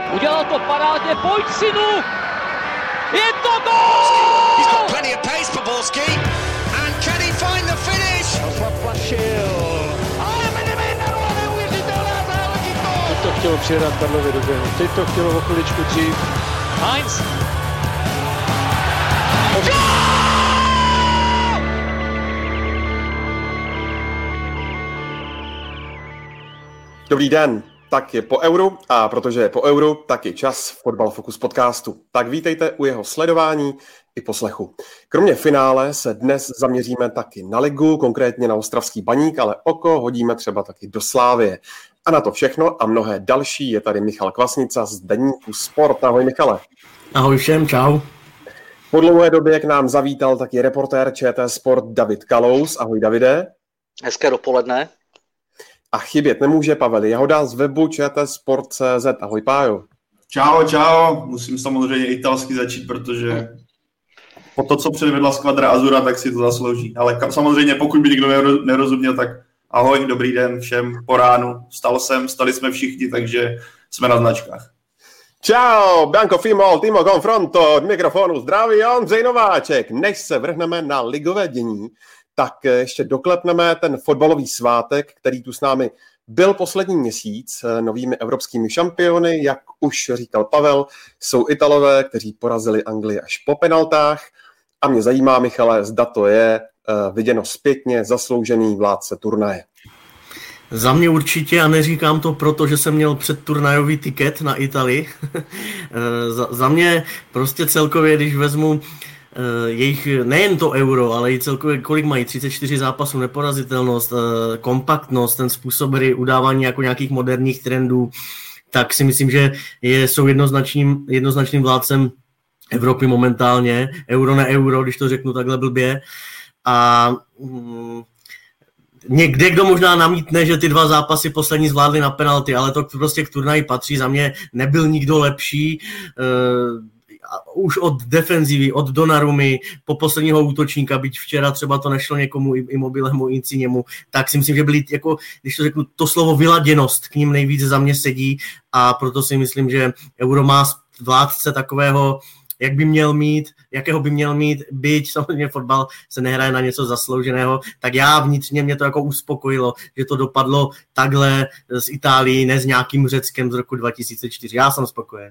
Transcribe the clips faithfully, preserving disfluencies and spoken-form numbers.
Udělal to parádně, pojď synu! Je to gól! He's got plenty of pace for Borski. And can he find the finish? Ale Medemejneru, neuvěřitelná záležitost! Teď to chtělo přijedat Karlovi do běhu, teď to chtělo o chviličku dřív. Heinz! Dobrý den, tak je po euru a protože je po euru, tak je čas Fotbal Focus podcastu. Tak vítejte u jeho sledování i poslechu. Kromě finále se dnes zaměříme taky na ligu, konkrétně na Ostravský Baník, ale oko hodíme třeba taky do Slávie. A na to všechno a mnohé další je tady Michal Kvasnica z deníku Sport. Ahoj Michale. Ahoj všem, čau. Po dlouhé době k nám zavítal taky reportér ČT Sport David Kalous. Ahoj Davide. Hezké dopoledne. A chybět nemůže Pavel Jahoda z webu čtsport tečka cé zet. Ahoj Pájo. Čau, čau. Musím samozřejmě italsky začít, protože po to, co předvedla Squadra Azzurra, tak si to zaslouží. Ale samozřejmě, pokud by nikdo nerozuměl, tak ahoj, dobrý den všem po ránu. Vstal jsem, stali jsme všichni, takže jsme na značkách. Čau, Bianco Fimol, Timo Confronto, od mikrofonu zdraví Ondřej Nováček. Než se vrhneme na ligové dění, tak ještě doklepneme ten fotbalový svátek, který tu s námi byl poslední měsíc novými evropskými šampiony. Jak už říkal Pavel, jsou Italové, kteří porazili Anglii až po penaltách. A mě zajímá, Michale, zda to je viděno zpětně zasloužený vládce turnaje. Za mě určitě, a neříkám to proto, že jsem měl předturnajový tiket na Italii. za, za mě prostě celkově, když vezmu jejich nejen to euro, ale i celkově kolik mají, třicet čtyři zápasů, neporazitelnost, kompaktnost, ten způsob hry, udávání jako nějakých moderních trendů, tak si myslím, že je, jsou jednoznačným, jednoznačným vládcem Evropy momentálně, euro na euro, když to řeknu takhle blbě. A mm, někde kdo možná namítne, že ty dva zápasy poslední zvládli na penalty, ale to prostě k turnaji patří, za mě nebyl nikdo lepší, e, už od defenzivy, od Donnarumy po posledního útočníka, byť včera třeba to nešlo někomu Immobilemu, Insignemu, tak si myslím, že byli, jako, když to řeknu, to slovo vyladěnost k ním nejvíc za mě sedí a proto si myslím, že euro má vládce takového, jak by měl mít, jakého by měl mít, byť samozřejmě fotbal se nehraje na něco zaslouženého, tak já vnitřně mě to jako uspokojilo, že to dopadlo takhle z Itálií, ne s nějakým Řeckem z roku dva tisíce čtyři. Já jsem spokojen.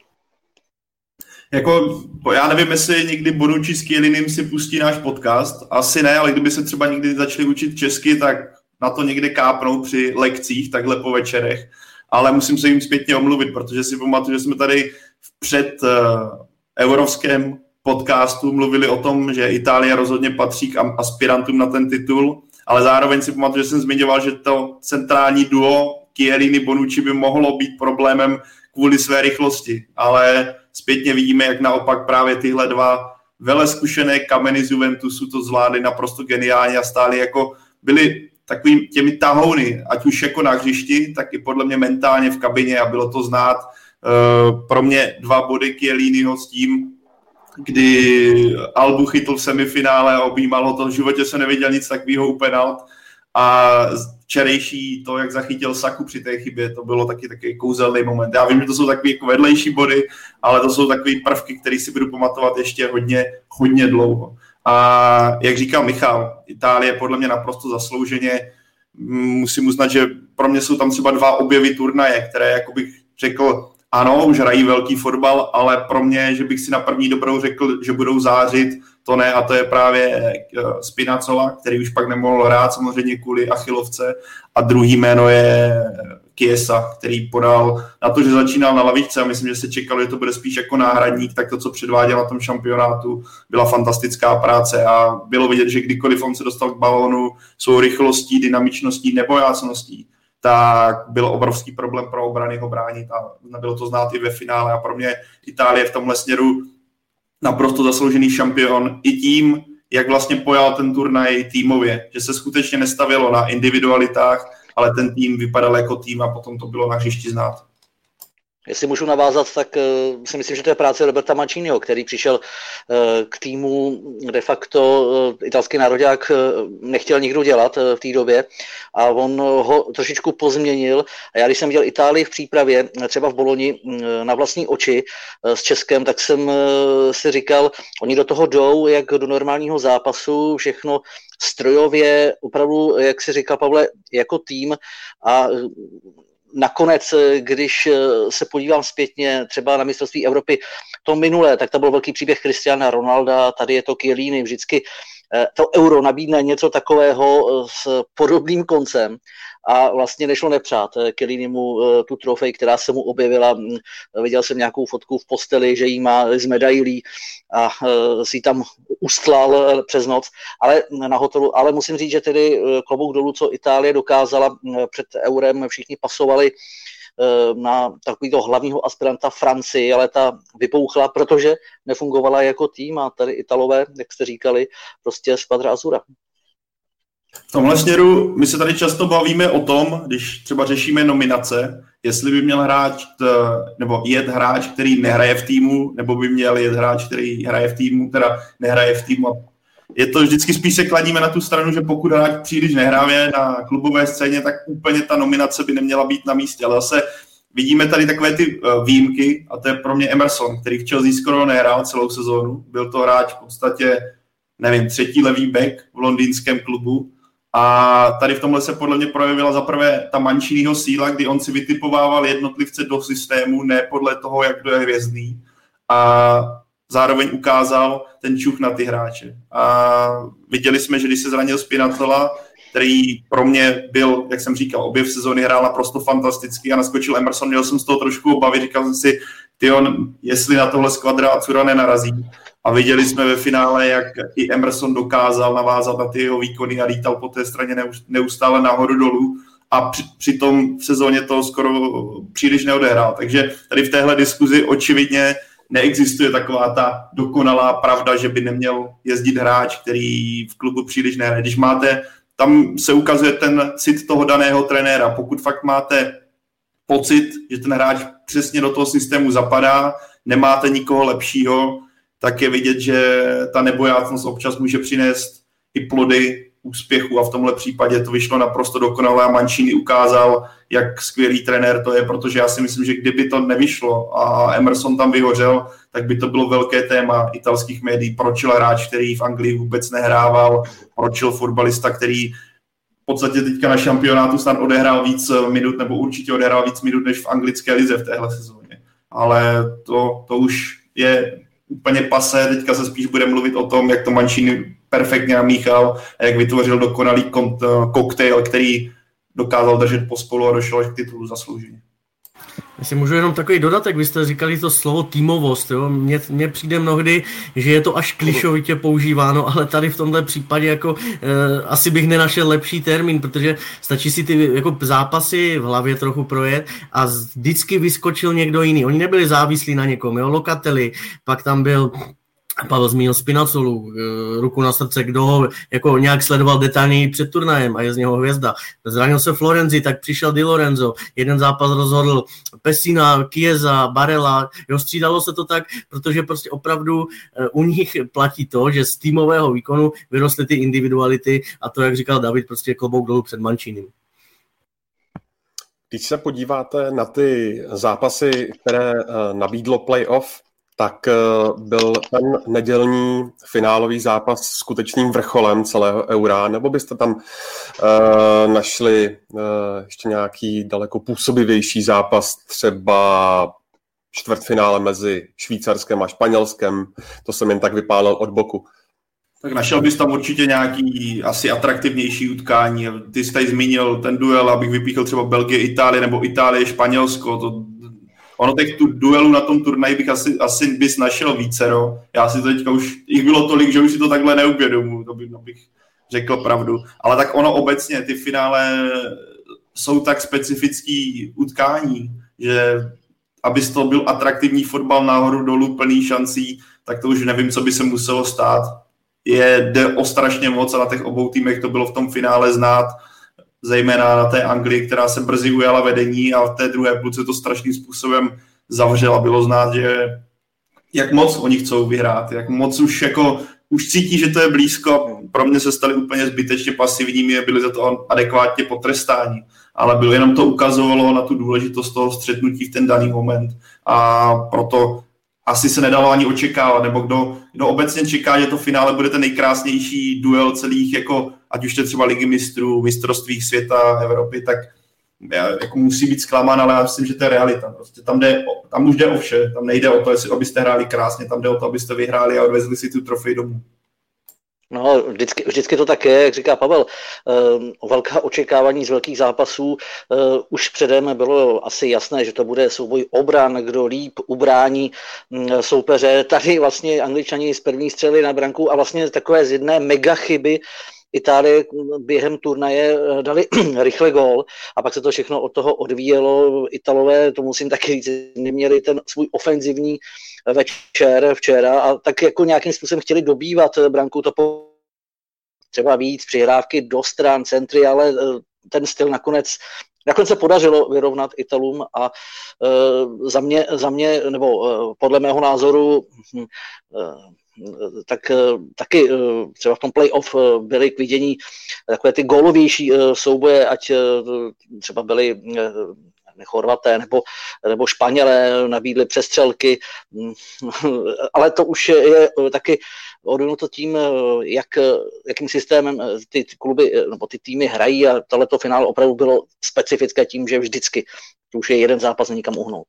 Jako, já nevím, jestli někdy Bonucci s Chiellinem si pustí náš podcast, asi ne, ale kdyby se třeba někdy začali učit česky, tak na to někde kápnou při lekcích, takhle po večerech, ale musím se jim zpětně omluvit, protože si pamatuju, že jsme tady v před uh, eurovském podcastu mluvili o tom, že Itálie rozhodně patří k aspirantům na ten titul, ale zároveň si pamatuju, že jsem zmiňoval, že to centrální duo Chiellini-Bonucci by mohlo být problémem kvůli své rychlosti, ale zpětně vidíme, jak naopak právě tyhle dva velezkušené kameny z Juventusu to zvládly naprosto geniálně a stáli jako, byli takovými těmi tahouny, ať už jako na hřišti, tak i podle mě mentálně v kabině a bylo to znát. Uh, pro mě dva body Chielliniho s tím, kdy Albu chytl v semifinále a objímal ho to, v životě jsem neviděl nic takového u penalt a včerejší to, jak zachytil Saku při té chybě, to bylo taky takový kouzelný moment. Já vím, že to jsou takový jako vedlejší body, ale to jsou takový prvky, které si budu pamatovat ještě hodně, hodně dlouho. A jak říkal Michal, Itálie podle mě naprosto zaslouženě, musím uznat, že pro mě jsou tam třeba dva objevy turnaje, které, jako bych řekl, ano, už hrají velký fotbal, ale pro mě, že bych si na první dobrou řekl, že budou zářit, to ne, a to je právě Spinazzola, který už pak nemohl hrát samozřejmě kvůli achilovce, a druhý jméno je Chiesa, který podal na to, že začínal na lavičce a myslím, že se čekalo, že to bude spíš jako náhradník, tak to, co předváděl na tom šampionátu, byla fantastická práce a bylo vidět, že kdykoliv on se dostal k balónu svou rychlostí, dynamičností, nebojácností, tak byl obrovský problém pro obrany ho bránit a bylo to znát i ve finále a pro mě Itálie v tomhle směru naprosto zasloužený šampion i tím, jak vlastně pojal ten turnaj týmově, že se skutečně nestavilo na individualitách, ale ten tým vypadal jako tým a potom to bylo na hřišti znát. Jestli můžu navázat, tak uh, si myslím, že to je práce Roberta Manciniho, který přišel uh, k týmu de facto uh, italský nároďák uh, nechtěl nikdo dělat uh, v té době a on ho trošičku pozměnil. A já když jsem viděl Itálii v přípravě, třeba v Boloni uh, na vlastní oči uh, s Českem, tak jsem uh, si říkal, oni do toho jdou jak do normálního zápasu, všechno strojově, opravdu, jak si říkal Pavle, jako tým a uh, nakonec, když se podívám zpětně třeba na mistrovství Evropy to minulé, tak to byl velký příběh Cristiana Ronalda, tady je to Chiellini, vždycky to Euro nabídne něco takového s podobným koncem a vlastně nešlo nepřát Chiellinimu tu trofej, která se mu objevila. Viděl jsem nějakou fotku v posteli, že jí má z medailí a si ji tam ustlal přes noc, ale na hotelu. Ale musím říct, že tedy klobouk dolů, co Itálie dokázala před Eurem, všichni pasovali na takovýto hlavního aspiranta Francii, ale ta vypouchla, protože nefungovala jako tým a tady Italové, jak jste říkali, prostě squadra Azzurra. V tomhle směru my se tady často bavíme o tom, když třeba řešíme nominace, jestli by měl hráč, nebo jet hráč, který nehraje v týmu, nebo by měl jet hráč, který hraje v týmu, teda nehraje v týmu. Je to vždycky spíš se kladíme na tu stranu, že pokud hráč příliš nehraje na klubové scéně, tak úplně ta nominace by neměla být na místě. Ale zase vidíme tady takové ty výjimky a to je pro mě Emerson, který v Chelsea skoro nehrál celou sezónu. Byl to hráč v podstatě, nevím, třetí levý back v londýnském klubu. A tady v tomhle se podle mě projevila zaprvé ta Manciniho síla, kdy on si vytipovával jednotlivce do systému, ne podle toho, jak kdo je hvězdný. A zároveň ukázal ten čuch na ty hráče. A viděli jsme, že když se zranil Spinazzola, který pro mě byl, jak jsem říkal, objev sezóny hrál naprosto fantasticky a naskočil Emerson, měl jsem z toho trošku obavy, říkal jsem si, tyjo, jestli na tohle skvadra Azzurra nenarazí. A viděli jsme ve finále, jak i Emerson dokázal navázat na ty jeho výkony a lítal po té straně neustále nahoru dolů a při, přitom v sezóně to skoro příliš neodehrál. Takže tady v téhle diskuzi očividně neexistuje taková ta dokonalá pravda, že by neměl jezdit hráč, který v klubu příliš nehraje. Když máte, tam se ukazuje ten cit toho daného trenéra. Pokud fakt máte pocit, že ten hráč přesně do toho systému zapadá, nemáte nikoho lepšího, tak je vidět, že ta nebojácnost občas může přinést i plody úspěchu a v tomhle případě to vyšlo naprosto dokonale a Mancini ukázal, jak skvělý trenér to je, protože já si myslím, že kdyby to nevyšlo a Emerson tam vyhořel, tak by to bylo velké téma italských médií. Pročil hráč, který v Anglii vůbec nehrával, pročil fotbalista, který v podstatě teďka na šampionátu snad odehrál víc minut, nebo určitě odehrál víc minut než v anglické lize v téhle sezóně. Ale to, to už je úplně pasé, teďka se spíš bude mluvit o tom, jak to Mancini perfektně namíchal a jak vytvořil dokonalý koktejl, který dokázal držet pospolu a došel až k titulu zaslouženě. Jestli můžu jenom takový dodatek, vy jste říkali to slovo týmovost, jo? Mně, mně přijde mnohdy, že je to až klišovitě používáno, ale tady v tomhle případě jako eh, asi bych nenašel lepší termín, protože stačí si ty jako zápasy v hlavě trochu projet a vždycky vyskočil někdo jiný. Oni nebyli závislí na někom, jo? Locatelli, pak tam byl Pavel zmínil Spinazzolu, ruku na srdce, kdo ho jako nějak sledoval detailněji před turnajem a je z něho hvězda. Zranil se Florenzi, tak přišel Di Lorenzo, jeden zápas rozhodl Pessina, Chiesa, Barella, jo, střídalo se to tak, protože prostě opravdu u nich platí to, že z týmového výkonu vyrostly ty individuality a to, jak říkal David, prostě klobouk dolů před Mancinem. Když se podíváte na ty zápasy, které nabídlo playoff, tak byl ten nedělní finálový zápas skutečným vrcholem celého Eura, nebo byste tam uh, našli uh, ještě nějaký daleko působivější zápas, třeba čtvrtfinále mezi Švýcarskem a Španělskem, to jsem jen tak vypálil od boku. Tak našel bys tam určitě nějaký asi atraktivnější utkání. Ty jsi tady zmínil ten duel, abych vypíchl třeba Belgie, Itálie nebo Itálie, Španělsko, to ono těch tu duelů na tom turnaji bych asi, asi bys našel vícero. Já si to teďka už, jich bylo tolik, že už si to takhle neuvědomuji, to, by, to bych řekl pravdu. Ale tak ono obecně, ty finále jsou tak specifický utkání, že abys to byl atraktivní fotbal nahoru dolů plný šancí, tak to už nevím, co by se muselo stát. Je, jde o strašně moc a na těch obou týmech to bylo v tom finále znát, zejména na té Anglii, která se brzy ujala vedení a v té druhé půlce to strašným způsobem zavřela. Bylo znát, že jak moc oni chcou vyhrát, jak moc už jako už cítí, že to je blízko. Pro mě se stali úplně zbytečně pasivními a byli za to adekvátně potrestáni. Ale bylo jenom to ukazovalo na tu důležitost toho střetnutí v ten daný moment. A proto asi se nedalo ani očekávat, nebo kdo, kdo obecně čeká, že to finále bude ten nejkrásnější duel celých, jako, ať už to je třeba Ligy mistrů, mistrovství světa, Evropy, tak jako musí být zklamán, ale já myslím, že to je realita. Prostě tam, jde, tam už jde o vše, tam nejde o to, jestli abyste hráli krásně, tam jde o to, abyste vyhráli a odvezli si tu trofej domů. No, vždycky, vždycky to tak je, jak říká Pavel, o velká očekávání z velkých zápasů. Už předem bylo asi jasné, že to bude souboj obran, kdo líp ubrání soupeře. Tady vlastně Angličani z první střely na branku a vlastně takové z jedné mega chyby Itálie během turnaje dali rychle gól a pak se to všechno od toho odvíjelo. Italové, to musím taky říct, neměli ten svůj ofenzivní večer včera a tak jako nějakým způsobem chtěli dobývat branku, to po třeba víc přihrávky do stran, centry, ale ten styl nakonec Nakonec se podařilo vyrovnat Italům a uh, za mě, za mě, nebo uh, podle mého názoru uh, tak uh, taky uh, třeba v tom playoff uh, byly k vidění takové ty gólovější uh, souboje, ať uh, třeba byly uh, Chorvaté nebo, nebo Španělé nabídli přestřelky, ale to už je taky odvinuto tím, jak, jakým systémem ty, ty kluby nebo ty týmy hrají a tohleto finále opravdu bylo specifické tím, že vždycky to už je jeden zápas nikam uhnout.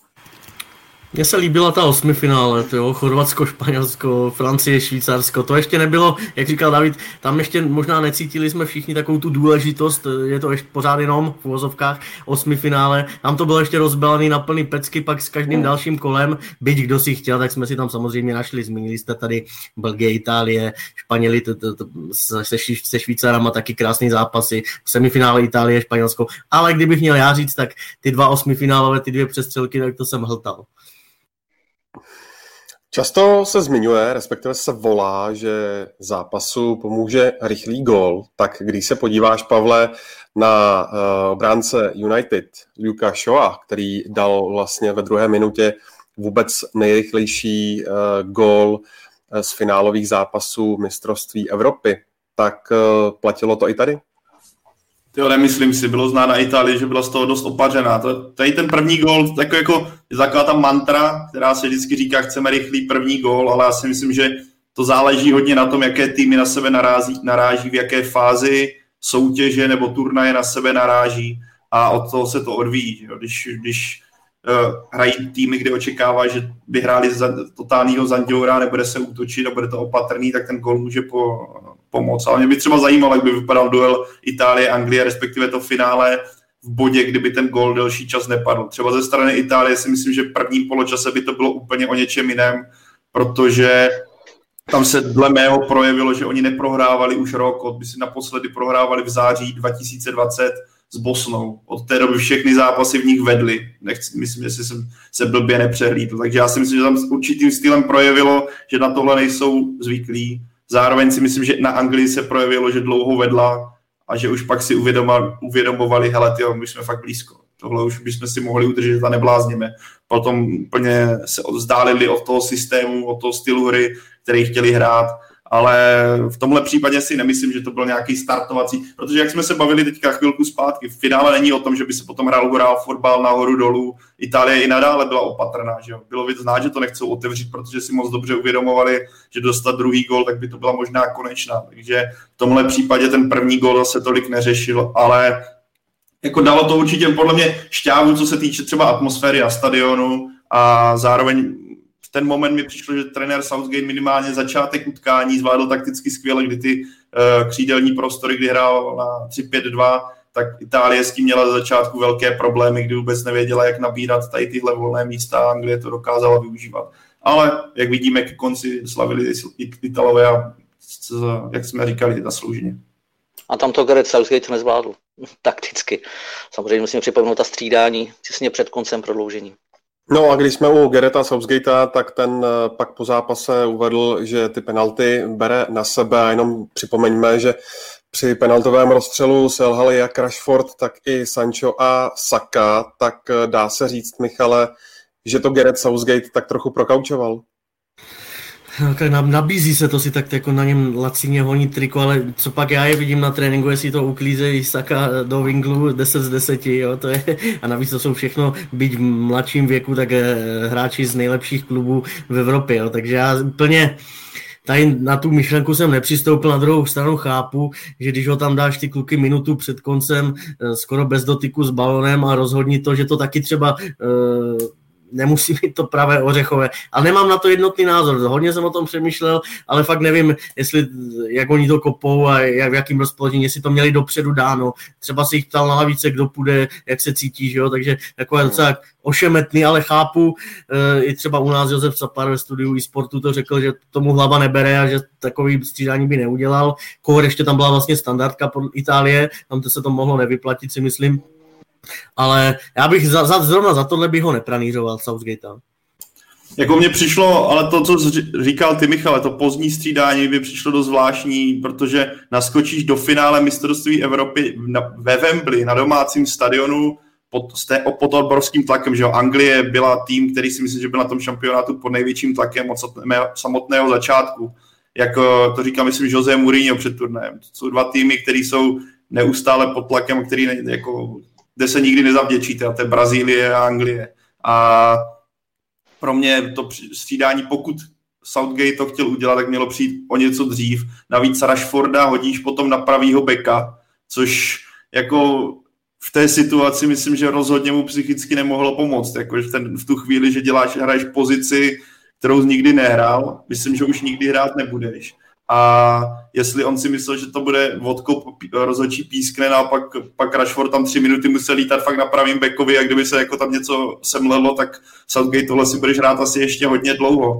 Mně se líbila ta osmifinále, to jo, Chorvatsko, Španělsko, Francie, Švýcarsko, to ještě nebylo, jak říkal David, tam ještě možná necítili jsme všichni takovou tu důležitost, je to ještě pořád jenom v uvozovkách osmifinále, tam to bylo ještě rozbalený na plný pecky, pak s každým dalším kolem, byť kdo si chtěl, tak jsme si tam samozřejmě našli, zmínili jste tady Belgie, Itálie, Španěli t, t, t, se, se Švýcarama taky krásný zápasy, semifinále Itálie, Španělsko, ale kdybych měl já říct, tak ty dva osmifinálové, ty dvě přestřelky, tak to jsem hltal. Často se zmiňuje, respektive se volá, že zápasu pomůže rychlý gól. Tak když se podíváš, Pavle, na uh, obránce United Luka Shawa, který dal vlastně ve druhé minutě vůbec nejrychlejší uh, gól uh, z finálových zápasů mistrovství Evropy, tak uh, platilo to i tady? Jo, nemyslím si, bylo znát na Itálii, že byla z toho dost opařená. To, tady ten první gól, tak jako je taková ta mantra, která se vždycky říká, chceme rychlý první gól, ale já si myslím, že to záleží hodně na tom, jaké týmy na sebe narazí, naráží, v jaké fázi soutěže nebo turnaje na sebe naráží a od toho se to odvíjí. Když, když uh, hrají týmy, kde očekává, že by hráli za totálního Zandjoura, nebude se útočit a bude to opatrný, tak ten gól může po... pomoc. Ale mě by třeba zajímalo, jak by vypadal duel Itálie-Anglie, respektive to finále v bodě, kdyby ten gól delší čas nepadl. Třeba ze strany Itálie si myslím, že v prvním poločase by to bylo úplně o něčem jiném, protože tam se dle mého projevilo, že oni neprohrávali už rok, od by si naposledy prohrávali v září dva tisíce dvacet s Bosnou. Od té doby všechny zápasy v nich vedly. Nechci, myslím, že jsem se blbě nepřehlídl. Takže já si myslím, že tam s určitým stylem projevilo, že na tohle nejsou zvyklí. Zároveň si myslím, že na Anglii se projevilo, že dlouho vedla a že už pak si uvědomovali, hele, tyjo, my jsme fakt blízko. Tohle už bychom si mohli udržet a neblázníme. Potom úplně se vzdálili od toho systému, od toho stylu hry, který chtěli hrát, ale v tomhle případě si nemyslím, že to byl nějaký startovací, protože jak jsme se bavili teďka chvilku zpátky, v finále není o tom, že by se potom hrál, hrál fotbal nahoru dolů. Itálie i nadále byla opatrná, že jo. Bylo vidět znát, že to nechcou otevřít, protože si moc dobře uvědomovali, že dostat druhý gól, tak by to byla možná konečná. Takže v tomhle případě ten první gól se tolik neřešil, ale jako dalo to určitě podle mě šťávu, co se týče třeba atmosféry na stadionu a zároveň v ten moment mi přišlo, že trenér Southgate minimálně začátek utkání zvládl takticky skvěle, kdy ty uh, křídelní prostory, kdy hrál na tři pět dva, tak Itálie s tím měla za začátku velké problémy, kdy vůbec nevěděla, jak nabírat tady tyhle volné místa a Anglie to dokázala využívat. Ale jak vidíme, k konci slavili Italové a jak jsme říkali, zaslouženě. A tam to Gareth Southgate nezvládl takticky. Samozřejmě musíme připomenout ta střídání těsně před koncem prodloužení. No a když jsme u Garetha Southgatea, tak ten pak po zápase uvedl, že ty penalty bere na sebe a jenom připomeňme, že při penaltovém rozstřelu selhali jak Rashford, tak i Sancho a Saka, tak dá se říct, Michale, že to Gareth Southgate tak trochu prokaučoval? Nabízí se to si tak jako na něm lacině honí triko, ale co pak já je vidím na tréninku, jestli to uklízejí Saka do vinglu deset z deseti, jo, to je, a navíc to jsou všechno, byť v mladším věku, tak hráči z nejlepších klubů v Evropě, jo, takže já úplně tady na tu myšlenku jsem nepřistoupil, na druhou stranu chápu, že když ho tam dáš ty kluky minutu před koncem, skoro bez dotyku s balonem a rozhodni to, že to taky třeba uh, nemusí být to pravé ořechové. Ale nemám na to jednotný názor. Hodně jsem o tom přemýšlel, ale fakt nevím, jestli, jak oni to kopou a jak, v jakým rozpoložení, jestli to měli dopředu dáno. Třeba si jich ptal na lavice, kdo půjde, jak se cítí, že jo? Takže jako je docela ošemetný, ale chápu, e, i třeba u nás Josef Sapar ve studiu e-sportu to řekl, že tomu hlava nebere a že takový střídání by neudělal. Kór ještě tam byla vlastně standardka pod Itálie, tam to se to mohlo nevyplatit, si myslím. Ale já bych za, za, zrovna za tohle bych ho nepranířoval Southgate. Jako mně přišlo, ale to, co říkal ty, Michale, to pozdní střídání by přišlo dost zvláštní, protože naskočíš do finále mistrovství Evropy na, ve Wembley na domácím stadionu pod, pod obrovským tlakem, že jo, Anglie byla tým, který si myslím, že byl na tom šampionátu pod největším tlakem od samotného začátku. Jak to říkal, myslím, José Mourinho před turnajem. To jsou dva týmy, které jsou neustále pod tlakem, který jako kde se nikdy nezavděčíte, a to je Brazílie a Anglie. A pro mě to střídání, pokud Southgate to chtěl udělat, tak mělo přijít o něco dřív. Navíc Rashforda hodíš potom na pravýho beka, což jako v té situaci myslím, že rozhodně mu psychicky nemohlo pomoct. Jako v, ten, v tu chvíli, že děláš, hraješ pozici, kterou jsi nikdy nehrál, myslím, že už nikdy hrát nebudeš. A jestli on si myslel, že to bude vodkou rozhodčí pískne, a pak, pak Rashford tam tři minuty musel lítat fakt na pravým backovi, a kdyby se jako tam něco semlelo, tak Southgate tohle si budeš hrát asi ještě hodně dlouho.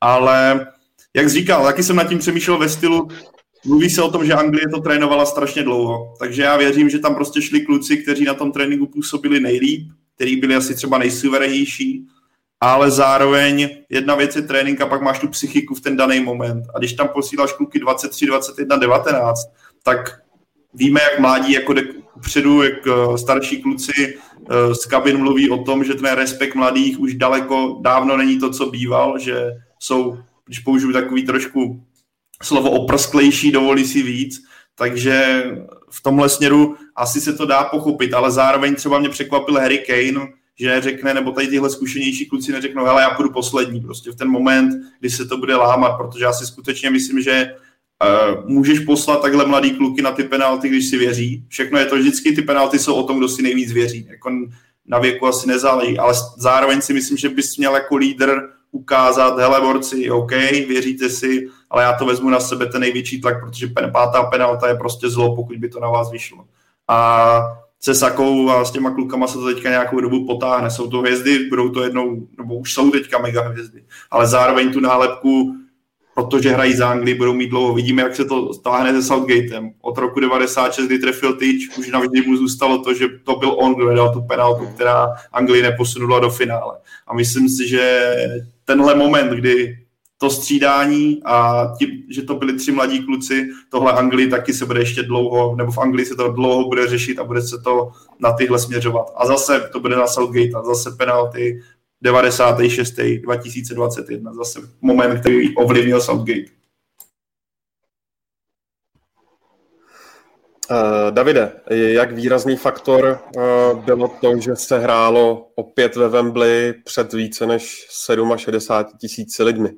Ale jak jsi říkal, taky jsem nad tím přemýšlel ve stylu, mluví se o tom, že Anglie to trénovala strašně dlouho, takže já věřím, že tam prostě šli kluci, kteří na tom tréninku působili nejlíp, kteří byli asi třeba nejsuverénnější, ale zároveň jedna věc je trénink a pak máš tu psychiku v ten daný moment. A když tam posíláš kluky dvacet tři, dvacet jedna, devatenáct, tak víme, jak mládí jako jde předu, jak starší kluci z kabin mluví o tom, že ten respekt mladých už daleko dávno není to, co býval, že jsou, když použiju takový trošku slovo oprsklejší, dovolí si víc, takže v tomhle směru asi se to dá pochopit, ale zároveň třeba mě překvapil Harry Kane, že neřekne, nebo tady tyhle zkušenější kluci neřeknou, hele, já půjdu poslední, prostě v ten moment, kdy se to bude lámat, protože já si skutečně myslím, že uh, můžeš poslat takhle mladý kluky na ty penalty, když si věří. Všechno je to vždycky, ty penalty jsou o tom, kdo si nejvíc věří. Jako na věku asi nezáleží, ale zároveň si myslím, že bys měl jako lídr ukázat, hele, borci, OK, věříte si, ale já to vezmu na sebe ten největší tlak, protože pen, pátá penalta je prostě zlo, pokud by to na vás vyšlo. A se Sakou a s těma klukama se to teďka nějakou dobu potáhne. Jsou to hvězdy, budou to jednou, nebo už jsou teďka mega hvězdy. Ale zároveň tu nálepku, protože hrají za Anglii, budou mít dlouho. Vidíme, jak se to táhne se Southgatem. Od roku devadesát šest, kdy trefil tyč, už navždy mu zůstalo to, že to byl on, kdo dal tu penaltu, která Anglii neposunula do finále. A myslím si, že tenhle moment, kdy to střídání a tím, že to byli tři mladí kluci, tohle Anglii taky se bude ještě dlouho, nebo v Anglii se to dlouho bude řešit a bude se to na tyhle směřovat. A zase to bude na Southgate, a zase penalty devadesátý šestý dva tisíce dvacet jedna, zase moment, který ovlivnil Southgate. Uh, Davide, jak výrazný faktor uh, bylo to, že se hrálo opět ve Wembley před více než šedesáti sedmi tisíci lidmi?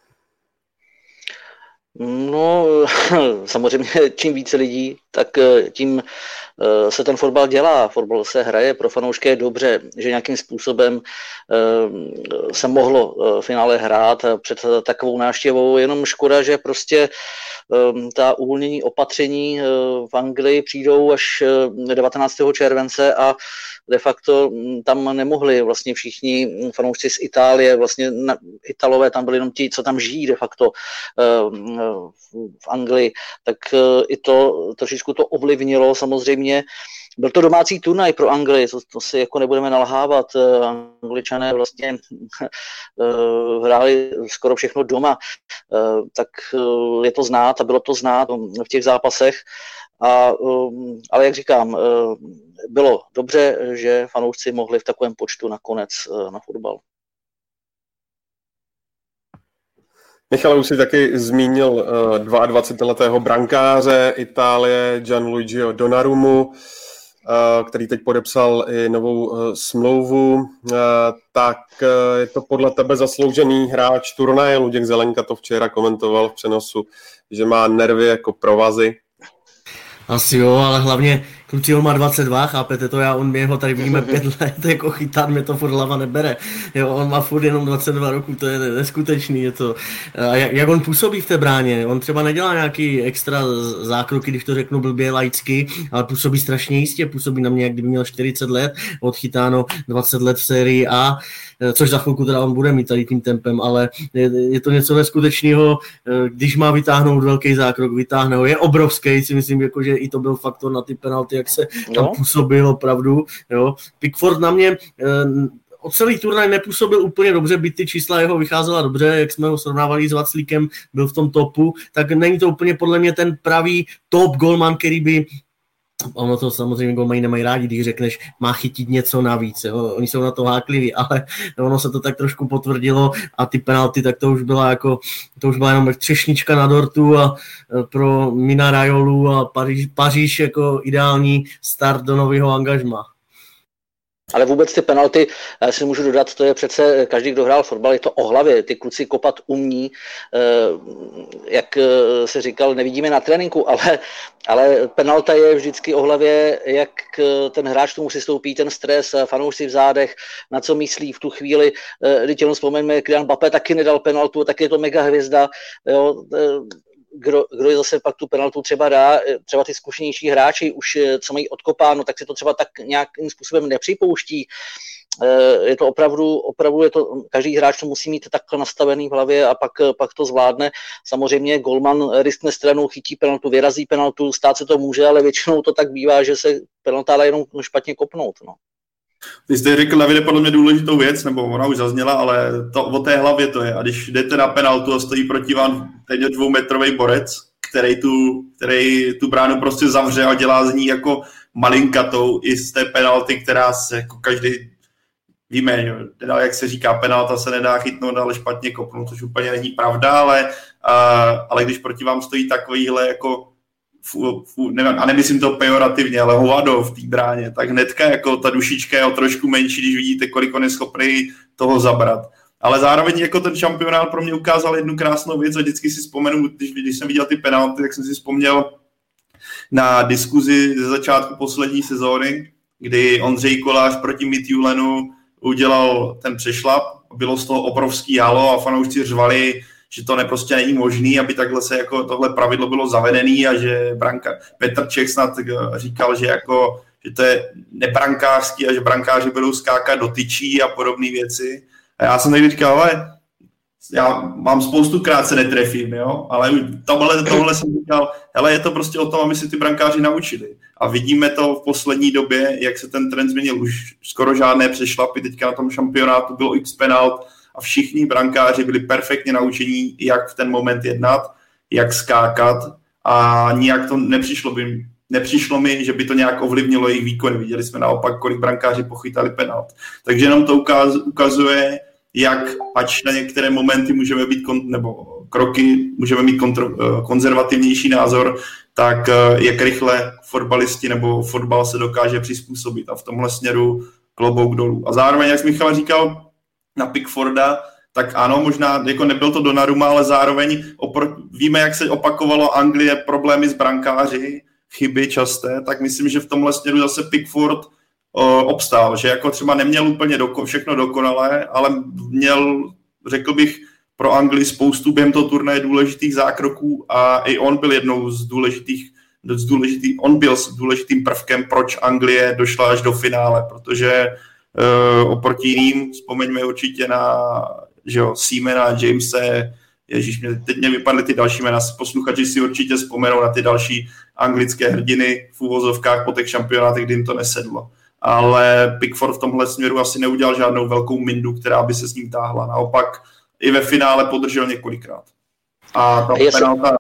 No, samozřejmě čím více lidí, tak tím se ten fotbal dělá. Fotbal se hraje, pro fanoušky je dobře, že nějakým způsobem se mohlo v finále hrát před takovou návštěvou. Jenom škoda, že prostě ta uvolnění opatření v Anglii přijdou až devatenáctého července a de facto tam nemohli vlastně všichni fanoušci z Itálie, vlastně Italové tam byli jenom ti, co tam žijí de facto v Anglii, tak i to trošičku to ovlivnilo samozřejmě. Byl to domácí turnaj pro Anglii, to, to si jako nebudeme nalhávat. Angličané vlastně hráli skoro všechno doma, tak je to znát a bylo to znát v těch zápasech. A, ale jak říkám, bylo dobře, že fanoušci mohli v takovém počtu nakonec na fotbal. Michal už si taky zmínil uh, dvaadvacetiletého brankáře Itálie Gianluigio Donnarummu, uh, který teď podepsal i novou uh, smlouvu. Uh, tak uh, je to podle tebe zasloužený hráč turnaje? Luděk Zelenka to včera komentoval v přenosu, že má nervy jako provazy. Asi jo, ale hlavně kluci, on má dvacet dva, chápete to, já, on, my ho tady vidíme pět let, jako chytát, mě to furt hlava nebere, jo, on má furt jenom dvacet dva roku, to je neskutečný, je to, a jak, jak on působí v té bráně, on třeba nedělá nějaký extra zákroky, když to řeknu blbě laicky, ale působí strašně jistě, působí na mě, jak kdyby měl čtyřicet let, odchytáno dvacet let v sérii A, což za chvilku teda on bude mít tady tím tempem, ale je, je to něco neskutečného, když má vytáhnout velký zákrok, vytáhne ho, je obrovský, si myslím, jako, že i to byl faktor na ty penalty, jak se tam působil opravdu, jo. Pickford na mě o celý turnaj nepůsobil úplně dobře, byť ty čísla jeho vycházela dobře, jak jsme ho srovnávali s Vaclíkem, byl v tom topu, tak není to úplně podle mě ten pravý top golman, který by, ono to samozřejmě golmani nemají rádi, když řekneš, má chytit něco navíc, jo. Oni jsou na to hákliví, ale ono se to tak trošku potvrdilo a ty penalty, tak to už byla jako, to už byla jenom třešnička na dortu a pro Mina Rajolu a Paříž, Paříž jako ideální start do nového angažma. Ale vůbec ty penalty, já si můžu dodat, to je přece, každý, kdo hrál fotbal, je to o hlavě, ty kluci kopat umí, jak se říkal, nevidíme na tréninku, ale, ale penalta je vždycky o hlavě, jak ten hráč tomu přistoupí, ten stres, fanoušci v zádech, na co myslí v tu chvíli, když jenom vzpomeňme, Kylian Mbappé taky nedal penaltu, tak je to mega hvězda, jo, Kdo, kdo je zase pak tu penaltu třeba dá, třeba ty zkušenější hráči už, co mají odkopáno, tak si to třeba tak nějakým způsobem nepřipouští. Je to opravdu, opravdu je to, každý hráč to musí mít takhle nastavený v hlavě a pak, pak to zvládne. Samozřejmě golman riskne stranu, chytí penaltu, vyrazí penaltu, stát se to může, ale většinou to tak bývá, že se penalta dá jenom špatně kopnout. No. Ty jste řekl, Davide, podle mě důležitou věc, nebo ona už zazněla, ale to o té hlavě to je. A když jdete na penaltu a stojí proti vám teď dvoumetrový borec, který tu, který tu bránu prostě zavře a dělá z ní jako malinkatou i z té penalty, která se jako každý víme, jo, teda jak se říká, penalta se nedá chytnout, ale špatně kopnout, což úplně není pravda, ale, a, ale když proti vám stojí takovýhle jako Fu, fu, nevím, a nemyslím to pejorativně, ale hovado v té bráně, tak hnedka jako ta dušička je o trošku menší, když vidíte, kolik on je schopný toho zabrat. Ale zároveň jako ten šampionát pro mě ukázal jednu krásnou věc a vždycky si vzpomenu, když, když jsem viděl ty penalty, tak jsem si vzpomněl na diskuzi ze začátku poslední sezóny, kdy Ondřej Kolář proti Midtjyllandu udělal ten přešlap, bylo z toho obrovský halo a fanoušci řvali, že to neprostě není možný, aby takhle se jako tohle pravidlo bylo zavedený a že branka, Petr Čech snad říkal, že, jako, že to je nebrankářský a že brankáři budou skákat do tyčí a podobné věci. A já jsem někdy říkal, ale já mám spoustu krát se netrefím, jo? Ale tohle, tohle jsem říkal, hele, je to prostě o tom, aby si ty brankáři naučili. A vidíme to v poslední době, jak se ten trend změnil. Už skoro žádné přešlapy, teďka na tom šampionátu bylo x penalt, a všichni brankáři byli perfektně naučení, jak v ten moment jednat, jak skákat a nijak to nepřišlo, by, nepřišlo mi, že by to nějak ovlivnilo jejich výkony. Viděli jsme naopak, kolik brankáři pochytali penalt. Takže jenom to ukaz, ukazuje, jak ač na některé momenty můžeme být, kon, nebo kroky, můžeme mít kontro, konzervativnější názor, tak jak rychle fotbalisti nebo fotbal se dokáže přizpůsobit a v tomhle směru klobouk dolů. A zároveň, jak Michal říkal, na Pickforda, tak ano, možná jako nebyl to Donnarumma, ale zároveň opr- víme, jak se opakovalo Anglie problémy s brankáři, chyby časté, tak myslím, že v tomhle směru zase Pickford o, obstál, že jako třeba neměl úplně doko- všechno dokonalé, ale měl, řekl bych, pro Anglii spoustu během toho turnaje důležitých zákroků a i on byl jednou z důležitých, z důležitý, on byl s důležitým prvkem, proč Anglie došla až do finále, protože Uh, oproti jiným, vzpomeňme určitě na že jo, Seamana, Jamese, ježíš, mě, teď mě vypadly ty další jména, posluchači si určitě vzpomenou na ty další anglické hrdiny v úvozovkách po těch šampionátech, kdy jim to nesedlo. Ale Pickford v tomhle směru asi neudělal žádnou velkou mindu, která by se s ním táhla. Naopak i ve finále podržel několikrát. A ta Jestli... penalta,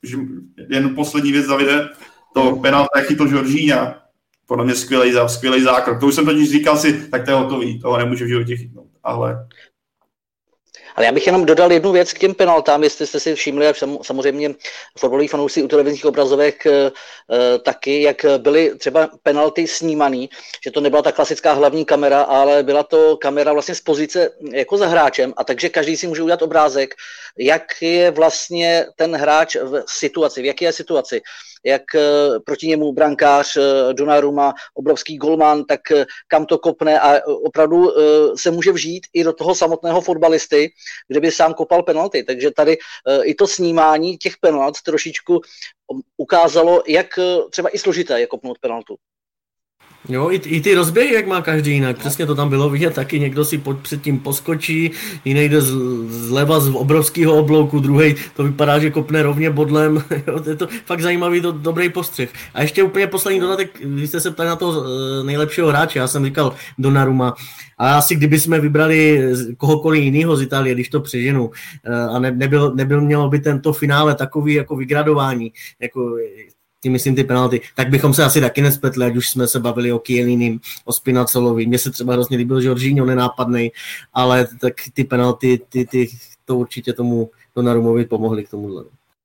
jen poslední věc, Davide, to penalta chytl Jorginho. Podle mě skvělej, skvělej zákrok. To už jsem totiž říkal si, tak to je hotový, toho nemůže v životě chytnout. Ale Ale já bych jenom dodal jednu věc k těm penaltám, jestli jste si všimli, a samozřejmě fotbaloví fanoušci u televizních obrazovek e, e, taky, jak byly třeba penalty snímaný, že to nebyla ta klasická hlavní kamera, ale byla to kamera vlastně z pozice jako za hráčem, a takže každý si může udělat obrázek, jak je vlastně ten hráč v situaci, v jaké je situaci. Jak proti němu brankář Donnarumma, obrovský golman, tak kam to kopne, a opravdu se může vžít i do toho samotného fotbalisty, kde by sám kopal penalty. Takže tady i to snímání těch penalt trošičku ukázalo, jak třeba i složité je kopnout penaltu. Jo, i, i ty rozběhy, jak má každý jinak, přesně to tam bylo vidět taky, někdo si pod, předtím poskočí, jiný jde z, zleva z obrovského oblouku, druhý to vypadá, že kopne rovně bodlem, jo, to je to fakt zajímavý, to, dobrý postřeh. A ještě úplně poslední dodatek, vy jste se ptali na toho nejlepšího hráče, já jsem říkal Donnarumma, a asi kdyby jsme vybrali kohokoliv jiného z Itálie, když to přeženu, a ne, nebyl, nebyl mělo by tento finále takový jako vygradování, jako tím myslím ty penalty, tak bychom se asi taky nespletli, ať už jsme se bavili o Chiellinim, o Spinazzolovi. Mně se třeba hrozně líbil Jorginho, nenápadnej, ale tak ty penalty, ty, ty, to určitě tomu Donnarummovi pomohli k tomuhle.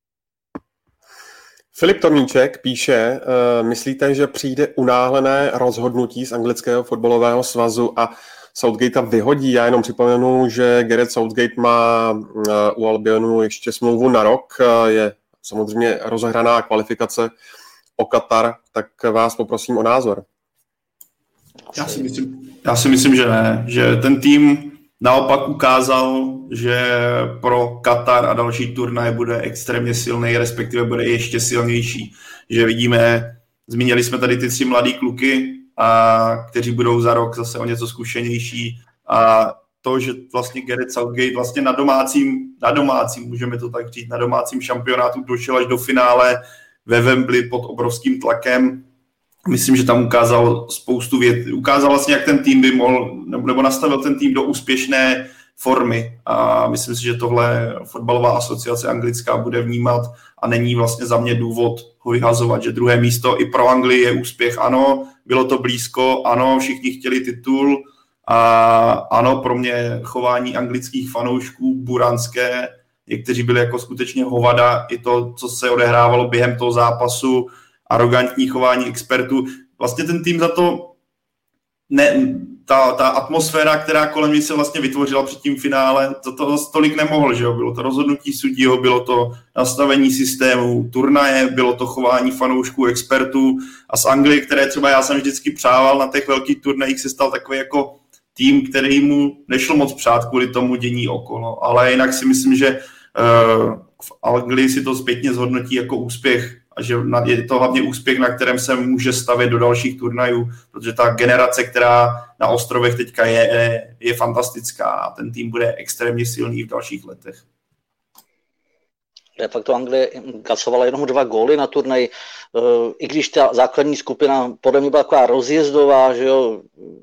Filip Torníček píše, uh, myslíte, že přijde unáhlené rozhodnutí z anglického fotbalového svazu a Southgate vyhodí? Já jenom připomenu, že Gareth Southgate má uh, u Albionu ještě smlouvu na rok, uh, je samozřejmě rozehraná kvalifikace o Katar, tak vás poprosím o názor. Já si myslím, já si myslím, že ne. Že ten tým naopak ukázal, že pro Katar a další turnaje bude extrémně silný, respektive bude ještě silnější. Že vidíme, zmínili jsme tady ty tři mladý kluky, a kteří budou za rok zase o něco zkušenější, a to, že vlastně Gareth Southgate vlastně na domácím, na domácím, můžeme to tak říct, na domácím šampionátu došel až do finále ve Wembley pod obrovským tlakem. Myslím, že tam ukázal spoustu věcí. Ukázal vlastně, jak ten tým by mohl, nebo nastavil ten tým do úspěšné formy. A myslím si, že tohle fotbalová asociace anglická bude vnímat a není vlastně za mě důvod ho vyhazovat, že druhé místo i pro Anglii je úspěch. Ano, bylo to blízko, ano, všichni chtěli titul, a ano, pro mě chování anglických fanoušků buranské, někteří byli jako skutečně hovada, i to, co se odehrávalo během toho zápasu, arrogantní chování expertů. Vlastně ten tým za to, ne, ta, ta atmosféra, která kolem ní se vlastně vytvořila před tím finále, za to tolik nemohl, že jo? Bylo to rozhodnutí sudího, bylo to nastavení systému turnaje, bylo to chování fanoušků, expertů, a z Anglie, které třeba já jsem vždycky přával na těch velkých turnajích, se stal takový jako tým, který mu nešlo moc přát kvůli tomu dění okolo. Ale jinak si myslím, že uh, v Anglii si to zpětně zhodnotí jako úspěch a že je to hlavně úspěch, na kterém se může stavět do dalších turnajů, protože ta generace, která na ostrovech teďka je, je, je fantastická a ten tým bude extrémně silný v dalších letech. De facto Anglie kasovala jenom dva góly na turnaj, i když ta základní skupina podle mě byla taková rozjezdová, že jo,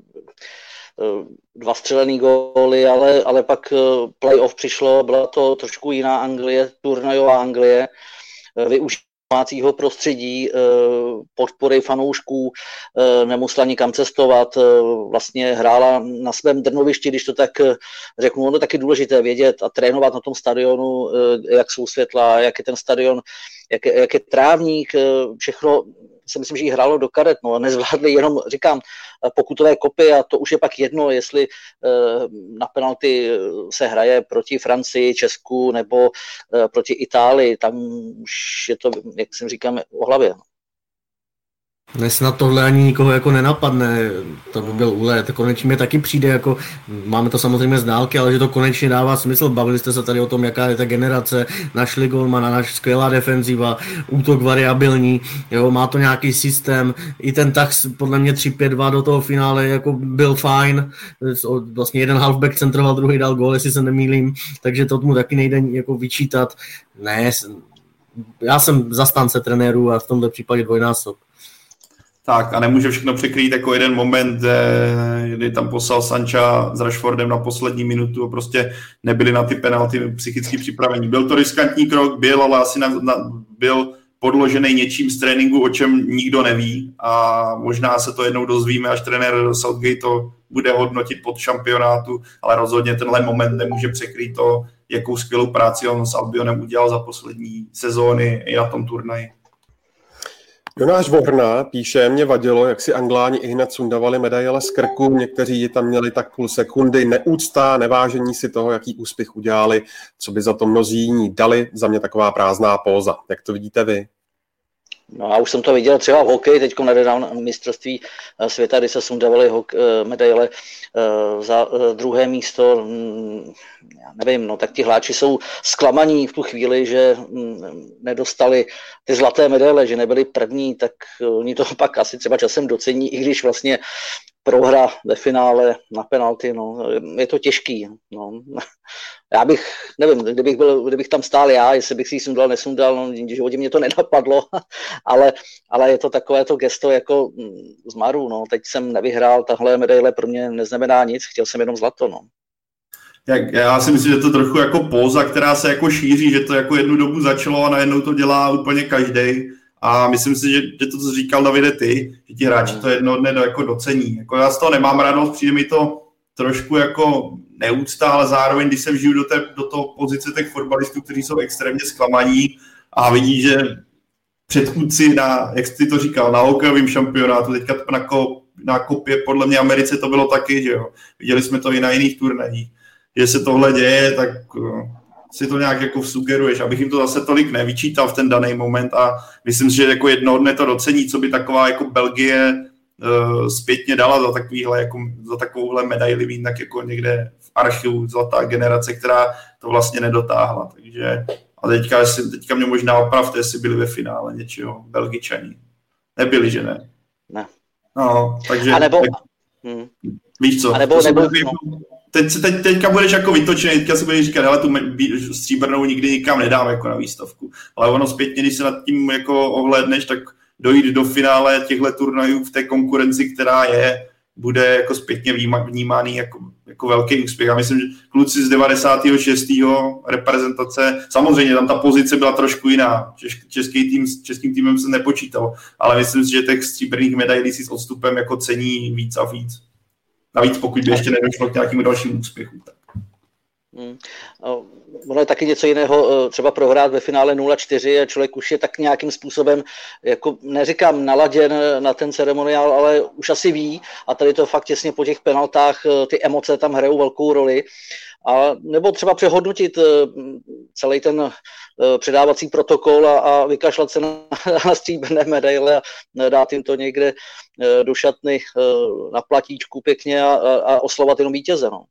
dva střelený góly, ale, ale pak playoff přišlo, byla to trošku jiná Anglie, turnajová Anglie, využití domácího prostředí, podpory fanoušků, nemusela nikam cestovat, vlastně hrála na svém drnovišti, když to tak řeknu, ono je taky důležité vědět a trénovat na tom stadionu, jak jsou světla, jak je ten stadion, jak je, jak je trávník, všechno si myslím, že jí hrálo do karet, no, nezvládli jenom, říkám, pokutové kopy a to už je pak jedno, jestli na penalty se hraje proti Francii, Česku nebo proti Itálii, tam už je to, jak jsem říkám, o hlavě. Nesnad tohle ani nikoho jako nenapadne, to by byl úlet, to konečně mi taky přijde, jako máme to samozřejmě z dálky, ale že to konečně dává smysl, bavili jste se tady o tom, jaká je ta generace, našli golmana, naš skvělá defenziva, útok variabilní, jo, má to nějaký systém, i ten tah podle mě tři pět dva do toho finále jako byl fajn, vlastně jeden halfback centroval, druhý dal gól, jestli se nemýlím, takže to mu taky nejde jako vyčítat, ne, já jsem zastánce trenérů a v tomto případě dvojnásob. Tak a nemůže všechno překrýt jako jeden moment, kdy tam poslal Sancha s Rashfordem na poslední minutu a prostě nebyli na ty penalty psychicky připravení. Byl to riskantní krok, byl, ale asi na, na, byl podložený něčím z tréninku, o čem nikdo neví a možná se to jednou dozvíme, až trenér Southgate to bude hodnotit pod šampionátu, ale rozhodně tenhle moment nemůže překrýt to, jakou skvělou práci on s Albionem udělal za poslední sezóny i na tom turnaji. Jonáš Vohrna píše, mě vadilo, jak si Angláni i hned sundavali medaile z krku, někteří ji tam měli tak půl sekundy, neúcta, nevážení si toho, jaký úspěch udělali, co by za to mnozí jiní dali, za mě taková prázdná póza. Jak to vidíte vy? No já už jsem to viděl třeba v hokeji, teďko nedávno mistrovství světa, kdy se sundavali hok- medaile za druhé místo, já nevím, no tak ti hráči jsou zklamaní v tu chvíli, že nedostali ty zlaté medaile, že nebyli první, tak oni to pak asi třeba časem docení, i když vlastně prohra ve finále na penalty, no, je to těžký. No. Já bych, nevím, kdybych, byl, kdybych tam stál já, jestli bych si ji sundal, nesundal, no, v životě mě to nenapadlo, ale, ale je to takové to gesto jako zmaru, no. Teď jsem nevyhrál, tahle medaile pro mě neznamená nic, chtěl jsem jenom zlato, no. Jak, já si myslím, že to trochu jako póza, která se jako šíří, že to jako jednu dobu začalo a najednou to dělá úplně každej. A myslím si, že, že to, co říkal Davide ty, že ti hráči to jednoho dne jako docení. Jako já z toho nemám radost, přijde mi to trošku jako neúcta, ale zároveň, když se vžiju do, té, do toho pozice těch fotbalistů, kteří jsou extrémně zklamaní a vidí, že předchůdci na, jak jsi to říkal, na hokejovém šampionátu, teďka na, ko, na kopě, podle mě Americe to bylo taky, že jo. Viděli jsme to i na jiných turnajích, že se tohle děje, tak si to nějak jako sugeruješ, abych jim to zase tolik nevyčítal v ten daný moment a myslím si, že jako jednoho dne to docení, co by taková jako Belgie uh, zpětně dala za takovýhle, jako, za takovouhle medaili mít tak jako někde v archivu zlatá generace, která to vlastně nedotáhla. Takže a teďka, jestli, teďka mě možná opravte, jestli byli ve finále něčeho, Belgičani. Nebyli, že ne? Ne. No, takže... A nebo... Tak, hmm. Víš co? A nebo, nebo, by, no. teď, teď, teďka budeš jako vytočený, teďka si budeš říkat, hele, tu stříbrnou nikdy nikam nedám jako na výstavku. Ale ono zpětně, když se nad tím jako ohlédneš, tak dojít do finále těchto turnajů v té konkurenci, která je, bude jako zpětně vnímaný jako, jako velký úspěch. Já myslím, že kluci z devadesátého šestého reprezentace, samozřejmě tam ta pozice byla trošku jiná. Český tým, s českým týmem se nepočítal, ale myslím si, že těch stříbrných medailí si s odstupem jako cení víc a víc. Navíc pokud by ještě nedošlo k nějakým dalším úspěchům. Tak. Hmm. Ono je taky něco jiného, třeba prohrát ve finále nula čtyři a člověk už je tak nějakým způsobem, jako neříkám naladěn na ten ceremoniál, ale už asi ví a tady to fakt těsně po těch penaltách, ty emoce tam hrajou velkou roli. A nebo třeba přehodnotit celý ten předávací protokol a, a vykašlat se na, na stříbrné medaile a dát jim to někde do šatny na platíčku pěkně a, a oslovat jenom vítěze. No.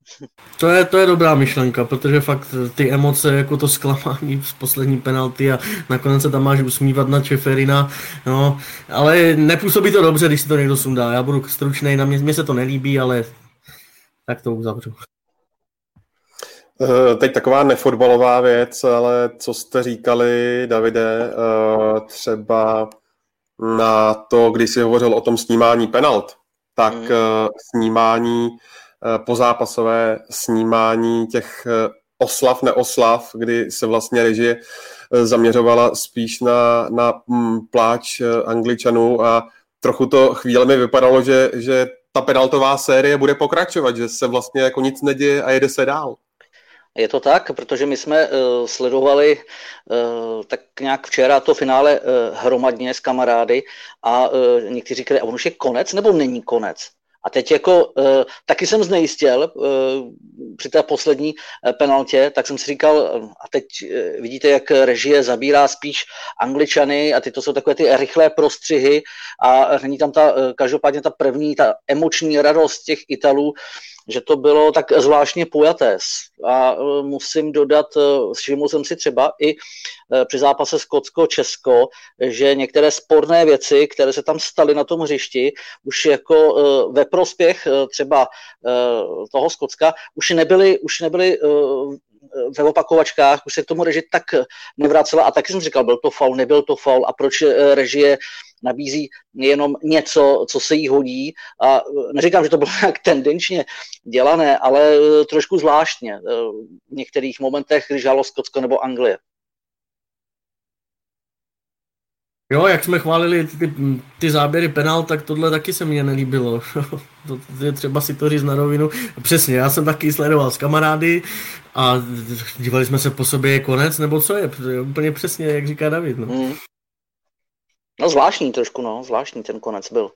To je, to je dobrá myšlenka, protože fakt ty emoce, jako to zklamání z poslední penalty a nakonec se tam máš usmívat na Čeferina, no, ale nepůsobí to dobře, když si to někdo sundá. Já budu stručnej, na mě, mě se to nelíbí, ale tak to uzavřu. Teď taková nefotbalová věc, ale co jste říkali, Davide, třeba na to, když jsi hovořil o tom snímání penalt, tak mm. snímání, pozápasové snímání těch oslav, neoslav, kdy se vlastně režie zaměřovala spíš na, na pláč Angličanů a trochu to chvílemi vypadalo, že, že ta penaltová série bude pokračovat, že se vlastně jako nic neděje a jede se dál. Je to tak, protože my jsme uh, sledovali uh, tak nějak včera to finále uh, hromadně s kamarády a uh, někteří říkali, a on už je konec nebo není konec? A teď jako uh, taky jsem znejistil uh, při té poslední uh, penaltě, tak jsem si říkal, uh, a teď uh, vidíte, jak režie zabírá spíš Angličany a ty to jsou takové ty rychlé prostřihy a není tam ta, uh, každopádně ta první, ta emoční radost těch Italů, že to bylo tak zvláštně pojaté. A uh, musím dodat, uh, všiml jsem si třeba i uh, při zápase Skotsko-Česko, že některé sporné věci, které se tam staly na tom hřišti, už jako uh, ve prospěch uh, třeba uh, toho Skotska, už nebyly, už nebyly uh, ve opakovačkách, už se k tomu režie tak nevracela a taky jsem říkal, byl to faul, nebyl to faul a proč uh, režie nabízí jenom něco, co se jí hodí a neříkám, že to bylo nějak tendenčně dělané, ale trošku zvláštně v některých momentech, když hrálo Skotsko nebo Anglie. Jo, jak jsme chválili ty, ty záběry penál, tak tohle taky se mně nelíbilo. To je třeba si to říct na rovinu. Přesně, já jsem taky sledoval s kamarády a dívali jsme se po sobě, je konec, nebo co je? je úplně přesně, jak říká David. No, mm. no zvláštní trošku, no, zvláštní ten konec byl.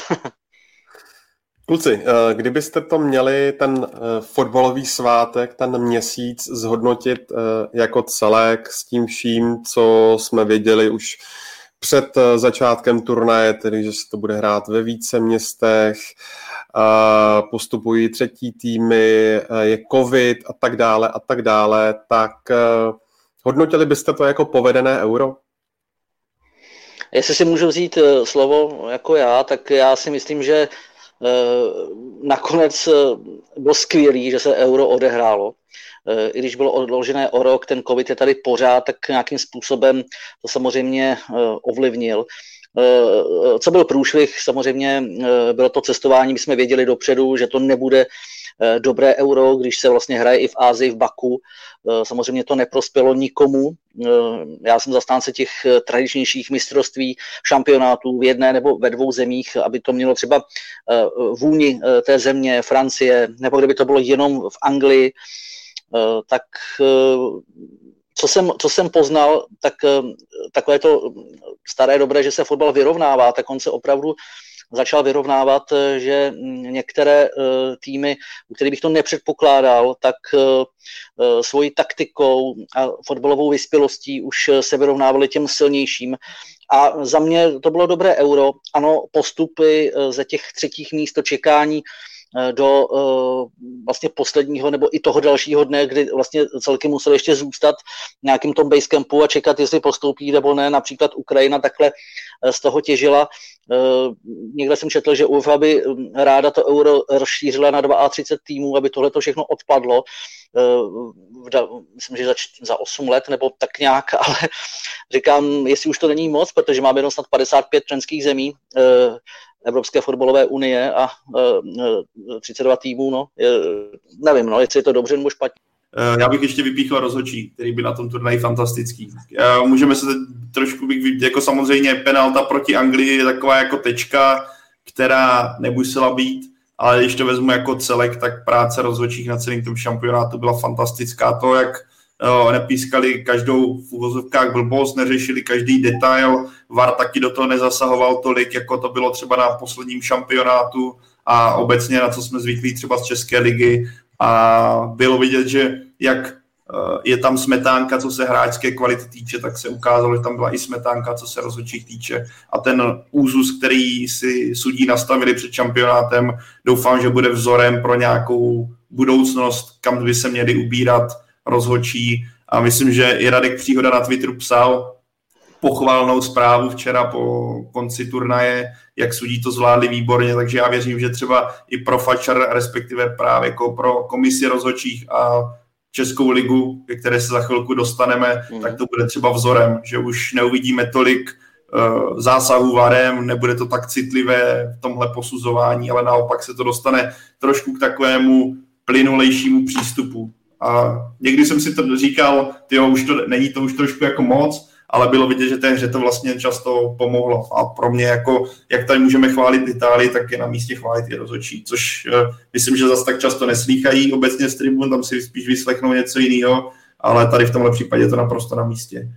Kluci, kdybyste to měli, ten fotbalový svátek, ten měsíc zhodnotit jako celek s tím vším, co jsme věděli už před začátkem turnaje, tedy že se to bude hrát ve více městech, postupují třetí týmy, je covid a tak dále a tak dále, tak hodnotili byste to jako povedené Euro? Jestli si můžu vzít slovo jako já, tak já si myslím, že nakonec bylo skvělý, že se Euro odehrálo. I když bylo odložené o rok, ten covid je tady pořád, tak nějakým způsobem to samozřejmě ovlivnil. Co byl průšvih, samozřejmě bylo to cestování, my jsme věděli dopředu, že to nebude dobré Euro, když se vlastně hraje i v Asii, v Baku. Samozřejmě to neprospělo nikomu. Já jsem zastánce těch tradičnějších mistrovství, šampionátů v jedné nebo ve dvou zemích, aby to mělo třeba vůni té země, Francie, nebo kdyby to bylo jenom v Anglii, tak co jsem, co jsem poznal, tak takové to staré dobré, že se fotbal vyrovnává, tak on se opravdu začal vyrovnávat, že některé týmy, u kterých bych to nepředpokládal, tak svojí taktikou a fotbalovou vyspělostí už se vyrovnávali těm silnějším. A za mě to bylo dobré Euro. Ano, postupy ze těch třetích míst, to čekání do uh, vlastně posledního nebo i toho dalšího dne, kdy vlastně celky museli ještě zůstat v nějakým tom basecampu a čekat, jestli postoupí nebo ne. Například Ukrajina takhle z toho těžila. Uh, někde jsem četl, že UEFA by ráda to Euro rozšířila na třicet dva týmů, aby tohle to všechno odpadlo. Uh, myslím, že za, za osm let nebo tak nějak, ale říkám, jestli už to není moc, protože máme jenom snad padesát pět členských zemí, uh, Evropské fotbalové unie a uh, třicet dva týmů, no, je, nevím, no, jestli je to dobře nebo špatně. Já bych ještě vypíchl rozhodčí, který byl na tom turnaji fantastický. Můžeme se trošku, bych, jako samozřejmě penalta proti Anglii je taková jako tečka, která nemusela být, ale když to vezmu jako celek, tak práce rozhodčích na celém tom šampionátu byla fantastická. To, jak uh, nepískali každou v uvozovkách blbost, neřešili každý detail, V A R taky do toho nezasahoval tolik, jako to bylo třeba na posledním šampionátu a obecně na co jsme zvyklí třeba z České ligy. A bylo vidět, že jak je tam smetánka, co se hráčské kvality týče, tak se ukázalo, že tam byla i smetánka, co se rozhodčích týče. A ten úzus, který si sudí nastavili před šampionátem, doufám, že bude vzorem pro nějakou budoucnost, kam by se měli ubírat rozhodčí. A myslím, že i Radek Příhoda na Twitteru psal pochvalnou zprávu včera po konci turnaje, jak sudí to zvládli výborně, takže já věřím, že třeba i pro Fatscher, respektive právě jako pro komisi rozhodčích a Českou ligu, ke které se za chvilku dostaneme, mm. tak to bude třeba vzorem, že už neuvidíme tolik uh, zásahů varem, nebude to tak citlivé v tomhle posuzování, ale naopak se to dostane trošku k takovému plynulejšímu přístupu. A někdy jsem si to říkal, tyjo, už to, není to už trošku jako moc, ale bylo vidět, že té hře to vlastně často pomohlo. A pro mě, jako, jak tady můžeme chválit Itálii, tak je na místě chválit i rozhodčí, což uh, myslím, že zase tak často neslýchají obecně z tribun, tam si spíš vyslechnou něco jiného, ale tady v tomhle případě je to naprosto na místě.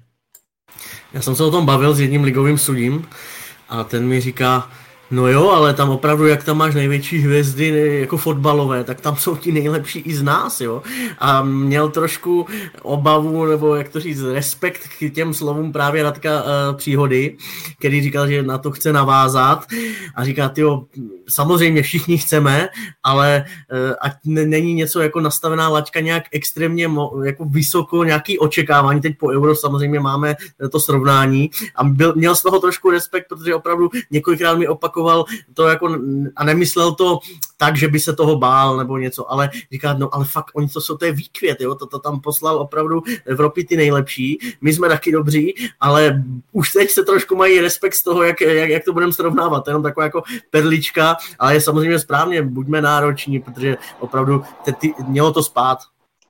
Já jsem se o tom bavil s jedním ligovým sudím a ten mi říká, no jo, ale tam opravdu, jak tam máš největší hvězdy jako fotbalové, tak tam jsou ti nejlepší i z nás, jo. A měl trošku obavu, nebo jak to říct, respekt k těm slovům právě Radka uh, Příhody, který říkal, že na to chce navázat a říká, tyjo, samozřejmě všichni chceme, ale uh, ať n- není něco jako nastavená laťka nějak extrémně mo- jako vysoko, nějaký očekávání, teď po Euro samozřejmě máme to srovnání a byl, měl z toho trošku respekt, protože opravdu několikrát mi opakoval to jako a nemyslel to tak, že by se toho bál nebo něco, ale říká, no ale fakt, oni to jsou, to je výkvět, jo, to, to tam poslal opravdu Evropy ty nejlepší, my jsme taky dobří, ale už teď se trošku mají respekt z toho, jak, jak, jak to budeme srovnávat, to je jenom taková jako perlička, ale je samozřejmě správně, buďme nároční, protože opravdu ty, ty, mělo to spát.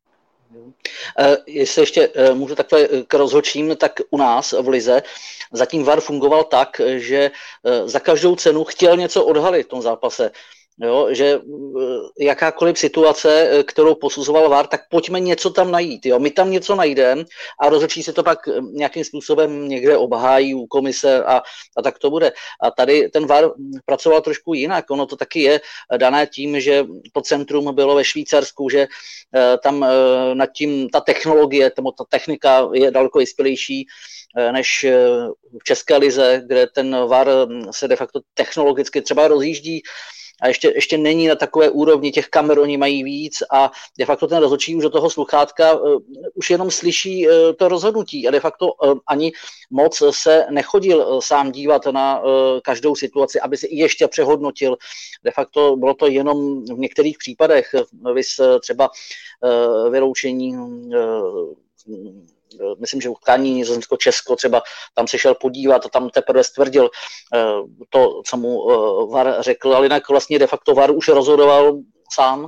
Jestli ještě můžu takhle k rozhodčím, tak u nás v lize zatím V A R fungoval tak, že za každou cenu chtěl něco odhalit v tom zápase. Jo, že jakákoliv situace, kterou posuzoval V A R, tak pojďme něco tam najít. Jo. My tam něco najdeme a rozhodčí se to pak nějakým způsobem někde obhájí u komise a, a tak to bude. A tady ten V A R pracoval trošku jinak. Ono to taky je dané tím, že to centrum bylo ve Švýcarsku, že tam nad tím ta technologie, ta technika je daleko vyspělejší než v České lize, kde ten V A R se de facto technologicky třeba rozjíždí a ještě, ještě není na takové úrovni, těch kamer oni mají víc a de facto ten rozhodčí už do toho sluchátka uh, už jenom slyší uh, to rozhodnutí a de facto uh, ani moc se nechodil uh, sám dívat na uh, každou situaci, aby si ještě přehodnotil. De facto bylo to jenom v některých případech, vys uh, třeba uh, vyloučení uh, myslím, že utkání Nizozemsko-Česko třeba tam se šel podívat a tam teprve stvrdil uh, to, co mu uh, V A R řekl, ale jinak vlastně de facto V A R už rozhodoval sám.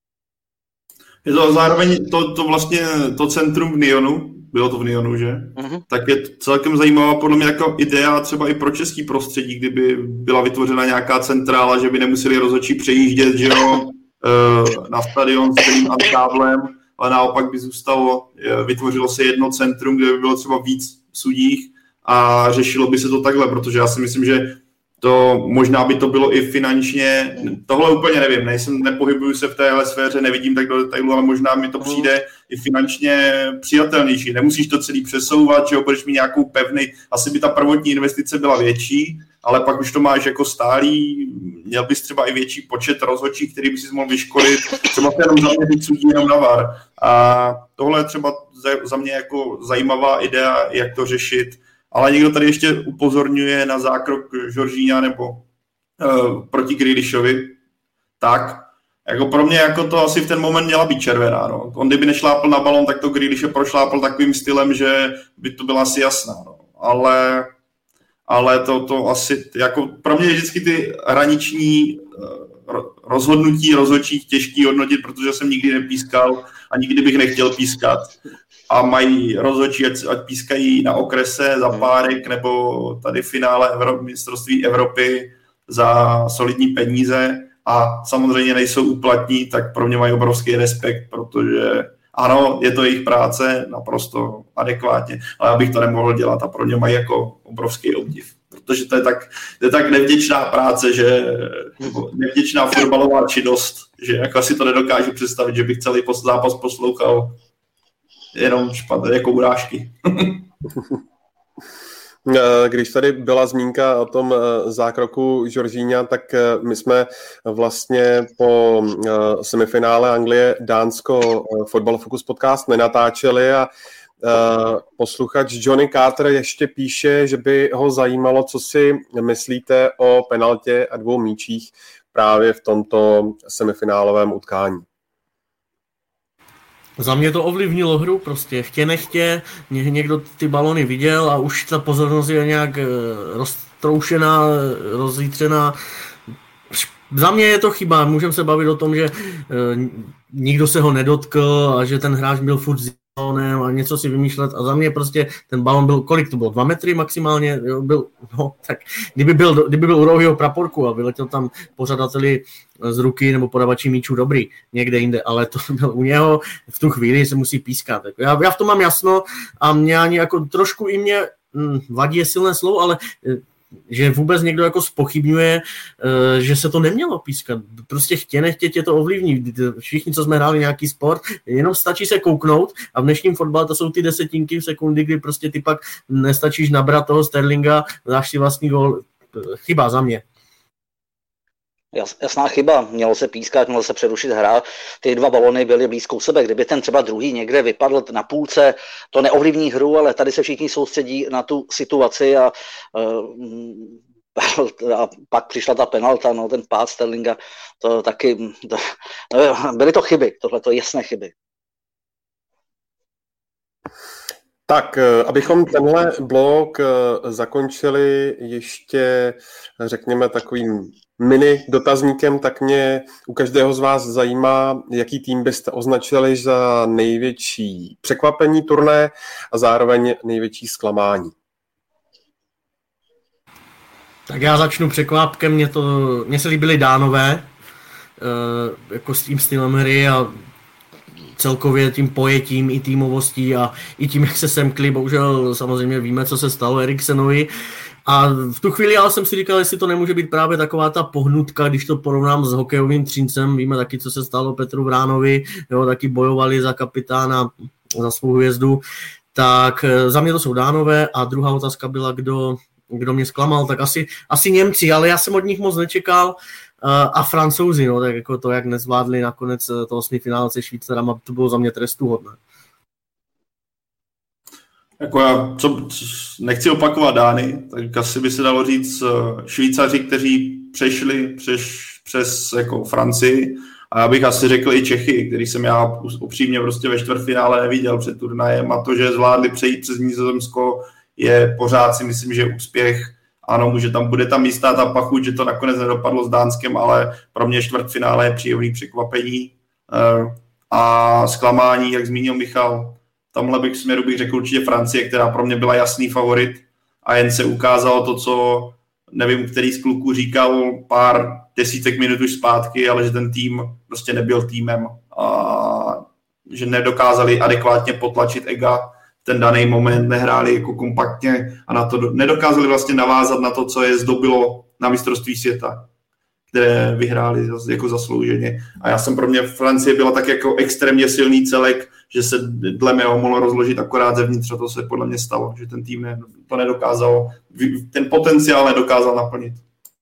Je to zároveň to, to vlastně to centrum v Nyonu, bylo to v Nyonu, že? Uh-huh. Tak je celkem zajímavá podle mě jako idea třeba i pro český prostředí, kdyby byla vytvořena nějaká centrála, že by nemuseli rozhodčí přejíždět, že jo, uh, na stadion s celým ansáblem, ale naopak by zůstalo, vytvořilo se jedno centrum, kde by bylo třeba víc sudích a řešilo by se to takhle, protože já si myslím, že to možná by to bylo i finančně, tohle úplně nevím, nejsem, nepohybuju se v téhle sféře, nevidím tak do detailu, ale možná mi to přijde i finančně přijatelnější. Nemusíš to celý přesouvat, že budeš mít nějakou pevný, asi by ta prvotní investice byla větší, ale pak už to máš jako stálý, měl bys třeba i větší počet rozhodčích, který by si mohl vyškolit, třeba se jenom zaměřit sudí jenom na V A R. A tohle je třeba za mě jako zajímavá idea, jak to řešit. Ale někdo tady ještě upozorňuje na zákrok Jorginha nebo uh, proti Grealishovi. Tak, jako pro mě jako to asi v ten moment měla být červená. No. On kdyby nešlápl na balon, tak to Grealishe prošlápl takovým stylem, že by to byla asi jasná. No. Ale, ale to, to asi, jako pro mě vždycky ty hraniční uh, rozhodnutí rozhodčích těžký hodnotit, protože jsem nikdy nepískal a nikdy bych nechtěl pískat. A mají rozhodčí, ať, ať pískají na okrese za párek nebo tady v finále Evro, mistrovství Evropy za solidní peníze a samozřejmě nejsou úplatní, tak pro mě mají obrovský respekt, protože ano, je to jejich práce naprosto adekvátně, ale já bych to nemohl dělat a pro mě mají jako obrovský obdiv. Protože to je tak, to je tak nevděčná práce, že nevděčná fotbalová činnost, že jako asi to nedokážu představit, že bych celý zápas poslouchal jenom špatné, jako urážky. Když tady byla zmínka o tom zákroku Jorginha, tak my jsme vlastně po semifinále Anglie Dánsko Football Focus podcast nenatáčeli a posluchač Johnny Carter ještě píše, že by ho zajímalo, co si myslíte o penaltě a dvou míčích právě v tomto semifinálovém utkání. Za mě to ovlivnilo hru, prostě chtě nechtě, někdo ty balony viděl a už ta pozornost je nějak roztroušená, rozjítřená. Za mě je to chyba, můžeme se bavit o tom, že nikdo se ho nedotkl a že ten hráč byl furt s balonem a něco si vymýšlet a za mě prostě ten balon byl, kolik to bylo, dva metry maximálně, jo, byl, no tak kdyby byl, kdyby byl u Rohyho praporku a vyletěl tam pořadateli z ruky nebo podavači míčů dobrý, někde jinde, ale to byl u něho, v tu chvíli se musí pískat. Já, já v tom mám jasno a mě ani jako trošku i mě hm, vadí je silné slovo, ale že vůbec někdo jako zpochybňuje, že se to nemělo pískat. Prostě chtě nechtě tě to ovlivní. Všichni, co jsme hráli nějaký sport, jenom stačí se kouknout a v dnešním fotbale to jsou ty desetinky v sekundy, kdy prostě ty pak nestačíš nabrat toho Sterlinga, dáš si vlastní gól. Chyba za mě. Jasná chyba, mělo se pískat, mělo se přerušit hra, ty dva balony byly blízko sebe, kdyby ten třeba druhý někde vypadl na půlce, to neovlivní hru, ale tady se všichni soustředí na tu situaci a, a pak přišla ta penalta, no, ten pád Sterlinga, to taky, to, byly to chyby, tohle to jasné chyby. Tak, abychom tenhle blok zakončili ještě, řekněme, takovým mini dotazníkem, tak mě u každého z vás zajímá, jaký tým byste označili za největší překvapení turné a zároveň největší zklamání. Tak já začnu překvápkem, mě, to, mě se líbily Dánové, jako s tím stylem hry a celkově tím pojetím i týmovostí a i tím, jak se semkli. Bohužel samozřejmě víme, co se stalo Eriksenovi. A v tu chvíli ale jsem si říkal, jestli to nemůže být právě taková ta pohnutka, když to porovnám s hokejovým Třincem. Víme taky, co se stalo Petru Vránovi, jo, taky bojovali za kapitána, za svou hvězdu. Tak za mě to jsou Dánové a druhá otázka byla, kdo, kdo mě zklamal, tak asi, asi Němci, ale já jsem od nich moc nečekal. A Francouzi, no, tak jako to, jak nezvládli nakonec to osmifinále se Švýcarama, to bylo za mě trestuhodné. Jako já co, nechci opakovat Dány, tak asi by se dalo říct Švýcaři, kteří přešli přes, přes jako Francii, a já bych asi řekl i Čechy, který jsem já upřímně prostě ve čtvrtfinále neviděl před turnajem, a to, že zvládli přejít přes Nizozemsko, je pořád si myslím, že úspěch. Ano, může tam, bude tam jistá ta pachuť, že to nakonec nedopadlo s Dánskem, ale pro mě čtvrtfinále je příjemný překvapení a zklamání, jak zmínil Michal. Tamhle bych směru bych řekl určitě Francie, která pro mě byla jasný favorit a jen se ukázalo to, co nevím, který z kluků říkal pár desítek minut už zpátky, ale že ten tým prostě nebyl týmem a že nedokázali adekvátně potlačit ega ten daný moment, nehráli jako kompaktně a na to nedokázali vlastně navázat na to, co je zdobilo na mistrovství světa, které vyhráli jako zaslouženě. A já jsem pro mě Francie byla tak jako extrémně silný celek, že se dle mého mohlo rozložit akorát zevnitř, a to se podle mě stalo, že ten tým ne, to nedokázal, ten potenciál nedokázal naplnit.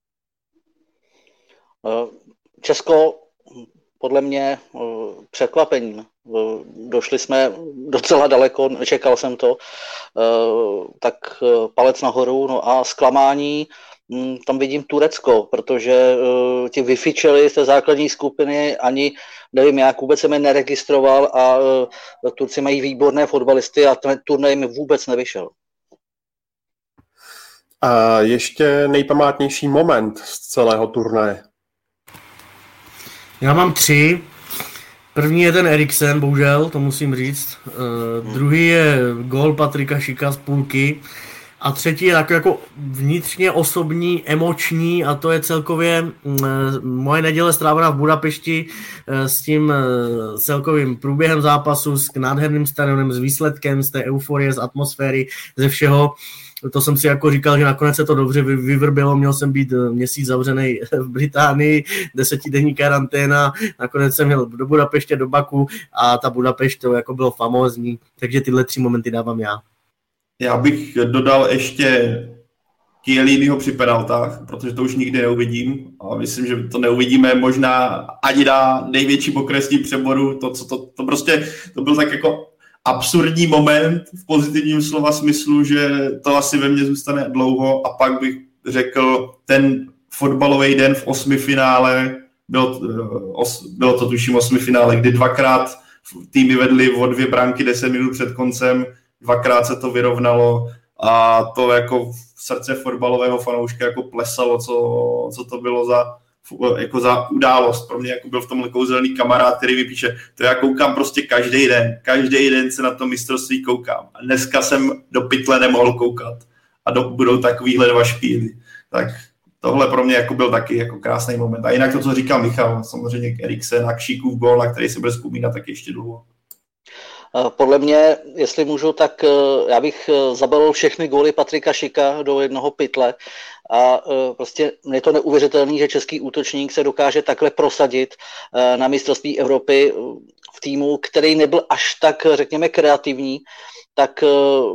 Česko podle mě překvapením. Došli jsme docela daleko, nečekal jsem to, tak palec nahoru, no a zklamání, tam vidím Turecko, protože ti vyfičeli z té základní skupiny, ani nevím, jak vůbec jsem je neregistroval a Turci mají výborné fotbalisty a ten turnaj mi vůbec nevyšel. A ještě nejpamátnější moment z celého turnaje. Já mám tři. První je ten Eriksen, bohužel, to musím říct. Uh, druhý je gól Patrika Šika z půlky. A třetí je takový jako vnitřně osobní, emoční, a to je celkově uh, moje neděle strávená v Budapešti uh, s tím uh, celkovým průběhem zápasu, s nádherným stadionem, s výsledkem, z té euforie, z atmosféry, ze všeho. To jsem si jako říkal, že nakonec se to dobře vyvrbilo, měl jsem být měsíc zavřený v Británii, desetidenní karanténa, nakonec jsem měl do Budapeště, do Baku a ta Budapešť to jako bylo famózní, takže tyhle tři momenty dávám já. Já bych dodal ještě Chielliniho při penaltách, protože to už nikdy neuvidím a myslím, že to neuvidíme možná ani na největším okresním přeboru, to, co to, to prostě, to byl tak jako absurdní moment v pozitivním slova smyslu, že to asi ve mně zůstane dlouho, a pak bych řekl ten fotbalový den v osmifinále, bylo, os, bylo to tuším osmifinále, kdy dvakrát týmy vedly o dvě branky deset minut před koncem, dvakrát se to vyrovnalo a to jako v srdce fotbalového fanouška jako plesalo, co, co to bylo za jako za událost. Pro mě jako byl v tomhle kouzelný kamarád, který mi píše, to já koukám prostě každý den, každý den se na to mistrovství koukám. A dneska jsem do pytle nemohl koukat. A do, budou takovýhle dva špíly. Tak tohle pro mě jako byl taky jako krásný moment. A jinak to, co říkal Michal, samozřejmě Eriksen a Šíkův gól, na který se bude vzpomínat tak ještě dlouho. Podle mě, jestli můžu, tak já bych zabalil všechny góly Patrika Šika do jednoho pytle a prostě je to neuvěřitelné, že český útočník se dokáže takhle prosadit na mistrovství Evropy v týmu, který nebyl až tak, řekněme, kreativní, tak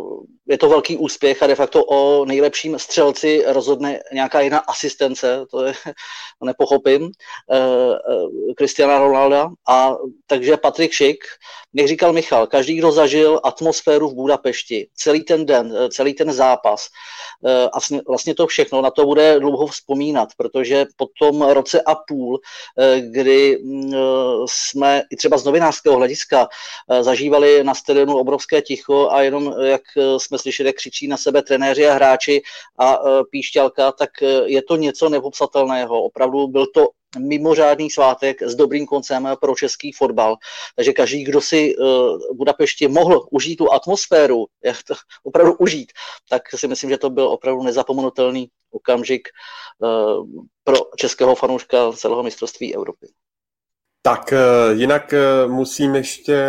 je to velký úspěch a de facto o nejlepším střelci rozhodne nějaká jiná asistence, to je, nepochopím, Cristiana Ronalda. A takže Patrik Schick, jak říkal Michal, každý, kdo zažil atmosféru v Budapešti, celý ten den, celý ten zápas a vlastně to všechno, na to bude dlouho vzpomínat, protože po tom roce a půl, kdy jsme i třeba z novinářského hlediska zažívali na stadionu obrovské ticho a jenom, jak jsme slyšeli, jak křičí na sebe trenéři a hráči a píšťalka, tak je to něco nepopsatelného. Opravdu byl to mimořádný svátek s dobrým koncem pro český fotbal. Takže každý, kdo si v Budapešti mohl užít tu atmosféru, jak to opravdu užít, tak si myslím, že to byl opravdu nezapomenutelný okamžik pro českého fanouška celého mistrovství Evropy. Tak jinak musím ještě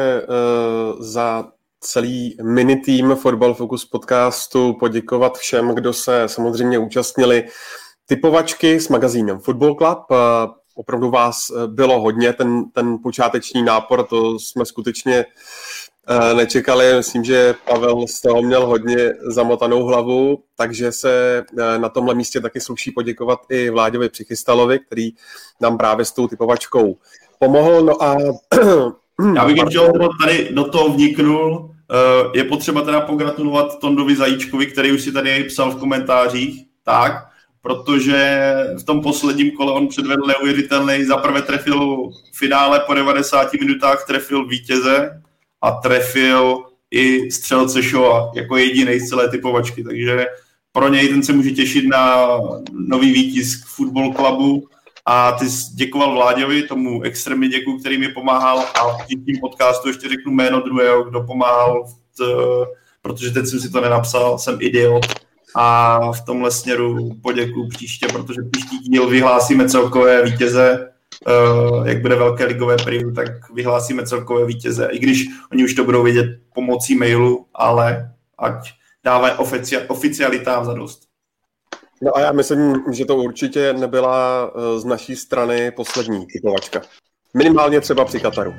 za celý mini tým Fotbal Focus podcastu poděkovat všem, kdo se samozřejmě účastnili typovačky s magazínem Football Club. Opravdu vás bylo hodně, ten, ten počáteční nápor, to jsme skutečně nečekali. Myslím, že Pavel z toho měl hodně zamotanou hlavu, takže se na tomhle místě taky sluší poděkovat i Vláďovi Přichystalovi, který nám právě s tou typovačkou pomohl. No a já bych ještě tady do toho vniknul. Je potřeba teda pogratulovat Tondovi Zajíčkovi, který už si tady psal v komentářích, tak, protože v tom posledním kole on předvedl neuvěřitelný, zaprvé trefil v finále po devadesáti minutách, trefil vítěze a trefil i střelce showa jako jedinej z celé typovačky, takže pro něj ten se může těšit na nový vítěz Football Clubu. A ty jsi děkoval Vláďovi, tomu extrémně děkuju, který mi pomáhal, a v tím podcastu ještě řeknu jméno druhého, kdo pomáhal, t, protože teď jsem si to nenapsal, jsem idiot, a v tomhle směru poděkuju příště, protože příští díl vyhlásíme celkové vítěze, jak bude velké ligové preview, tak vyhlásíme celkové vítěze, i když oni už to budou vědět pomocí mailu, ale ať dávají ofici- oficialitám zadost. No a já myslím, že to určitě nebyla z naší strany poslední typovačka. Minimálně třeba při Kataru.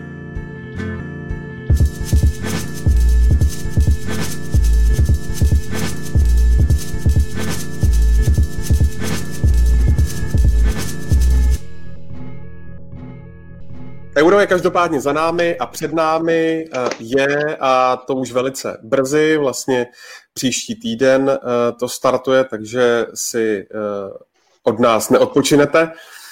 Euro je každopádně za námi a před námi je, a to už velice brzy, vlastně příští týden to startuje, takže si od nás neodpočinete.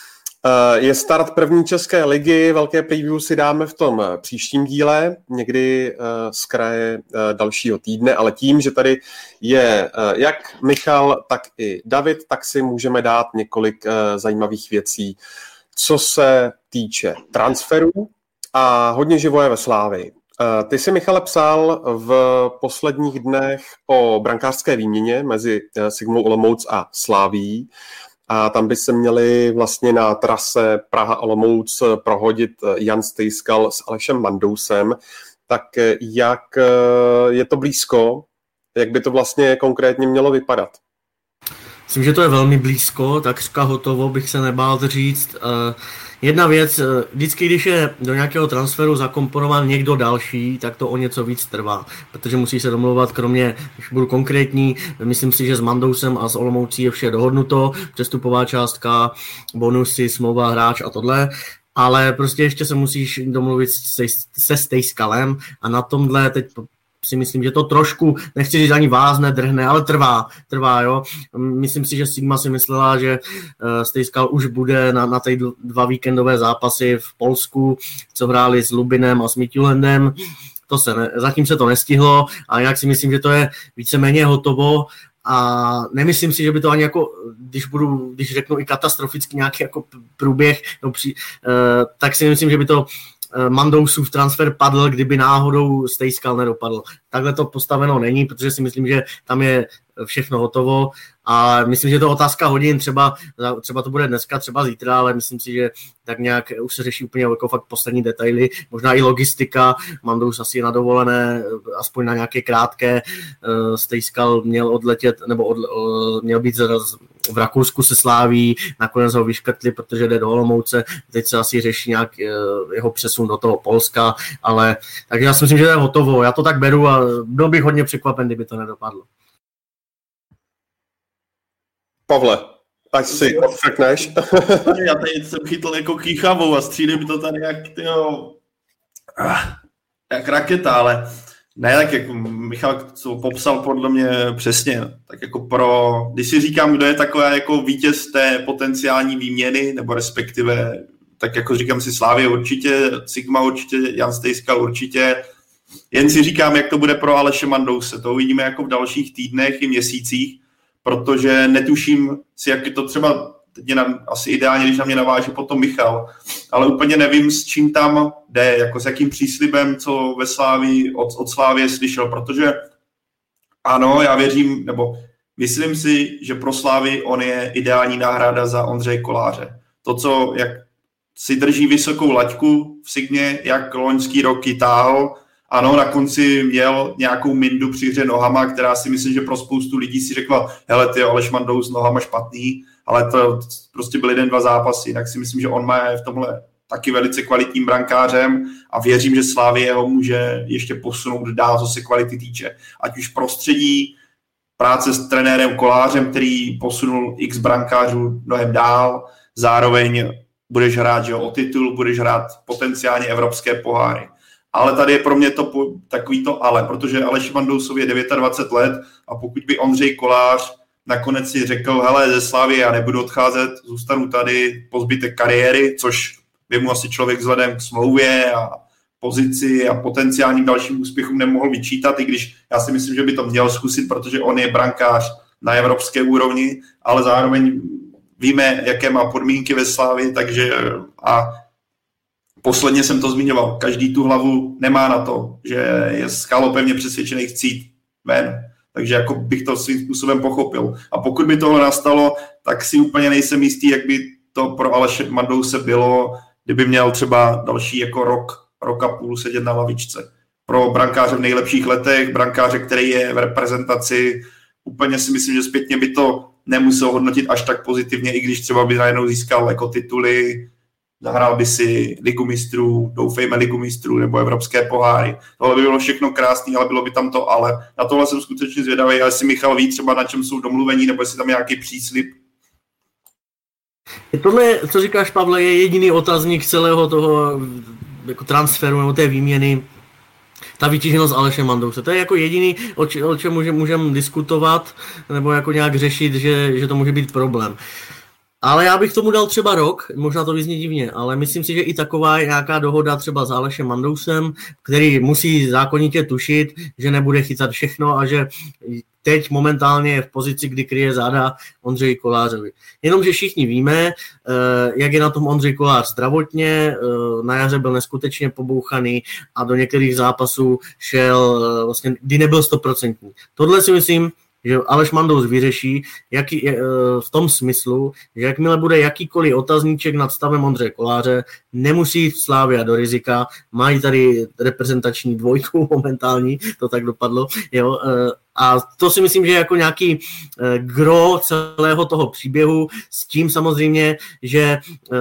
Je start první české ligy, velké preview si dáme v tom příštím díle, někdy z kraje dalšího týdne, ale tím, že tady je jak Michal, tak i David, tak si můžeme dát několik zajímavých věcí, co se týče transferů, a hodně živo je ve Slávii. Ty jsi, Michale, psal v posledních dnech o brankářské výměně mezi Sigmou Olomouc a Slavií, a tam by se měli vlastně na trase Praha-Olomouc prohodit Jan Stejskal s Alešem Mandousem. Tak jak je to blízko? Jak by to vlastně konkrétně mělo vypadat? Myslím, že to je velmi blízko, takřka hotovo, bych se nebál říct. Jedna věc, vždycky, když je do nějakého transferu zakomponován někdo další, tak to o něco víc trvá, protože musí se domlouvat, kromě, když budu konkrétní, myslím si, že s Mandousem a s Olomoucí je vše dohodnuto, přestupová částka, bonusy, smlouva, hráč a tohle, ale prostě ještě se musíš domluvit se, se Stejskalem, a na tomhle teď si myslím, že to trošku, nechci říct ani vázne, drhne, ale trvá, trvá, jo. Myslím si, že Sigma si myslela, že uh, Stejskal už bude na, na ty dva víkendové zápasy v Polsku, co hráli s Lubinem a s Midtjyllandem. To se ne, zatím se to nestihlo, a jinak si myslím, že to je víceméně hotovo, a nemyslím si, že by to ani jako, když budu, když řeknu i katastroficky nějaký jako průběh, no při, uh, tak si myslím, že by to Mandousův transfer padl, kdyby náhodou Stejskal nedopadl. Takhle to postaveno není, protože si myslím, že tam je všechno hotovo, a myslím, že to je otázka hodin, třeba, třeba to bude dneska, třeba zítra, ale myslím si, že tak nějak už se řeší úplně jako fakt poslední detaily, možná i logistika, Mandous asi je na dovolené, aspoň na nějaké krátké, Stejskal měl odletět, nebo od, měl být v Rakousku se Sláví, nakonec ho vyškrtli, protože jde do Olomouce, teď se asi řeší nějak jeho přesun do toho Polska, ale takže já si myslím, že to je hotovo, já to tak beru a byl bych hodně překvapen, kdyby to nedopadlo. Pavle, ať si odfrkneš. Já tady jsem chytl jako kýchavou a střílím to tady jak, tyjo, jak raketa, ale ne, tak jak Michal co popsal podle mě přesně, tak jako pro, když si říkám, kdo je taková jako vítěz té potenciální výměny, nebo respektive, tak jako říkám si Slávě určitě, Sigma určitě, Jan Stejskal určitě, jen si říkám, jak to bude pro Aleše Mandouse, to uvidíme jako v dalších týdnech i měsících, protože netuším si, jak je to třeba, teď je na, asi ideálně, když na mě naváže potom Michal, ale úplně nevím, s čím tam jde, jako s jakým příslibem, co ve Slávii, od, od Slávie slyšel, protože ano, já věřím, nebo myslím si, že pro Slávii on je ideální náhrada za Ondřeje Koláře. To, co, jak si drží vysokou laťku v Signě, jak loňský roky táhl, ano, na konci měl nějakou mindu při hře nohama, která si myslím, že pro spoustu lidí si řekla, hele, ty Aleš Mandous s nohama špatný, ale to prostě byl jeden, dva zápasy, tak si myslím, že on má v tomhle taky velice kvalitním brankářem a věřím, že Slavie ho může ještě posunout dál, co se kvality týče. Ať už prostředí, práce s trenérem Kolářem, který posunul x brankářů mnohem dál, zároveň budeš hrát že, o titul, budeš hrát potenciálně evropské poháry. Ale tady je pro mě to takový to ale, protože Aleš Mandousovi je dvacet devět let a pokud by Ondřej Kolář nakonec si řekl, hele, ze Slávy já nebudu odcházet, zůstanu tady po zbytek kariéry, což by mu asi člověk vzhledem k smlouvě a pozici a potenciálním dalším úspěchům nemohl vyčítat, i když já si myslím, že by to měl zkusit, protože on je brankář na evropské úrovni, ale zároveň víme, jaké má podmínky ve Slávii, takže a posledně jsem to zmiňoval, každý tu hlavu nemá na to, že je skalopevně přesvědčený chcít ven. Takže jako bych to svým způsobem pochopil. A pokud by tohle nastalo, tak si úplně nejsem jistý, jak by to pro Aleše Mandouse bylo, kdyby měl třeba další jako rok, rok a půl sedět na lavičce. Pro brankáře v nejlepších letech, brankáře, který je v reprezentaci, úplně si myslím, že zpětně by to nemusel hodnotit až tak pozitivně, i když třeba by najednou získal jako tituly, zahrál by si Ligu mistrů, doufejme Ligu mistrů nebo evropské poháry. Tohle by bylo všechno krásný, ale bylo by tam to ale. Na tohle jsem skutečně zvědavý, ale jestli Michal ví třeba na čem jsou domluvení, nebo jestli tam je nějaký příslib. Tohle, co říkáš, Pavle, je jediný otazník celého toho jako transferu nebo té výměny. Ta vytíženost Aleše Mandouse. To je jako jediný, o, č- o čem můžeme můžem diskutovat, nebo jako nějak řešit, že, že to může být problém. Ale já bych tomu dal třeba rok, možná to vyzní divně, ale myslím si, že i taková je nějaká dohoda třeba s Alešem Mandousem, který musí zákonitě tušit, že nebude chytat všechno a že teď momentálně je v pozici, kdy kryje záda Ondřeji Kolářovi. Jenomže všichni víme, jak je na tom Ondřej Kolář zdravotně, na jaře byl neskutečně pobouchaný a do některých zápasů šel vlastně, kdy nebyl stoprocentní. Tohle si myslím, že Aleš Mandous vyřeší jaký, v tom smyslu, že jakmile bude jakýkoliv otazníček nad stavem Ondřeje Koláře, nemusí jít Slavia do rizika, mají tady reprezentační dvojku momentální, to tak dopadlo, jo, a to si myslím, že je jako nějaký gro celého toho příběhu, s tím samozřejmě, že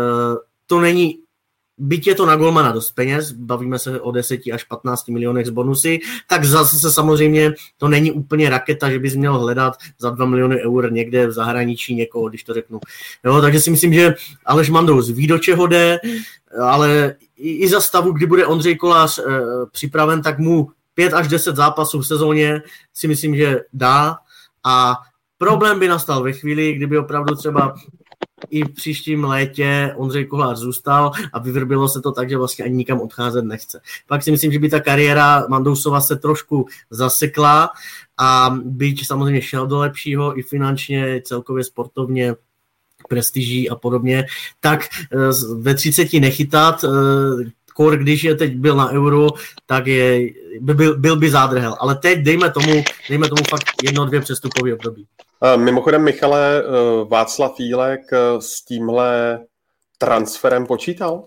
to není, byť je to na golmana dost peněz, bavíme se o deseti až patnácti milionech z bonusy, tak zase samozřejmě to není úplně raketa, že bys měl hledat za dva miliony eur někde v zahraničí někoho, když to řeknu. Jo, takže si myslím, že Aleš Mandous ví, do čeho jde, ale i, i za stavu, kdy bude Ondřej Kolář e, připraven, tak mu pět až deset zápasů v sezóně si myslím, že dá a problém by nastal ve chvíli, kdyby opravdu třeba i v příštím létě Ondřej Kolář zůstal a vyvrbilo se to tak, že vlastně ani nikam odcházet nechce. Pak si myslím, že by ta kariéra Mandousova se trošku zasekla a byť samozřejmě šel do lepšího i finančně, celkově sportovně, prestiží a podobně, tak ve třiceti nechytat, kor, když je teď byl na Euro, tak je, byl, byl by zádrhel. Ale teď dejme tomu, dejme tomu fakt jedno, dvě přestupové období. Mimochodem, Michale, Václav Jílek s tímhle transferem počítal?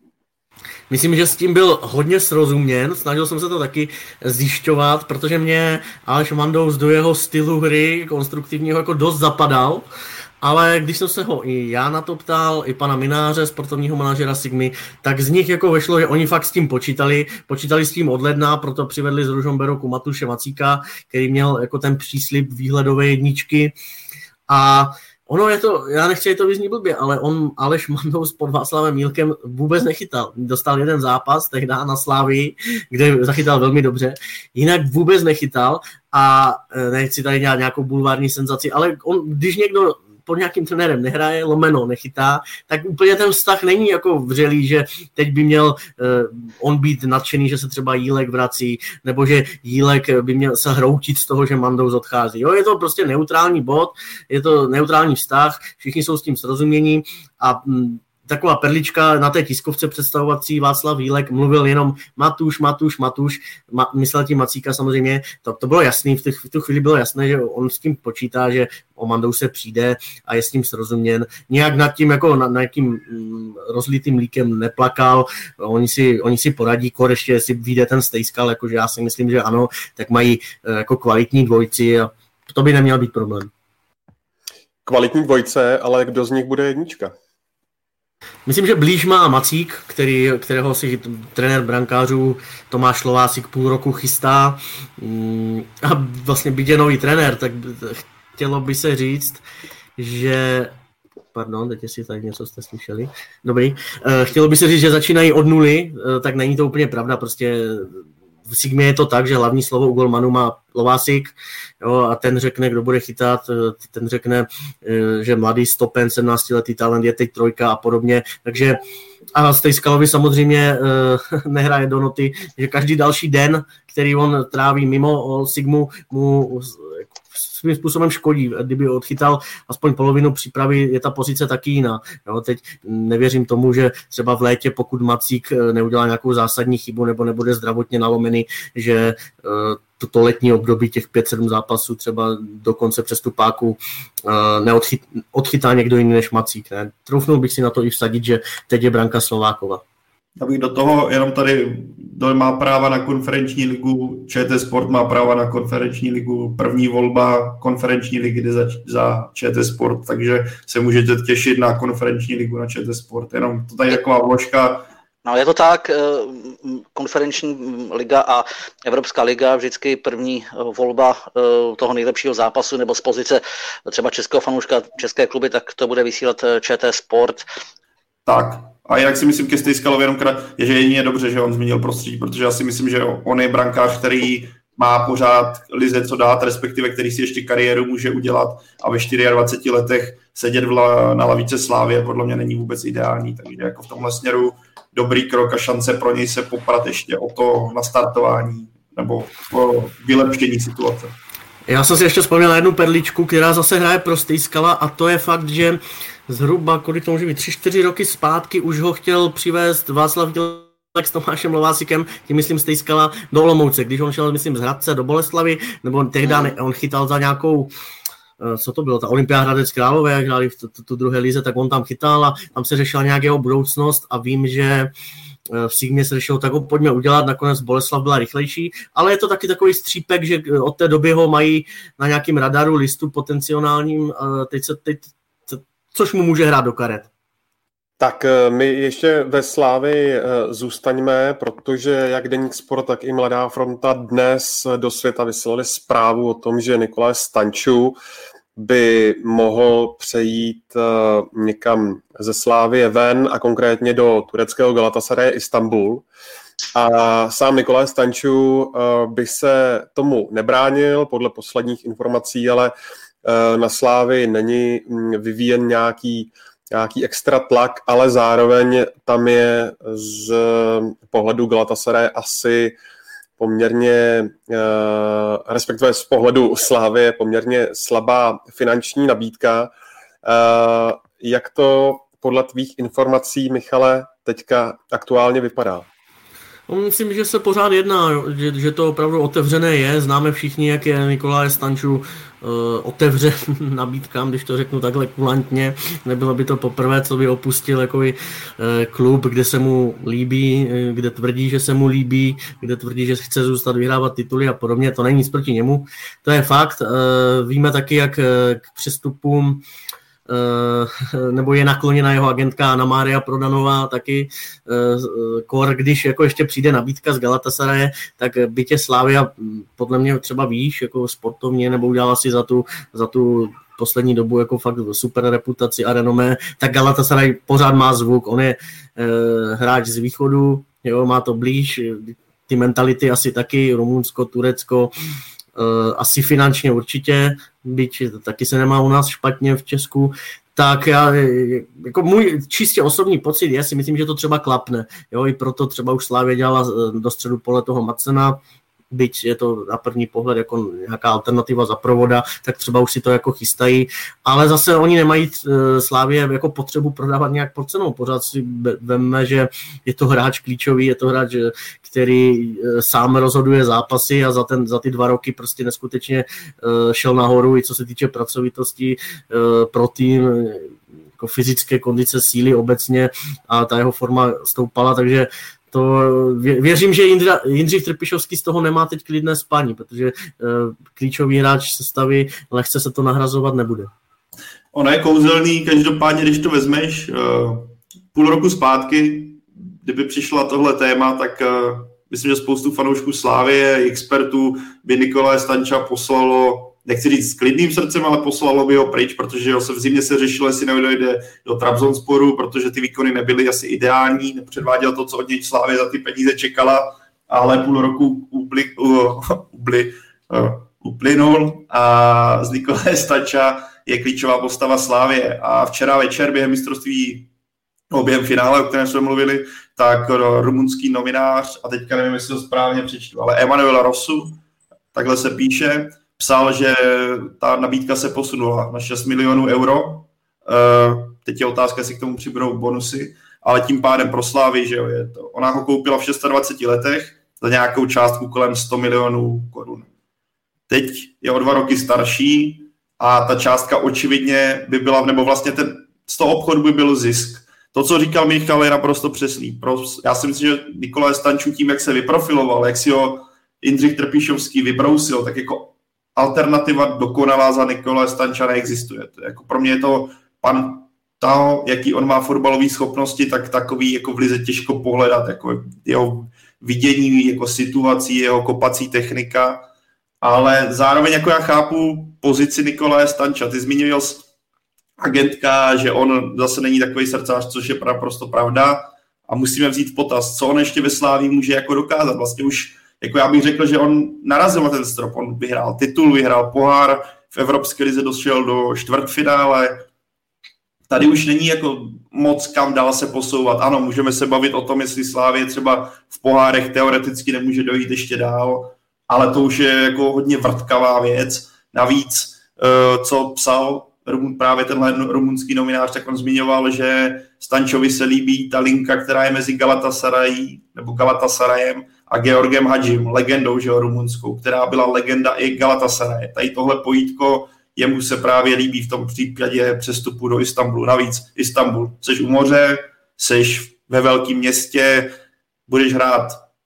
Myslím, že s tím byl hodně srozuměn, snažil jsem se to taky zjišťovat, protože mě Aleš Mandous do jeho stylu hry konstruktivního jako dost zapadal ale když jsem se ho i já na to ptal, i pana Mináře, sportovního manažera Sigmy, tak z nich jako vešlo, že oni fakt s tím počítali, počítali s tím od ledna, proto přivedli z Ružomberoku Matuše Macíka, který měl jako ten příslib výhledové jedničky a ono je to, já nechci to vyznít blbě, ale on Aleš Mandous pod Václavem Mílkem vůbec nechytal. Dostal jeden zápas tehdy na Slávii, kde zachytal velmi dobře, jinak vůbec nechytal a nechci tady dělat nějakou bulvární senzaci, ale on, když někdo pod nějakým trenérem nehraje, lomeno nechytá, tak úplně ten vztah není jako vřelý, že teď by měl uh, on být nadšený, že se třeba Jílek vrací, nebo že Jílek by měl se hroutit z toho, že Mandous odchází. Jo, je to prostě neutrální bod, je to neutrální vztah, všichni jsou s tím srozumění a mm, taková perlička na té tiskovce představovací Václav Jílek mluvil jenom Matuš, Matuš, Matuš, ma, myslel tím Macíka samozřejmě, to, to bylo jasný, v, těch, v tu chvíli bylo jasné, že on s tím počítá, že o Mandou se přijde a je s tím srozuměn. Nějak nad tím, jako nad, nad tím mm, rozlitým líkem neplakal, oni si, oni si poradí, kor ještě si vyjde ten Stejskal, jakože já si myslím, že ano, tak mají jako kvalitní dvojci a to by neměl být problém. Kvalitní dvojce, ale kdo z nich bude jednička? Myslím, že blíž má Macík, který, kterého si trenér brankářů Tomáš Lovásik půl roku chystá a vlastně byť je nový trenér, tak chtělo by se říct, že pardon, teď jestli tady něco jste slyšeli. Dobrý. Chtělo by se říct, že začínají od nuly, tak není to úplně pravda, prostě v Sigmě je to tak, že hlavní slovo u golmanu má Lovásik, jo, a ten řekne, kdo bude chytat, ten řekne, že mladý stopen, sedmnáctiletý talent je teď trojka a podobně, takže a Stejskalovi samozřejmě uh, nehraje do noty, že každý další den, který on tráví mimo Sigmu, mu svým způsobem škodí. Kdyby odchytal aspoň polovinu přípravy, je ta pozice taky jiná. Jo, teď nevěřím tomu, že třeba v létě, pokud Macík neudělá nějakou zásadní chybu nebo nebude zdravotně nalomený, že uh, toto letní období těch pět sedm zápasů třeba do konce přestupáku uh, neodchytá někdo jiný než Macík. Ne? Troufnul bych si na to i vsadit, že teď je branka Slovákova. Abych do toho jenom tady, kdo má práva na konferenční ligu, ČT Sport má práva na konferenční ligu, první volba konferenční ligy jde za, za ČT Sport, takže se můžete těšit na konferenční ligu na ČT Sport. Jenom to tady taková vložka. No je to tak, konferenční liga a Evropská liga, vždycky první volba toho nejlepšího zápasu nebo z pozice třeba českého fanouška, české kluby, tak to bude vysílat ČT Sport. Tak. A jinak si myslím ke Stejskalovi jenom krát, je, že jedině dobře, že on zmínil prostředí, protože já si myslím, že on je brankář, který má pořád lize co dát, respektive který si ještě kariéru může udělat a ve dvaceti čtyřech letech sedět la, na lavice Slávie podle mě není vůbec ideální, takže jako v tomhle směru dobrý krok a šance pro něj se poprat ještě o to nastartování nebo o vylepšení situace. Já jsem si ještě vzpomněl na jednu perličku, která zase hraje pro Stejskala a to je fakt, že zhruba, kolik to může být, tři čtyři roky zpátky už ho chtěl přivést Václav Jílek s Tomášem Lovásikem, tím myslím Stejskala, do Olomouce, když on šel, myslím, z Hradce do Boleslavy, nebo tehdy mm. on chytal za nějakou, co to bylo, ta Olympia Hradec Králové, jak hráli v tu, tu, tu druhé lize, tak on tam chytal a tam se řešila nějak jeho budoucnost a vím, že v Sigmě se řešilo, tak ho pojďme udělat, nakonec Boleslav byla rychlejší, ale je to taky takový střípek, že od té doby ho mají na nějakým radaru listu potenciálním, teď se, teď, což mu může hrát do karet. Tak my ještě ve Slávii zůstaňme, protože jak Deník Sport, tak i Mladá fronta dnes do světa vyslali zprávu o tom, že Nikolaj Stanču by mohl přejít někam ze Slávie ven a konkrétně do tureckého Galatasaray Istanbul. A sám Nikolaj Stanču by se tomu nebránil podle posledních informací, ale na Slávii není vyvíjen nějaký, nějaký extra tlak, ale zároveň tam je z pohledu Galatasaray asi poměrně, respektive z pohledu Slávie poměrně slabá finanční nabídka. Jak to podle tvých informací, Michale, teďka aktuálně vypadá? Myslím, že se pořád jedná, že, že to opravdu otevřené je. Známe všichni, jak je Nikolaj Stanču uh, otevřen nabídkám, když to řeknu takhle kulantně. Nebylo by to poprvé, co by opustil takový uh, klub, kde se mu líbí, uh, kde tvrdí, že se mu líbí, kde tvrdí, že chce zůstat vyhrávat tituly a podobně. To není nic proti němu. To je fakt. Uh, víme taky, jak uh, k přestupům nebo je nakloněna jeho agentka Anna Mária Prodanová taky. Kor, když jako ještě přijde nabídka z Galatasaraje, tak bytě Slavia podle mě třeba víš, jako sportovně, nebo udělala si za tu, za tu poslední dobu jako fakt super reputaci a renomé, tak Galatasaray pořád má zvuk, on je e, hráč z východu, jo, má to blíž, ty mentality asi taky, Rumunsko, Turecko, e, asi finančně určitě, byť taky se nemá u nás špatně v Česku, tak já, jako můj čistě osobní pocit je, si myslím, že to třeba klapne, jo, i proto třeba už Slavia dělala do středu pole toho Macena, byť je to na první pohled jako nějaká alternativa za provoda, tak třeba už si to jako chystají, ale zase oni nemají Slavie jako potřebu prodávat nějak pod cenou, pořád si veme, že je to hráč klíčový, je to hráč, který sám rozhoduje zápasy a za, ten, za ty dva roky prostě neskutečně šel nahoru, i co se týče pracovitosti pro tým, jako fyzické kondice, síly obecně a ta jeho forma stoupala, takže to věřím, že Jindra, Jindřich Trpišovský z toho nemá teď klidné spání, protože uh, klíčový hráč sestavy lehce se to nahrazovat nebude. Ono je kouzelný, každopádně, když to vezmeš uh, půl roku zpátky, kdyby přišla tohle téma, tak uh, myslím, že spoustu fanoušků Slávie, expertů by Nikolaje Stanča poslalo, nechci říct s klidným srdcem, ale poslalo by ho pryč, protože jo, se v zimě se řešilo, jestli nedojde do Trabzonsporu, protože ty výkony nebyly asi ideální, nepředváděl to, co od něj Slávě za ty peníze čekala, ale půl roku upli, uh, upli, uh, uplynul a z Nikolaje Stanča je klíčová postava Slávie. A včera večer během mistrovství objem finále, o kterém jsme mluvili, tak rumunský novinář, a teďka nevím, jestli to správně přečtu, ale Emanuel Rosu, takhle se píše, psal, že ta nabídka se posunula na šest milionů euro. Teď je otázka, jestli k tomu přibudou bonusy, ale tím pádem pro Slávy, že jo, je to. Ona ho koupila v dvaceti šesti letech za nějakou částku kolem sto milionů korun. Teď je o dva roky starší a ta částka očividně by byla, nebo vlastně ten, z toho obchodu by byl zisk. To, co říkal Michal, je naprosto přesný. Já si myslím, že Nikolaj Stanču tím, jak se vyprofiloval, jak si ho Jindřich Trpišovský vybrousil, tak jako alternativa dokonalá za Nikolaje Stanča neexistuje. Jako pro mě je to pan Taho, jaký on má fotbalové schopnosti, tak takový jako v lize těžko pohledat, jako jeho vidění, jako situací, jeho kopací technika, ale zároveň jako já chápu pozici Nikolaje Stanča. Ty zmínil agentka, že on zase není takový srdcář, což je naprosto pravda a musíme vzít v potaz, co on ještě ve Slávii může jako dokázat. Vlastně už jako já bych řekl, že on narazil na ten strop, on vyhrál titul, vyhrál pohár, v Evropské lize došel do čtvrtfinále. Tady už není jako moc kam dál se posouvat. Ano, můžeme se bavit o tom, jestli Slávie třeba v pohárech teoreticky nemůže dojít ještě dál, ale to už je jako hodně vrtkavá věc. Navíc, co psal právě tenhle rumunský novinář, tak on zmiňoval, že Stančovi se líbí ta linka, která je mezi Galatasarají nebo Galatasarajem a Georgem Hadžim, legendou, že jo, rumunskou, která byla legenda i Galatasaraje. Tady tohle pojítko jemu se právě líbí v tom případě přestupu do Istanbulu. Navíc Istanbul, seš u moře, seš ve velkém městě, budeš hrát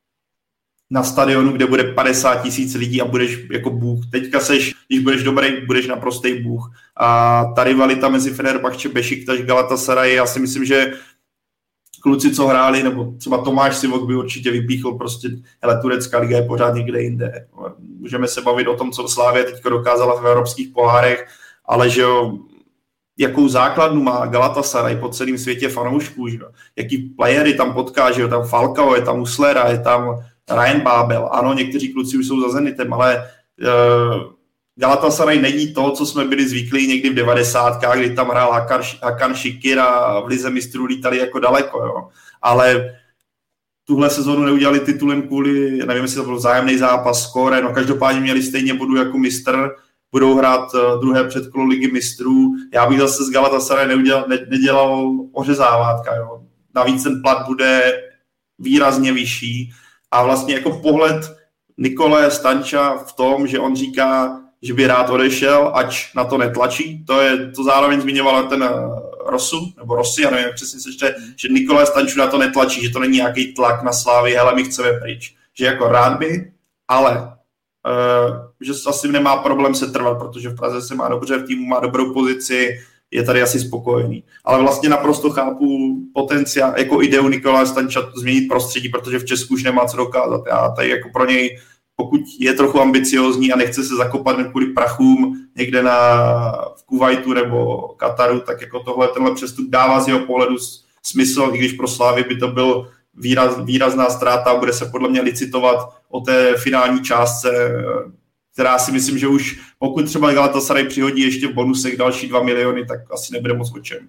na stadionu, kde bude padesát tisíc lidí a budeš jako bůh. Teďka seš, když budeš dobrý, budeš naprostý bůh. A ta rivalita mezi Fenerbahce, Beşiktaş, Galatasaray, já si myslím, že kluci, co hráli, nebo třeba Tomáš Sivok by určitě vypíchl prostě, hele, turecká liga je pořád někde jinde. Můžeme se bavit o tom, co Slavia teďka dokázala v evropských pohárech, ale že jo, jakou základnu má Galatasaray po celém světě fanoušků, že jo, jaký playery tam potká, že jo, tam Falcao, je tam Muslera, je tam Ryan Babel, ano, někteří kluci už jsou za Zenitem, ale uh, Galatasaray není to, co jsme byli zvyklí někdy v devadesátkách, kdy tam hrál Hakan, Hakan Šikir a v lize mistrů lítali jako daleko, jo. Ale tuhle sezónu neudělali titulem kvůli, nevím, jestli to byl vzájemný zápas, skóre, no každopádně měli stejně bodu jako mistr, budou hrát uh, druhé předkolo ligy mistrů. Já bych zase z Galatasaray neudělal, ne, nedělal ořezávátka, jo. Navíc ten plat bude výrazně vyšší a vlastně jako pohled Nikolaje Stanča v tom, že on říká, že by rád odešel, ať na to netlačí. To je, to zároveň zmiňoval ten Rosu, nebo Rossi, já nevím, jak přesně se čte, že Nikolaj Stanču na to netlačí, že to není nějaký tlak na Slávii, hele, my chceme pryč. Že jako rád by, ale uh, že asi nemá problém se trvat, protože v Praze se má dobře, v týmu má dobrou pozici, je tady asi spokojený. Ale vlastně naprosto chápu potenciál, jako ideu Nikola Stanča změnit prostředí, protože v Česku už nemá co dokázat. Já tady jako pro něj, pokud je trochu ambiciózní a nechce se zakopat kvůli prachům někde na, v Kuwaitu nebo Kataru, tak jako tohle, tenhle přestup dává z jeho pohledu smysl, i když pro Slávy by to byl výraz, výrazná ztráta, bude se podle mě licitovat o té finální částce, která si myslím, že už pokud třeba Galatasaray přihodí ještě v bonusech další dva miliony, tak asi nebude moc o čem.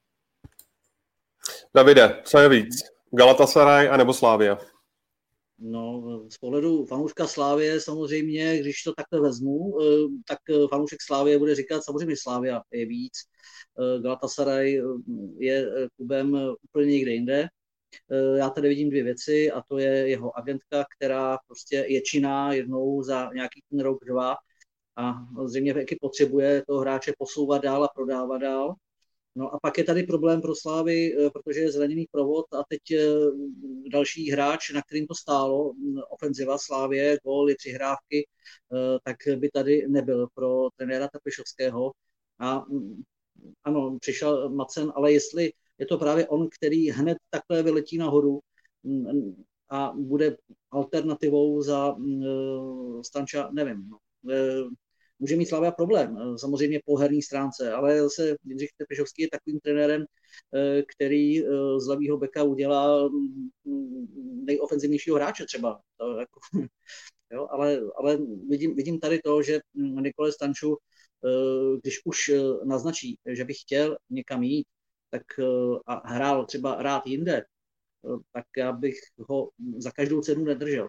Davide, co je víc? Galatasaray anebo Slavia? No, z pohledu fanouška Slávie samozřejmě, když to takhle vezmu, tak fanoušek Slávie bude říkat, samozřejmě Slavia je víc. Galatasaray je klubem úplně někde jinde. Já tady vidím dvě věci a to je jeho agentka, která prostě je činná jednou za nějaký ten rok, dva a zřejmě taky potřebuje toho hráče posouvat dál a prodávat dál. No a pak je tady problém pro Slávy, protože je zraněný provod a teď další hráč, na kterým to stálo, ofenziva Slávie, góly, přihrávky, tak by tady nebyl pro trenéra Trpišovského. A ano, přišel Madsen, ale jestli je to právě on, který hned takhle vyletí nahoru a bude alternativou za Stanča, nevím. Může mít Slavia problém, samozřejmě po herní stránce, ale zase Jindřich Trpišovský je takovým trenérem, který z levýho beka udělá nejofenzivnějšího hráče třeba. To jako, jo, ale ale vidím, vidím tady to, že Nikole Stanču, když už naznačí, že by chtěl někam jít, tak a hrál třeba rád jinde, tak já bych ho za každou cenu nedržel.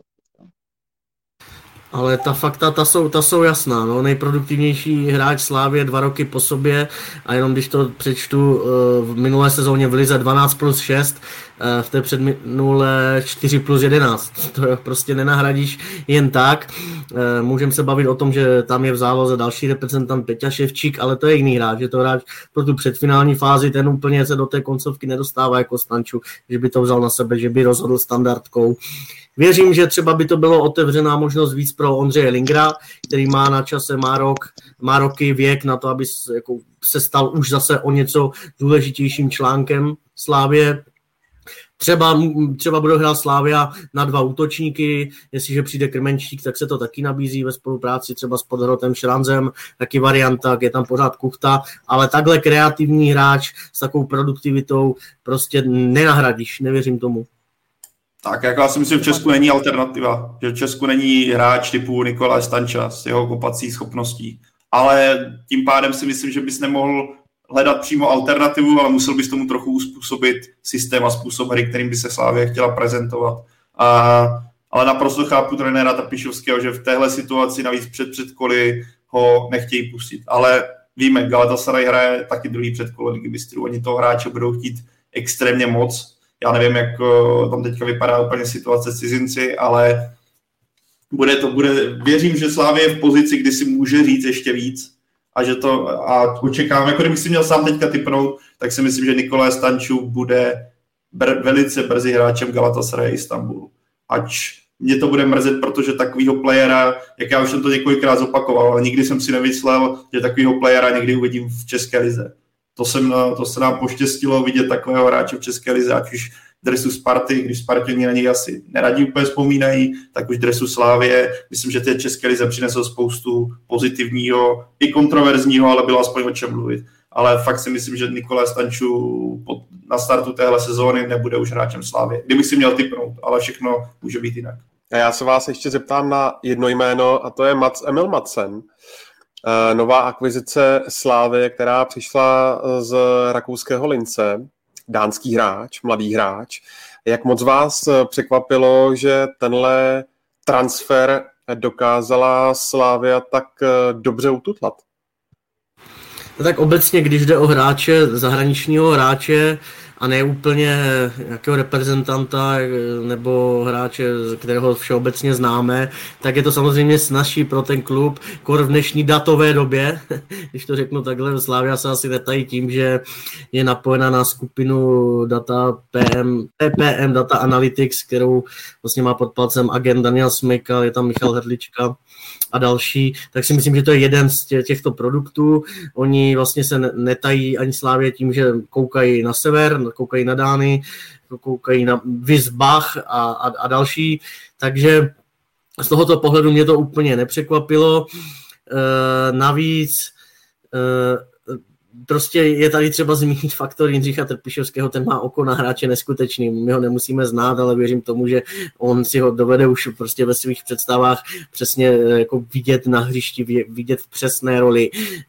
Ale ta fakta, ta jsou, ta jsou jasná. No. Nejproduktivnější hráč Slávie dva roky po sobě a jenom když to přečtu, v minulé sezóně v lize dvanáct plus šest, v té předminulé čtyři plus jedenáct. To prostě nenahradíš jen tak. Můžeme se bavit o tom, že tam je v záloze další reprezentant Peťa Ševčík, ale to je jiný hráč. Je to hráč pro tu předfinální fázi, ten úplně se do té koncovky nedostává jako Stanču, že by to vzal na sebe, že by rozhodl standardkou. Věřím, že třeba by to bylo otevřená možnost víc pro Ondřeje Lingra, který má na čase, má rok, má roky věk na to, aby se, jako, se stal už zase o něco důležitějším článkem Slávie. Třeba, třeba bude hrát Slavia na dva útočníky, jestliže přijde Krmenčík, tak se to taky nabízí ve spolupráci třeba s Podhrotem Šranzem, taky varianta, je tam pořád Kuchta, ale takhle kreativní hráč s takovou produktivitou prostě nenahradíš, nevěřím tomu. Tak jako já si myslím, že v Česku není alternativa, že v Česku není hráč typu Nikola Stanča s jeho kopací schopností, ale tím pádem si myslím, že bys nemohl hledat přímo alternativu, ale musel bys tomu trochu uspůsobit systém a způsob hry, kterým by se Slavia chtěla prezentovat. A, ale naprosto chápu trenéra Trpišovského, že v téhle situaci navíc před předkoly ho nechtějí pustit. Ale víme, Galatasaray hraje taky druhý předkolo Ligy mistrů. Oni toho hráče budou chtít extrémně moc. Já nevím, jak tam teďka vypadá úplně situace s cizinci, ale bude to, bude, věřím, že Slavia je v pozici, kdy si může říct ještě víc. A že to a očekávám, jako kdybych si měl sám teďka tipnout, tak si myslím, že Nikola Stanču bude br- velice brzy hráčem Galatasaray Istanbul. Ač mě to bude mrzet, protože takovýho playera, jak já už jsem to několikrát zopakoval, ale nikdy jsem si nemyslel, že takovýho playera někdy uvidím v České lize. To, jsem, to se nám poštěstilo vidět takového hráče v České lize, ať už dresu Sparty, když Spartěni na něj asi neradí úplně vzpomínají, tak už dresu Slávie. Myslím, že té České lize přinesl spoustu pozitivního i kontroverzního, ale bylo aspoň o čem mluvit. Ale fakt si myslím, že Nikola Stanču na startu téhle sezóny nebude už hráčem Slávie. Kdybych si měl tipnout, ale všechno může být jinak. A já se vás ještě zeptám na jedno jméno, a to je Mats Emil Madsen. Nová akvizice Slávie, která přišla z rakouského Lince, dánský hráč, mladý hráč. Jak moc vás překvapilo, že tenhle transfer dokázala Slavia tak dobře ututlat? Tak obecně, když jde o hráče, zahraničního hráče, a ne úplně nějakého reprezentanta nebo hráče, kterého všeobecně známe, tak je to samozřejmě snazší pro ten klub, kor v dnešní datové době, když to řeknu takhle, Slavia se asi netají tím, že je napojena na skupinu data P M, P M Data Analytics, kterou vlastně má pod palcem agent Daniel Smykal, je tam Michal Hrdlička a další, tak si myslím, že to je jeden z těchto produktů. Oni vlastně se netají ani Slavie tím, že koukají na sever, koukají na Dány, koukají na Visbach a, a, a další, takže z tohoto pohledu mě to úplně nepřekvapilo. E, navíc e, prostě je tady třeba zmínit faktor Jindřicha Trpišovského, ten má oko na hráče neskutečný, my ho nemusíme znát, ale věřím tomu, že on si ho dovede už prostě ve svých představách přesně jako vidět na hřišti, vidět v přesné roli.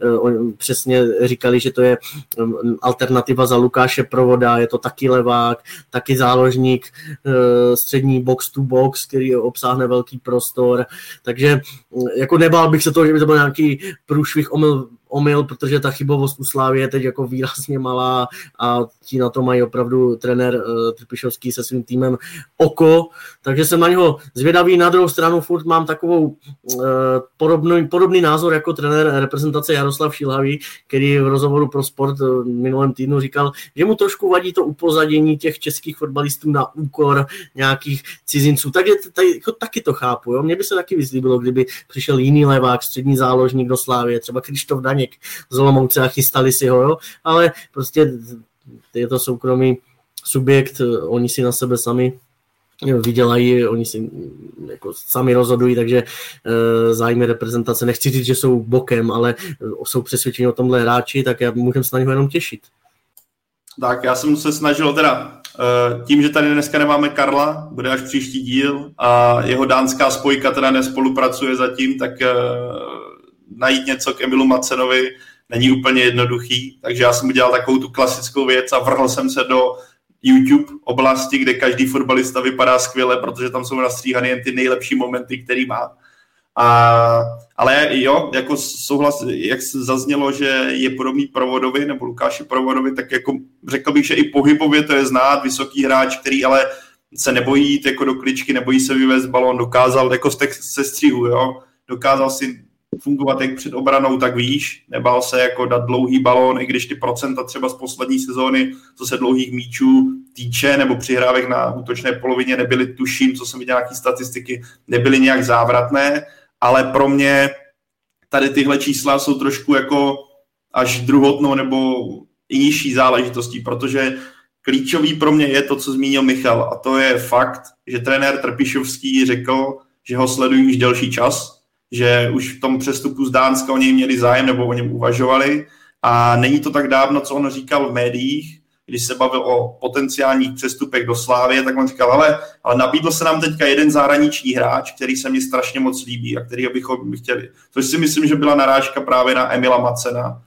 Přesně říkali, že to je alternativa za Lukáše Provoda, je to taky levák, taky záložník, střední box to box, který obsáhne velký prostor, takže jako nebál bych se toho, že by to byl nějaký průšvih, omyl, omyl, protože ta chybovost u Slávy je teď jako výrazně malá a ti na to mají opravdu trenér uh, Trpišovský se svým týmem oko, takže jsem na něho zvědavý. Na druhou stranu furt mám takovou uh, podobný, podobný názor jako trenér reprezentace Jaroslav Šilhavý, který v rozhovoru pro Sport uh, minulém týdnu říkal, že mu trošku vadí to upozadění těch českých fotbalistů na úkor nějakých cizinců, takže tady, jako, taky to chápu. Jo? Mně by se taky vyslíbilo, kdyby přišel jiný levák, střední záložník do Slávie, třeba Krištof Daněk z Olomouce a chystali si ho, jo? Ale prostě je to soukromý subjekt, oni si na sebe sami vydělají, oni si jako sami rozhodují, takže e, zájmy reprezentace, nechci říct, že jsou bokem, ale jsou přesvědčeni o tomhle hráči, tak já můžem se na něho jenom těšit. Tak já jsem se snažil teda tím, že tady dneska nemáme Karla, bude až příští díl a jeho dánská spojka teda nespolupracuje zatím, tak najít něco k Emilu Macenovi není úplně jednoduchý, takže já jsem udělal takovou tu klasickou věc a vrhl jsem se do YouTube oblasti, kde každý fotbalista vypadá skvěle, protože tam jsou nastříhané jen ty nejlepší momenty, který má. A, ale jo, jako souhlas, jak zaznělo, že je podobný Provodovi nebo Lukáši Provodovi, tak jako řekl bych, že i pohybově to je znát, vysoký hráč, který ale se nebojí jít jako do kličky, nebojí se vyvést balón, dokázal jako z těch sestřihů, jo, dokázal si fungovat jak před obranou, tak výš, nebál se jako dát dlouhý balón, i když ty procenta třeba z poslední sezóny, co se dlouhých míčů týče, nebo přihrávek na útočné polovině nebyly, tuším, co jsem viděl nějaký statistiky, nebyly nějak závratné, ale pro mě tady tyhle čísla jsou trošku jako až druhotnou nebo i nižší záležitostí, protože klíčový pro mě je to, co zmínil Michal, a to je fakt, že trenér Trpišovský řekl, že ho sledují už delší čas, že už v tom přestupu z Dánska o něj měli zájem nebo o něm uvažovali a není to tak dávno, co on říkal v médiích, když se bavil o potenciálních přestupech do Slávie, tak on říkal, ale, ale nabídl se nám teďka jeden zahraniční hráč, který se mi strašně moc líbí a který bychom chtěli. Což si myslím, že byla narážka právě na Emila Macena.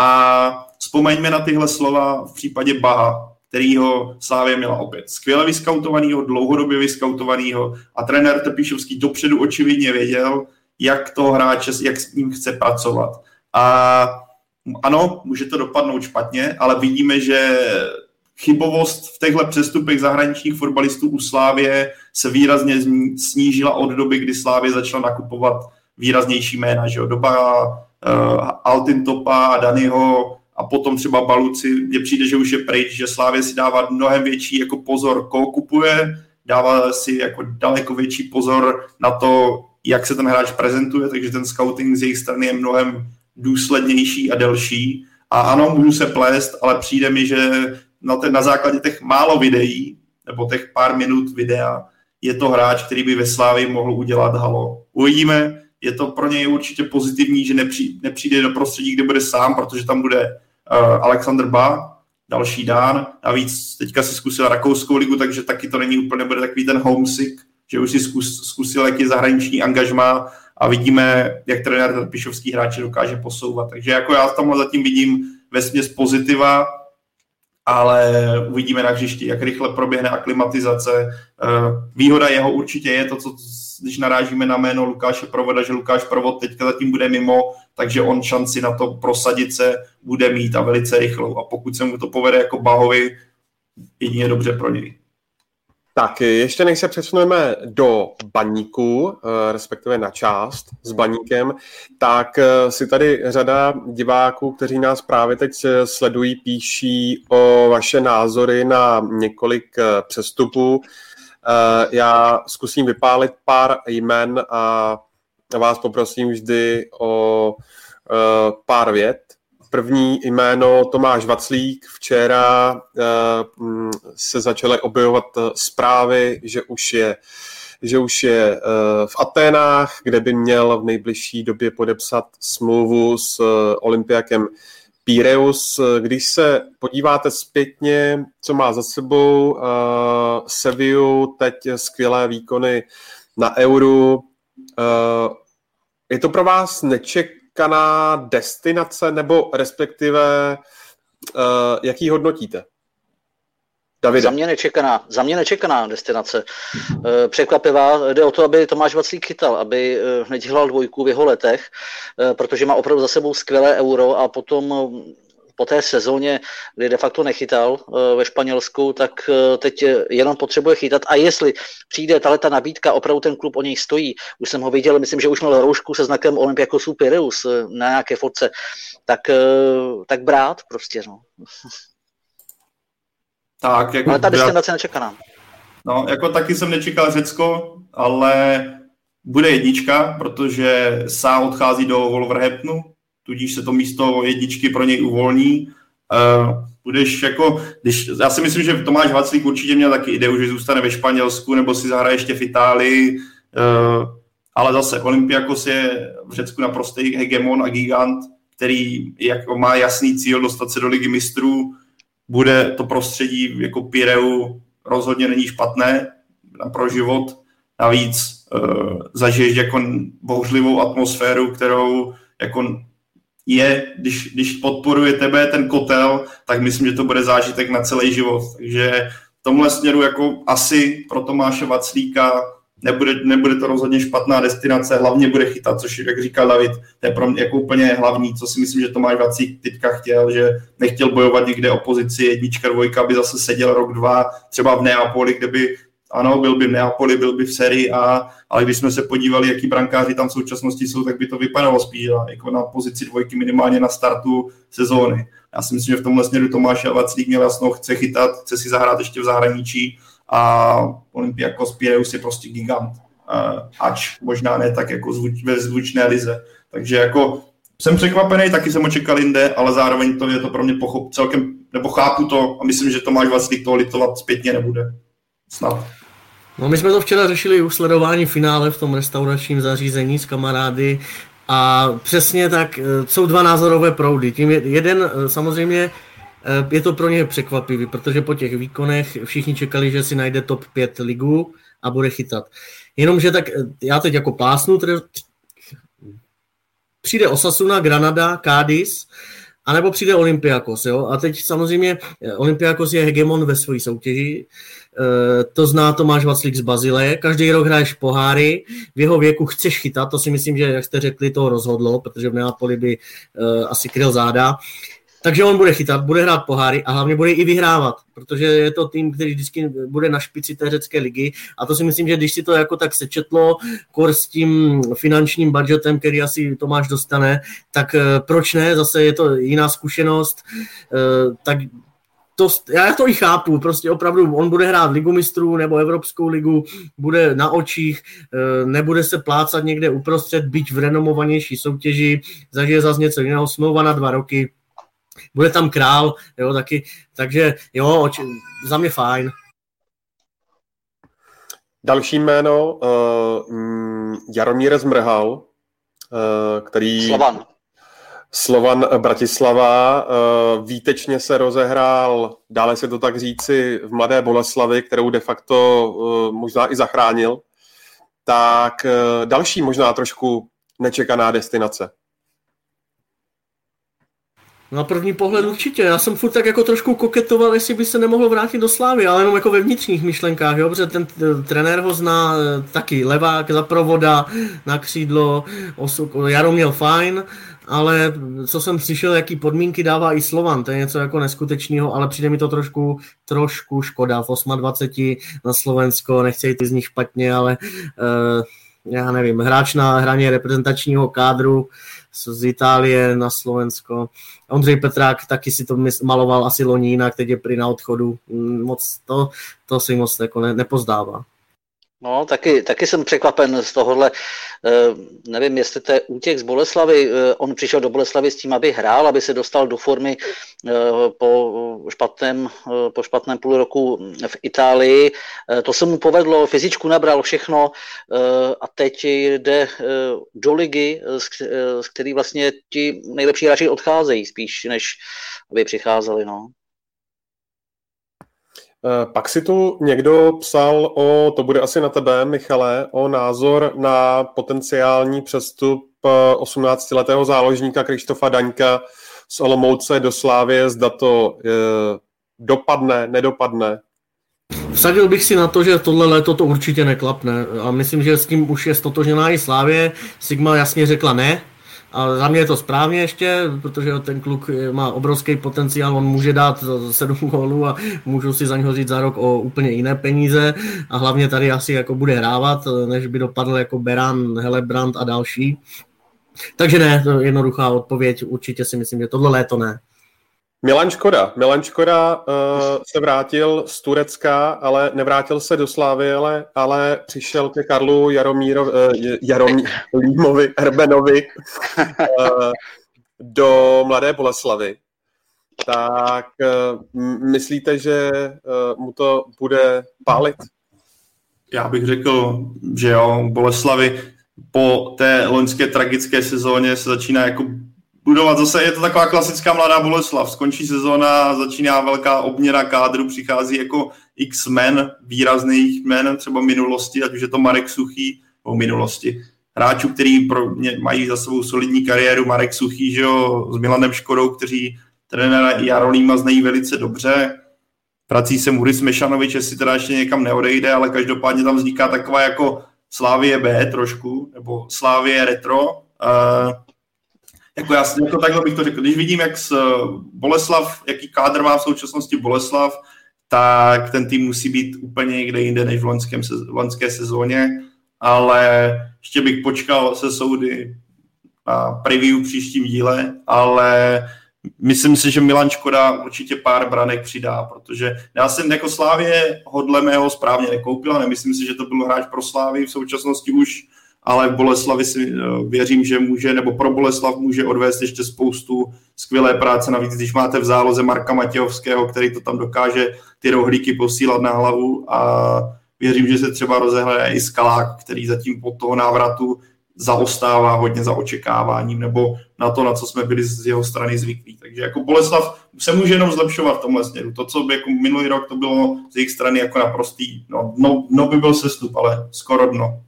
A vzpomeňme na tyhle slova v případě Baha, kterýho Slávie měla opět skvěle vyskautovanýho, dlouhodobě vyskautovanýho a trenér Trpišovský dopředu očividně věděl, jak toho hráče, jak s ním chce pracovat. A ano, může to dopadnout špatně, ale vidíme, že chybovost v těchto přestupech zahraničních fotbalistů u Slávie se výrazně snížila od doby, kdy Slávie začala nakupovat výraznější jména. Že jo? Doba uh, Altintopa, Danyho a potom třeba Baluci, mně přijde, že už je pryč, že Slávie si dává mnohem větší jako pozor, koho kupuje, dává si jako daleko větší pozor na to, jak se ten hráč prezentuje, takže ten scouting z jejich strany je mnohem důslednější a delší. A ano, můžu se plést, ale přijde mi, že na, te, na základě těch málo videí, nebo těch pár minut videa, je to hráč, který by ve Slávii mohl udělat halo. Uvidíme, je to pro něj určitě pozitivní, že nepřijde, nepřijde do prostředí, kde bude sám, protože tam bude uh, Alexander Ba, další Dán. Navíc teďka si zkusil Rakouskou ligu, takže taky to není úplně, bude takový ten homesick, že už si zkus, zkusil, jaký zahraniční angažmá a vidíme, jak trenér Trpišovský hráče dokáže posouvat. Takže jako já tamhle zatím vidím vesměs pozitiva, ale uvidíme na hřišti, jak rychle proběhne aklimatizace. Výhoda jeho určitě je to, co, když narážíme na jméno Lukáše Provoda, že Lukáš Provod teďka zatím bude mimo, takže on šanci na to prosadit se bude mít a velice rychlou. A pokud se mu to povede jako Bahovi, jedině dobře pro něj. Tak ještě než se přesuneme do Baníku, respektive na část s Baníkem, tak si tady řada diváků, kteří nás právě teď sledují, píší o vaše názory na několik přestupů. Já zkusím vypálit pár jmen a vás poprosím vždy o pár vět. První jméno Tomáš Vaclík. Včera uh, se začaly objevovat zprávy, že už je, že už je uh, v Aténách, kde by měl v nejbližší době podepsat smlouvu s uh, Olympiakem Pireus. Když se podíváte zpětně, co má za sebou uh, Sevillu, teď skvělé výkony na Euru, uh, je to pro vás neček destinace, nebo respektive uh, jak ji hodnotíte? Davide. Za mě nečekaná, za mě nečekaná destinace. Uh, překvapivá, jde o to, aby Tomáš Vaclík chytal, aby uh, hned dělal dvojku v jeho letech, uh, protože má opravdu za sebou skvělé Euro a potom uh, po té sezóně, kdy de facto nechytal uh, ve Španělsku, tak uh, teď jenom potřebuje chytat a jestli přijde tato nabídka, opravdu ten klub o něj stojí. Už jsem ho viděl, myslím, že už měl roušku se znakem Olympiakosu Pireus uh, na nějaké fotce, tak, uh, tak brát prostě, no. Tak, jako ale ta destinace nečekaná. No, jako taky jsem nečekal Řecko, ale bude jednička, protože Sá odchází do Wolverhamptonu, tudíž se to místo jedničky pro něj uvolní. Uh, budeš jako, když, já si myslím, že Tomáš Vaclík určitě měl taky ideu, že zůstane ve Španělsku nebo si zahraje ještě v Itálii, uh, ale zase Olympiakos je v Řecku naprostý hegemon a gigant, který jako má jasný cíl dostat se do Ligy mistrů. Bude to prostředí jako Pireu rozhodně není špatné pro život. Navíc uh, zažiješ jako bouřlivou atmosféru, kterou jako je, když, když podporuje tebe ten kotel, tak myslím, že to bude zážitek na celý život. Takže v tomhle směru jako asi pro Tomáše Vaclíka nebude, nebude to rozhodně špatná destinace, hlavně bude chytat, což, jak říkal David, to je pro mě jako úplně hlavní, co si myslím, že Tomáš Vaclík teďka chtěl, že nechtěl bojovat někde o pozici jednička, dvojka, aby zase seděl rok, dva, třeba v Neapoli, kde by, ano, byl by v Neapoli, byl by v Serie A, ale když jsme se podívali, jaký brankáři tam v současnosti jsou, tak by to vypadalo spíš jako na pozici dvojky minimálně na startu sezóny. Já si myslím, že v tomhle směru Tomáš Vaclík měl jasno, chce chytat, chce si zahrát ještě v zahraničí a Olympiakos Pireus je prostě gigant. Ač možná ne tak jako zvuč, ve zvučné lize. Takže jako jsem překvapený, taky jsem ho čekal jinde, ale zároveň to je to pro mě pochop, celkem, nebo chápu to a myslím, že Tomáš Vaclík toho litovat zpětně nebude. Snad. No, my jsme to včera řešili u sledování finále v tom restauračním zařízení s kamarády a přesně tak jsou dva názorové proudy. Tím jeden samozřejmě je to pro ně překvapivý, protože po těch výkonech všichni čekali, že si najde top pět ligu a bude chytat. Jenomže tak já teď jako plásnu, přijde Osasuna, Granada, Cádiz, anebo přijde Olympiakos, jo? A teď samozřejmě Olympiakos je hegemon ve své soutěži, e, to zná Tomáš Vaclík z Bazileje, každý rok hraješ poháry, v jeho věku chceš chytat, to si myslím, že jak jste řekli, to rozhodlo, protože v Neapoli by e, asi kryl záda. Takže on bude chytat, bude hrát poháry a hlavně bude i vyhrávat, protože je to tým, který vždycky bude na špici té řecké ligy a to si myslím, že když si to jako tak sečetlo kor s tím finančním budgetem, který asi Tomáš dostane, tak proč ne, zase je to jiná zkušenost, tak to, já to i chápu, prostě opravdu on bude hrát Ligu mistrů nebo Evropskou ligu, bude na očích, nebude se plácat někde uprostřed, byť v renomovanější soutěži, zažije zase něco jiného, smlouva na dva roky, bude tam král, jo, taky, takže jo, oči, za mě fajn. Další jméno, uh, Jaromír Zmrhal, uh, který... Slovan. Slovan Bratislava, uh, výtečně se rozehrál, dále se to tak říci, v Mladé Boleslavi, kterou de facto uh, možná i zachránil. Tak uh, další možná trošku nečekaná destinace. Na první pohled určitě. Já jsem furt tak jako trošku koketoval, jestli by se nemohlo vrátit do Slávy, ale jenom jako ve vnitřních myšlenkách, jo, protože ten trenér ho zná taky levák, zaprovoda, na křídlo, osu, Jaro měl fajn, ale co jsem slyšel, jaký podmínky dává i Slovan, to je něco jako neskutečného, ale přijde mi to trošku, trošku škoda. V dvaceti osmi na Slovensko, nechci jít z nich špatně, ale uh, já nevím, hráč na hraně reprezentačního kádru z Itálie na Slovensko. Ondřej Petrák taky si to maloval asi loni jinak, teď je prý na odchodu. Moc to, to si moc jako ne, nepozdává. No, taky, taky jsem překvapen z tohohle, nevím, jestli to je útěk z Boleslavy, on přišel do Boleslavy s tím, aby hrál, aby se dostal do formy po špatném, po špatném půl roku v Itálii. To se mu povedlo, fyzičku nabral všechno a teď jde do ligy, z který vlastně ti nejlepší hráči odcházejí spíš, než aby přicházeli, no. Pak si tu někdo psal o, to bude asi na tebe, Michale, o názor na potenciální přestup osmnáctiletého záložníka Krištofa Daňka z Olomouce do Slávie, zda to je, dopadne, nedopadne. Vsadil bych si na to, že tohle léto to určitě neklapne a myslím, že s tím už je stotožněná i Slávie. Sigma jasně řekla ne. A za mě je to správně ještě, protože ten kluk má obrovský potenciál, on může dát sedm gólů a můžu si za něho říct za rok o úplně jiné peníze a hlavně tady asi jako bude hrávat, než by dopadl jako Beran, Helebrand a další. Takže ne, to je jednoduchá odpověď, určitě si myslím, že tohle léto ne. Milan Škoda. Milan Škoda uh, se vrátil z Turecka, ale nevrátil se do Slávy, ale, ale přišel ke Karlu Jaromíro, uh, Jaromírovi Erbenovi uh, do Mladé Boleslavy. Tak uh, myslíte, že uh, mu to bude pálit? Já bych řekl, že jo, Boleslavy po té loňské tragické sezóně se začíná jako budovat zase, je to taková klasická Mladá Boleslav, skončí sezóna, začíná velká obměna kádru, přichází jako x men, výrazných men, třeba minulosti, ať už je to Marek Suchý, o minulosti, hráčů, který pro mě mají za sebou solidní kariéru, Marek Suchý, že jo, s Milanem Škodou, kteří trenéra Jarolíma znají velice dobře, prací se Muris Mešanovič, jestli teda ještě někam neodejde, ale každopádně tam vzniká taková jako Slávie B trošku, nebo Slávie retro, uh, Jako já jako takhle bych to řekl. Když vidím, jak z Boleslav, jaký kádr má v současnosti Boleslav, tak ten tým musí být úplně někde jinde než v loňském, v loňské sezóně, ale ještě bych počkal se soudy na preview v příštím díle, ale myslím si, že Milan Škoda určitě pár branek přidá, protože já jsem jako Slávě hodle mého správně nekoupil a nemyslím si, že to byl hráč pro Slávy v současnosti už, ale v Boleslavi si věřím, že může, nebo pro Boleslav může odvést ještě spoustu skvělé práce. Navíc, když máte v záloze Marka Matějovského, který to tam dokáže ty rohlíky posílat na hlavu a věřím, že se třeba rozehraje i Skalák, který zatím po toho návratu zaostává hodně za očekáváním, nebo na to, na co jsme byli z jeho strany zvyklí. Takže jako Boleslav se může jenom zlepšovat v tomhle směru. To, co by jako minulý rok to bylo z jejich strany jako naprostý, no, no, no by byl sestup, ale skoro dno.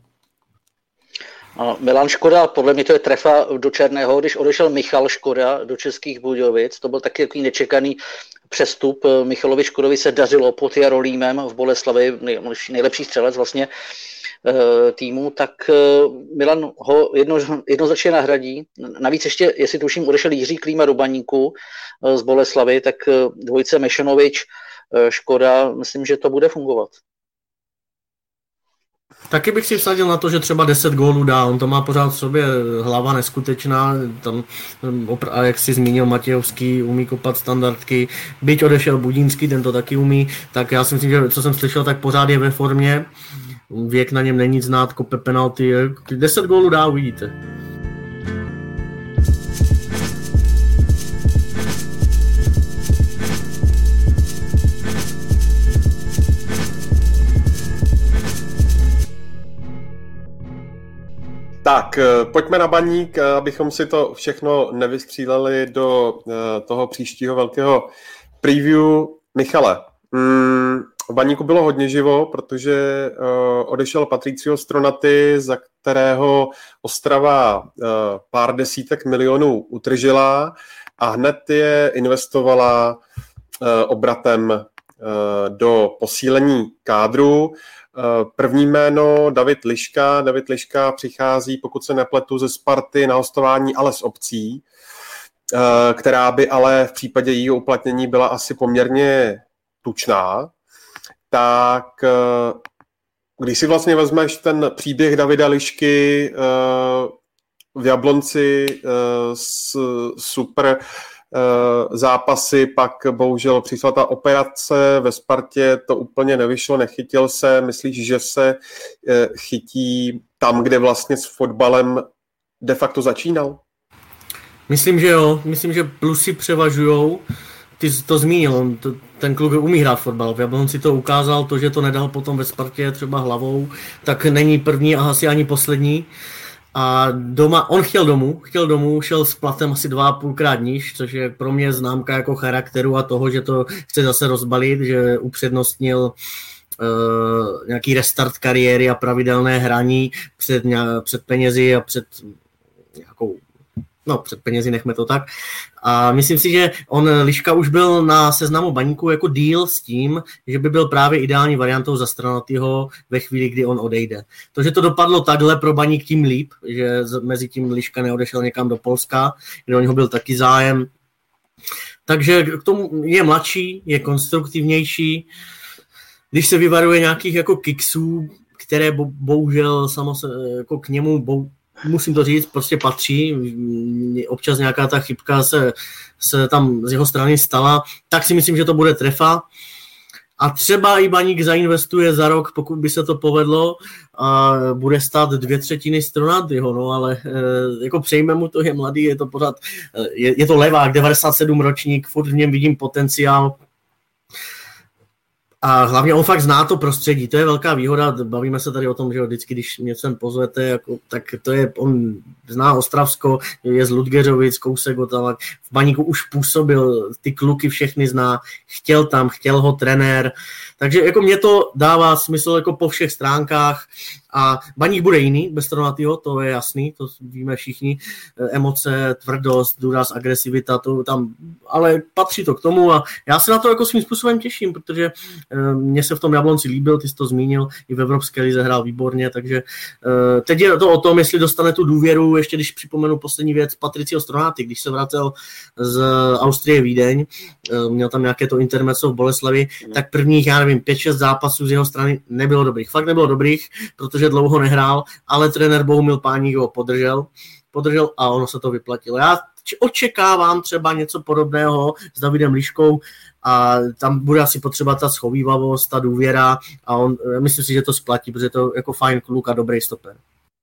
Milan Škoda, podle mě to je trefa do černého, když odešel Michal Škoda do Českých Budějovic, to byl taky takový nečekaný přestup. Michalovi Škodovi se dařilo pod Jarolímem v Boleslavi, nejlepší střelec vlastně týmu, tak Milan ho jedno, jednoznačně nahradí. Navíc ještě, jestli tuším, odešel Jiří Klíma do Baníku z Boleslavy, tak dvojice Mešanovič, Škoda, myslím, že to bude fungovat. Taky bych si vsadil na to, že třeba deset gólů dá, on to má pořád v sobě, hlava neskutečná, tam, a jak si zmínil Matějovský, umí kopat standardky, byť odešel Budínský, ten to taky umí, tak já si myslím, že co jsem slyšel, tak pořád je ve formě, věk na něm není znát, kope penalty, deset gólů dá, uvidíte. Tak, pojďme na Baník, abychom si to všechno nevystříleli do toho příštího velkého preview. Michale, mm, v Baníku bylo hodně živo, protože uh, odešel Patricio Stronaty, za kterého Ostrava uh, pár desítek milionů utržila a hned je investovala obratem do posílení kádru. První jméno David Liška. David Liška přichází, pokud se nepletu, ze Sparty na hostování, ale z Obcí, která by ale v případě jejího uplatnění byla asi poměrně tučná. Tak když si vlastně vezmeš ten příběh Davida Lišky v Jablonci s super zápasy, pak bohužel přišla ta operace ve Spartě, to úplně nevyšlo, nechytil se. Myslíš, že se chytí tam, kde vlastně s fotbalem de facto začínal? Myslím, že jo. Myslím, že plusy převažujou. Ty jsi to zmínil, on to, ten kluk umí hrát fotbal. V Jablonci to ukázal, to, že to nedal potom ve Spartě třeba hlavou, tak není první a asi ani poslední. A doma, on chtěl domů, chtěl domů, šel s platem asi dva a půlkrát níž, což je pro mě známka jako charakteru a toho, že to chce zase rozbalit, že upřednostnil uh, nějaký restart kariéry a pravidelné hraní před, před penězi a před nějakou, no před penězi nechme to tak. A myslím si, že on, Liška, už byl na seznamu Baníku jako deal s tím, že by byl právě ideální variantou za Stranatýho ve chvíli, kdy on odejde. To, že to dopadlo takhle pro Baník, tím líp, že mezi tím Liška neodešel někam do Polska, kde o něho byl taky zájem. Takže k tomu je mladší, je konstruktivnější. Když se vyvaruje nějakých jako kiksů, které bo, bohužel samo se, jako k němu bo, musím to říct, prostě patří. Občas nějaká ta chybka se, se tam z jeho strany stala, tak si myslím, že to bude trefa. A třeba i Baník zainvestuje za rok, pokud by se to povedlo, a bude stát dvě třetiny Stranatýho, no ale e, jako přejme mu to, je mladý, je to pořád, je, je to levák, devadesát sedm ročník, furt v něm vidím potenciál. A hlavně on fakt zná to prostředí, to je velká výhoda, bavíme se tady o tom, že vždycky, když mě sem pozvete, jako, tak to je, on zná Ostravsko, je z Ludgeřovic, kousek od tam, v Baníku už působil, ty kluky všechny zná, chtěl tam, chtěl ho trenér, takže jako mě to dává smysl jako po všech stránkách a Baník bude jiný bez Stranatýho, to je jasný, to víme všichni, emoce, tvrdost, důraz, agresivita, to tam, ale patří to k tomu a já se na to jako svým způsobem těším, protože mně se v tom Jablonci líbil, ty jsi to zmínil, i v Evropské lize hrál výborně, takže teď je to o tom, jestli dostane tu důvěru, ještě když připomenu poslední věc, Patricio Stranatý, když se vracel z Austrie Vídeň, měl tam nějaké to intermezzo v Boleslavi, tak prvních, já nevím, pět šest zápasů z jeho strany nebylo dobrých, fakt nebylo dobrých, protože dlouho nehrál, ale trenér Bohumil Páník ho podržel, podržel a ono se to vyplatilo. Já očekávám třeba něco podobného s Davidem Liškou a tam bude asi potřeba ta schovívavost, ta důvěra a on, myslím si, že to splatí, protože to je jako fajn kluk a dobrý stoper.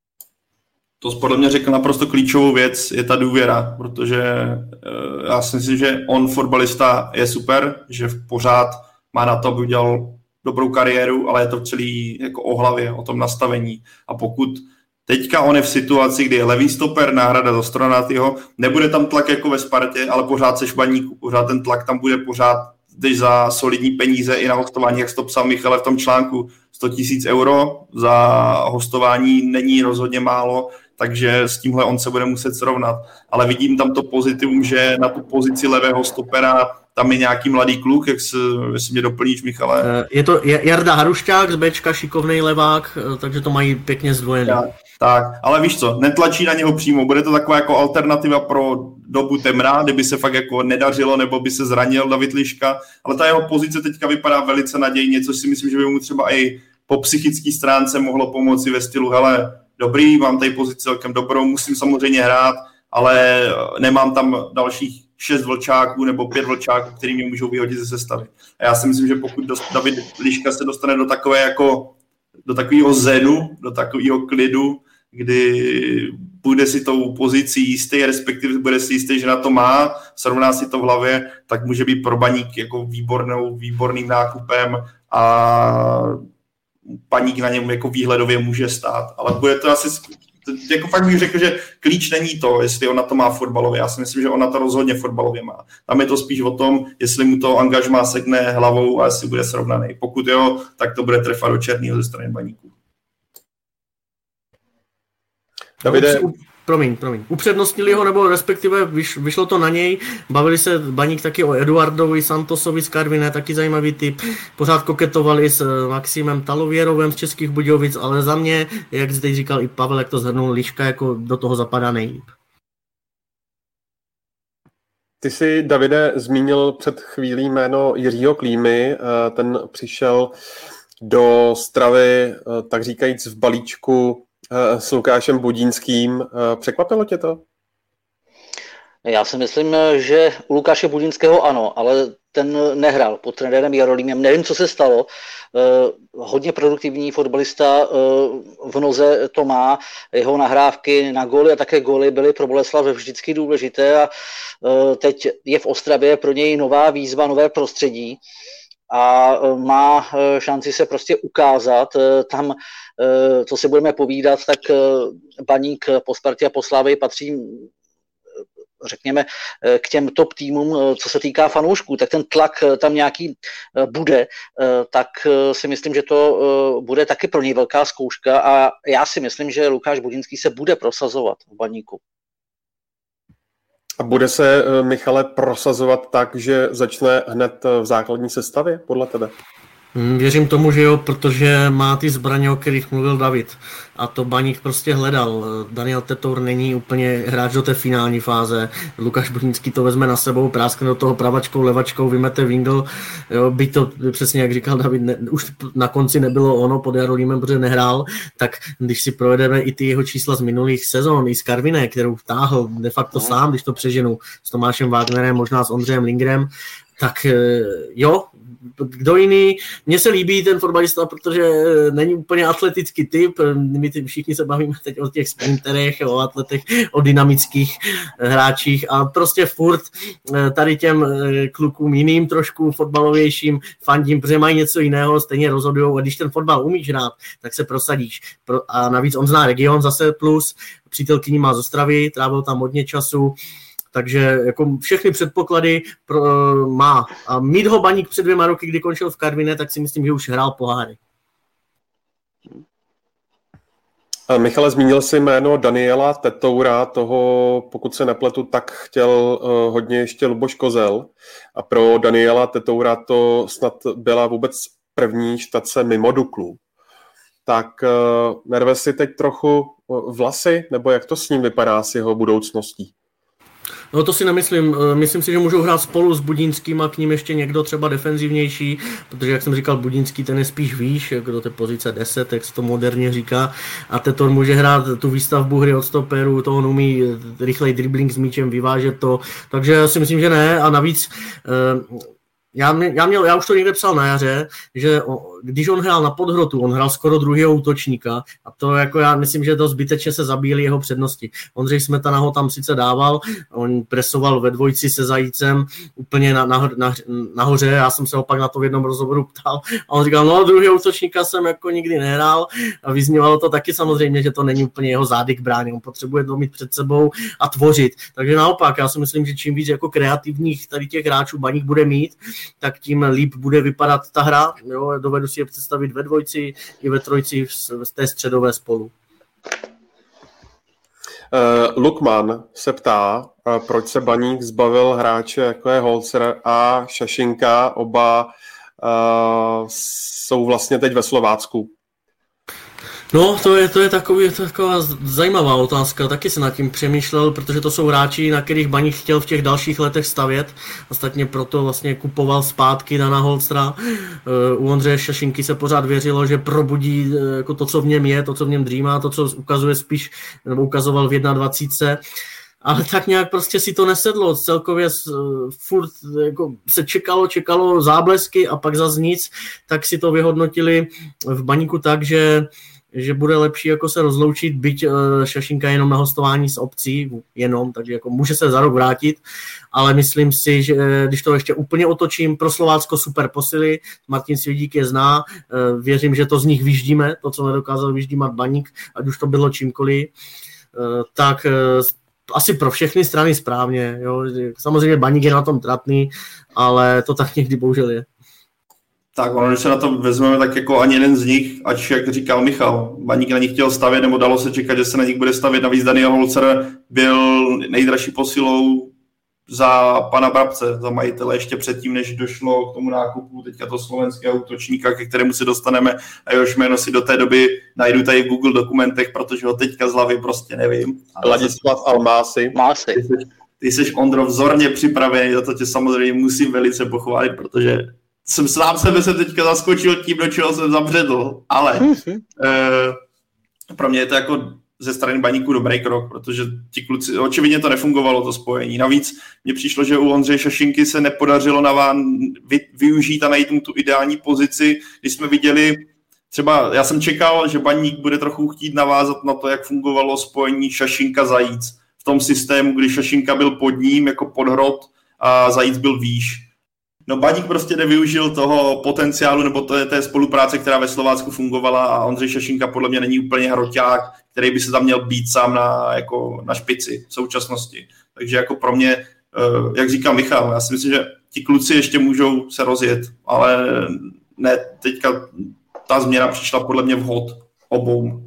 To podle mě řekl naprosto klíčovou věc, je ta důvěra, protože já si myslím, že on fotbalista je super, že v pořád má na to, aby udělal dobrou kariéru, ale je to celý jako o hlavě, o tom nastavení. A pokud teďka on je v situaci, kdy je levý stoper, náhrada za Stranatýho, nebude tam tlak jako ve Spartě, ale pořád seš v Baníku, pořád ten tlak tam bude, pořád jdeš za solidní peníze i na hostování, jak jsi to psal Michale v tom článku, sto tisíc euro za hostování není rozhodně málo, takže s tímhle on se bude muset srovnat. Ale vidím tam to pozitivum, že na tu pozici levého stopera tam je nějaký mladý kluk, jak se, jestli mě doplníš, Michale. Je to Jarda Harušťák z Bčka, šikovnej levák, takže to mají pěkně zdvojené. Tak, tak, ale víš co, netlačí na něho přímo, bude to taková jako alternativa pro dobu temra, kdyby se fakt jako nedařilo, nebo by se zranil David Liška, ale ta jeho pozice teďka vypadá velice nadějně, což si myslím, že by mu třeba i po psychické stránce mohlo pomoci ve stylu, hele, dobrý, mám tady pozici celkem dobrou, musím samozřejmě hrát, ale nemám tam dalších šest vlčáků nebo pět vlčáků, který mě můžou vyhodit ze sestavy. A já si myslím, že pokud David Liška se dostane do takové jako do takového zenu, do takového klidu, kdy bude si tou pozicí jistý, respektive bude si jistý, že na to má, srovná si to v hlavě, tak může být pro Baník jako výbornou, výborným nákupem a Baník na něm jako výhledově může stát. Ale bude to asi, jako fakt bych řekl, že klíč není to, jestli on na to má fotbalově. Já si myslím, že on na to rozhodně fotbalově má. Tam je to spíš o tom, jestli mu to angažmá sekne hlavou a jestli bude srovnaný. Pokud jo, tak to bude trefa do černého ze strany Baníku. Davide, Promiň, promiň. Upřednostnili ho, nebo respektive vyš, vyšlo to na něj. Bavili se Baník taky o Eduardovi Santosovi z Karviné, taky zajímavý typ. Pořád koketovali s Maximem Talověrovem z Českých Budějovic, ale za mě, jak zde říkal i Pavel, jak to zhrnul, Liška jako do toho zapadá nejlíp. Ty jsi, Davide, zmínil před chvílí jméno Jiřího Klímy. Ten přišel do Stravy, tak říkajíc, v balíčku s Lukášem Budínským. Překvapilo tě to? Já si myslím, že u Lukáše Budínského ano, ale ten nehrál pod trenérem Jarolímem. Nevím, co se stalo. Hodně produktivní fotbalista v noze to má. Jeho nahrávky na góly a také góly byly pro Boleslav vždycky důležité a teď je v Ostravě pro něj nová výzva, nové prostředí a má šanci se prostě ukázat. Tam, co si budeme povídat, tak Baník po Spartě a po Slavii patří, řekněme, k těm top týmům, co se týká fanoušků, tak ten tlak tam nějaký bude, tak si myslím, že to bude taky pro něj velká zkouška a já si myslím, že Lukáš Budínský se bude prosazovat v Baníku. A bude se, Michale, prosazovat tak, že začne hned v základní sestavě, podle tebe? Věřím tomu, že jo, protože má ty zbraně, o kterých mluvil David. A to Baník prostě hledal. Daniel Tetour není úplně hráč do té finální fáze. Lukáš Budínský to vezme na sebou, práskne do toho pravačkou, levačkou, vymete vingl. Jo, byť to přesně, jak říkal David, ne, už na konci nebylo ono pod Jarolímem, protože nehrál, tak když si provedeme i ty jeho čísla z minulých sezon, i z Karviné, kterou vtáhl de facto sám, když to přeženu s Tomášem Wagnerem, možná s Ondřejem Lingrem, tak jo, kdo jiný. Mně se líbí ten fotbalista, protože není úplně atletický typ. My všichni se bavíme teď o těch sprinterech, o atletech, o dynamických hráčích a prostě furt tady těm klukům jiným trošku fotbalovějším fandím, protože mají něco jiného, stejně rozhodujou a když ten fotbal umíš hrát, tak se prosadíš. A navíc on zná region zase plus, přítelkyni má z Ostravy, trávil tam hodně času. Takže jako všechny předpoklady pro, uh, má. A mít ho Baník před dvěma roky, kdy končil v Karviné, tak si myslím, že už hrál poháry. Michale, zmínil jsi jméno Daniela Tetoura, toho, pokud se nepletu, tak chtěl uh, hodně ještě Luboš Kozel. A pro Daniela Tetoura to snad byla vůbec první štace mimo Duklu. Tak uh, nerve si teď trochu vlasy, nebo jak to s ním vypadá s jeho budoucností? No to si nemyslím. Myslím si, že můžou hrát spolu s Budínským a k ním ještě někdo třeba defenzivnější, protože jak jsem říkal, Budínský ten je spíš výš, jako do té pozice deset, jak se to moderně říká. A Tetor může hrát tu výstavbu hry od stoperu, to on umí rychlej dribbling s míčem, vyvážet to. Takže já si myslím, že ne. A navíc Já, mě, já, měl, já už to někde psal na jaře, že o, když on hrál na Podhrotu, on hrál skoro druhého útočníka a to jako já myslím, že to zbytečně se zabíjeli jeho přednosti. Ondřej Smetana ho tam sice dával, on presoval ve dvojici se Zajícem úplně na, na, na, nahoře, já jsem se ho pak na to v jednom rozhovoru ptal a on říkal, no druhého útočníka jsem jako nikdy nehrál a vyznívalo to taky samozřejmě, že to není úplně jeho zády k bráně, on potřebuje to mít před sebou a tvořit. Takže naopak, já si myslím, že čím víc jako kreativních tady těch hráčů Baník bude mít, tak tím líp bude vypadat ta hra. Jo? Dovedu si je představit ve dvojci i ve trojci v té středové spolu. Uh, Lukman se ptá, uh, proč se Baník zbavil hráče jako je Holzer a Šašinka. Oba uh, jsou vlastně teď ve Slovácku. No, to je, to je takový, to je taková zajímavá otázka, taky se nad tím přemýšlel, protože to jsou hráči, na kterých Baník chtěl v těch dalších letech stavět, ostatně proto vlastně kupoval zpátky Dana Holzera. U Ondřeje Šašinky se pořád věřilo, že probudí jako to, co v něm je, to, co v něm dřímá, to, co ukazuje spíš, nebo ukazoval v dvacet jedna, ale tak nějak prostě si to nesedlo, celkově furt jako se čekalo, čekalo záblesky a pak zas nic, tak si to vyhodnotili v Baníku tak, že že bude lepší jako se rozloučit, byť uh, Šašinka jenom na hostování s obcí, jenom, takže jako může se za rok vrátit, ale myslím si, že když to ještě úplně otočím, pro Slovácko super posily, Martin Svědík je zná, uh, věřím, že to z nich vyždíme, to, co nedokázal vyždímat Baník, ať už to bylo čímkoliv, uh, tak uh, asi pro všechny strany správně, jo. Samozřejmě Baník je na tom tratný, ale to tak někdy bohužel je. Tak ono, když se na to vezmeme, tak jako ani jeden z nich, ať jak říkal Michal, Baník na nich chtěl stavět, nebo dalo se čekat, že se na nich bude stavět. Navíc Daniel Holzer byl nejdražší posilou za pana Brabce, za majitele, ještě předtím, než došlo k tomu nákupu teďka to slovenského útočníka, ke kterému se dostaneme a jehož jméno si do té doby najdu tady v Google dokumentech, protože ho teďka z hlavy prostě nevím. Ladislav Almásy. Másy. Ty jsi, ty jsi, Ondro, vzorně připravený, za to tě samozřejmě musím velice pochválit, protože jsem sám sebe se teďka zaskočil tím, do čeho jsem zabředl, ale e, pro mě je to jako ze strany Baníku dobrý krok, protože ti kluci, očividně to nefungovalo, to spojení. Navíc mně přišlo, že u Ondřeje Šašinky se nepodařilo naván vy, využít a najít mu tu ideální pozici. Když jsme viděli, třeba já jsem čekal, že Baník bude trochu chtít navázat na to, jak fungovalo spojení Šašinka-Zajíc v tom systému, kdy Šašinka byl pod ním jako podhrot a Zajíc byl výš. No Baník prostě nevyužil toho potenciálu nebo to je té spolupráce, která ve Slovácku fungovala a Ondřej Šašinka podle mě není úplně hroťák, který by se tam měl být sám na, jako na špici v současnosti. Takže jako pro mě, jak říkal Michal, já si myslím, že ti kluci ještě můžou se rozjet, ale ne, teďka ta změna přišla podle mě vhod obou.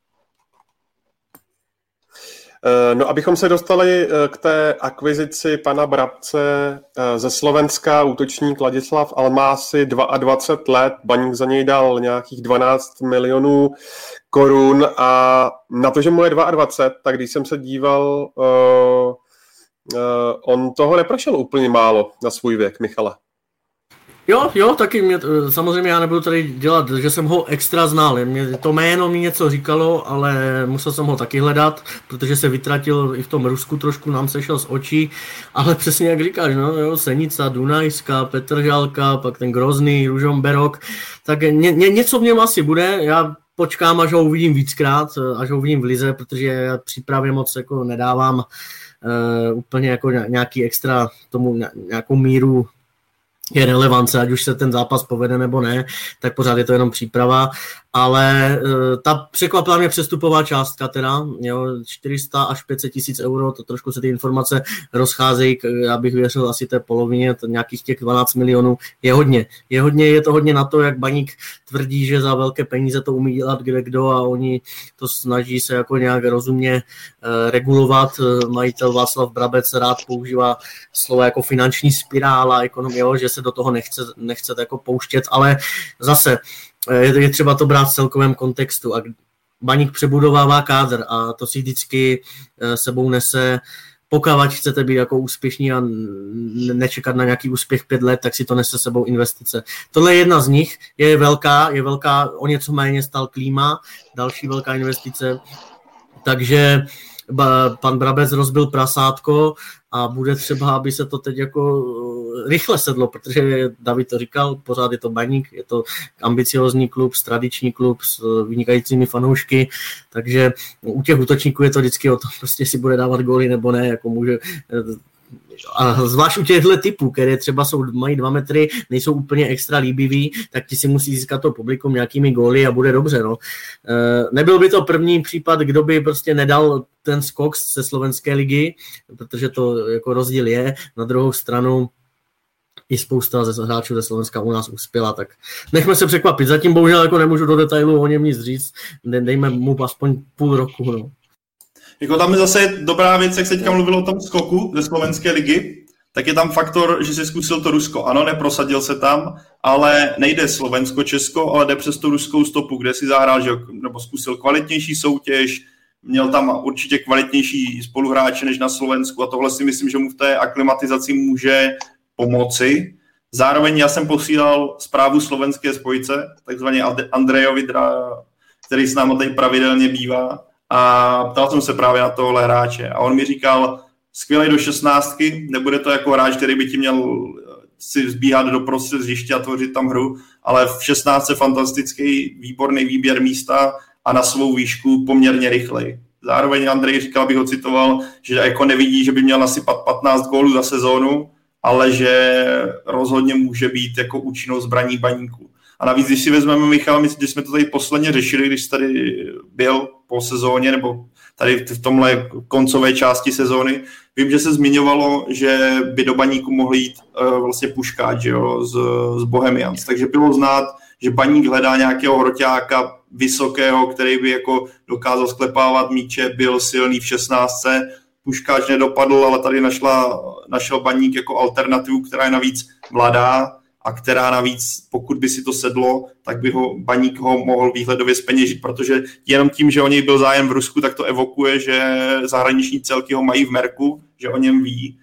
No, abychom se dostali k té akvizici pana Brabce ze Slovenska, útočník Ladislav Almásy, dvacet dva let, Baník za něj dal nějakých dvanáct milionů korun a na to, že mu je dvacet dva, tak když jsem se díval, uh, uh, on toho neprošel úplně málo na svůj věk, Michale. Jo, jo, taky mě, samozřejmě já nebudu tady dělat, že jsem ho extra znal, mě to jméno mi něco říkalo, ale musel jsem ho taky hledat, protože se vytratil i v tom Rusku trošku, nám sešel z očí, ale přesně jak říkáš, no jo, Senica, Dunajská, Petržalka, pak ten Grozný, Ružomberok, tak ně, ně, něco v něm asi bude, já počkám, až ho uvidím víckrát, až ho uvidím v lize, protože já přípravě moc jako nedávám uh, úplně jako nějaký extra tomu nějakou míru je relevance, ať už se ten zápas povede nebo ne, tak pořád je to jenom příprava, ale uh, ta překvapila mě přestupová částka teda, jo, čtyři sta až pět set tisíc euro, to trošku se ty informace rozcházejí, já bych věřil asi té polovině, to nějakých těch dvanáct milionů je hodně, je hodně, je to hodně na to, jak Baník tvrdí, že za velké peníze to umí dělat kdekdo a oni to snaží se jako nějak rozumně uh, regulovat, majitel Václav Brabec rád používá slovo jako finanční spirála, ekonomie, že se do toho nechce, nechce jako pouštět, ale zase je, je třeba to brát v celkovém kontextu a Baník přebudovává kádr a to si vždycky sebou nese, pokud chcete být jako úspěšní a nečekat na nějaký úspěch pět let, tak si to nese sebou investice. Tohle je jedna z nich, je velká, je velká, o něco méně stal Klíma, další velká investice, takže pan Brabec rozbil prasátko a bude třeba, aby se to teď jako rychle sedlo, protože David to říkal, pořád je to Baník, je to ambiciózní klub, tradiční klub s vynikajícími fanoušky, takže u těch útočníků je to vždycky o tom, prostě si bude dávat góly nebo ne, jako může. A zvlášť u těchto typů, které třeba jsou, mají dva metry, nejsou úplně extra líbivý, tak ti si musí získat to publikum nějakými góly a bude dobře. No. E, nebyl by to první případ, kdo by prostě nedal ten skok ze slovenské ligy, protože to jako rozdíl je. Na druhou stranu i spousta ze hráčů ze Slovenska u nás uspěla, tak nechme se překvapit. Zatím bohužel jako nemůžu do detailu o něm nic říct, dejme mu aspoň půl roku. No. Jako tam je zase dobrá věc, jak se teďka mluvilo o tom skoku ze slovenské ligy, tak je tam faktor, že si zkusil to Rusko. Ano, neprosadil se tam, ale nejde Slovensko-Česko, ale jde přes tu ruskou stopu, kde si zahrál, že, nebo zkusil kvalitnější soutěž, měl tam určitě kvalitnější spoluhráče než na Slovensku a tohle si myslím, že mu v té aklimatizaci může pomoci. Zároveň já jsem posílal zprávu slovenské spojice, takzvaně Andrejovi, který s námi tady pravidelně bývá, a ptal jsem se právě na tohle hráče a on mi říkal, skvělej do šestnáctky, nebude to jako hráč, který by ti měl si zbíhat do prostřed hřiště a tvořit tam hru, ale v šestnáctce fantastický, výborný výběr místa a na svou výšku poměrně rychlej. Zároveň Andrej říkal, bych ho citoval, že jako nevidí, že by měl nasypat patnáct gólů za sezónu, ale že rozhodně může být jako účinnou zbraní Baníku. A navíc, když si vezmeme Michal, my, když jsme to tady posledně řešili, když tady byl po sezóně, nebo tady v tomhle koncové části sezóny, vím, že se zmiňovalo, že by do Baníku mohl jít uh, vlastně Puškáč, že jo, z, z Bohemians. Takže bylo znát, že Baník hledá nějakého hroťáka vysokého, který by jako dokázal sklepávat míče, byl silný v šestnáctce. Puškáč nedopadl, ale tady našla, našel Baník jako alternativu, která je navíc mladá a která navíc, pokud by si to sedlo, tak by ho Baník ho mohl výhledově zpeněžit, protože jenom tím, že o něj byl zájem v Rusku, tak to evokuje, že zahraniční celky ho mají v merku, že o něm ví.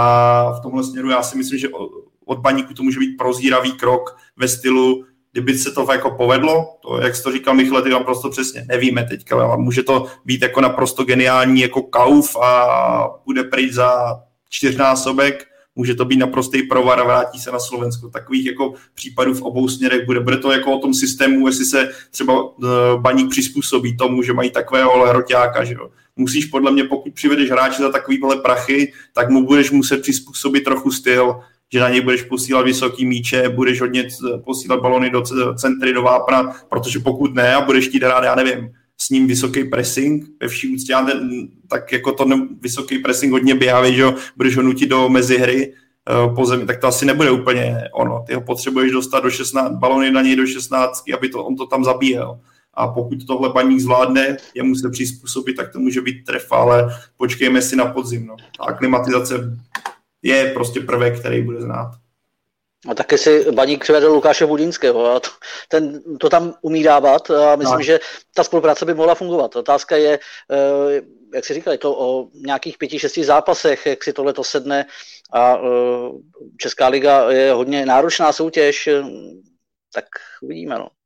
A v tomhle směru já si myslím, že od Baníku to může být prozíravý krok ve stylu, kdyby se to jako povedlo, to, jak jsi to říkal Michale, ty naprosto přesně, nevíme teďka, ale může to být jako naprosto geniální jako kauf a bude pryč za čtyřnásobek, může to být naprostý provar a vrátí se na Slovensko. Takových jako případů v obou směrech bude. Bude to jako o tom systému, jestli se třeba Baník přizpůsobí tomu, že mají takového hroťáka, že jo. Musíš podle mě, pokud přivedeš hráče za takovýhle prachy, tak mu budeš muset přizpůsobit trochu styl, že na něj budeš posílat vysoký míče, budeš hodně posílat balony do centry, do vápna, protože pokud ne a budeš chtít hrát, já nevím, s ním vysoký pressing, ve vší úctě, tak jako to ne, vysoký pressing hodně běhavý, že jo, budeš ho nutit do mezihry uh, po zemi, tak to asi nebude úplně ono. Ty ho potřebuješ dostat do šestnácti, balony na něj do šestnáctky, aby to, on to tam zabíjel. A pokud tohle Baník zvládne, jemu se přizpůsobit, tak to může být trefa, ale počkejme si na podzim. No. A klimatizace je prostě prvek, který bude znát. A taky si Baník přivedl Lukáše Budínského a to, ten to tam umí dávat a myslím, no. že ta spolupráce by mohla fungovat. Otázka je, jak si říkali, to o nějakých pěti, šesti zápasech, jak si tohle to sedne a Česká liga je hodně náročná soutěž, tak uvidíme, no.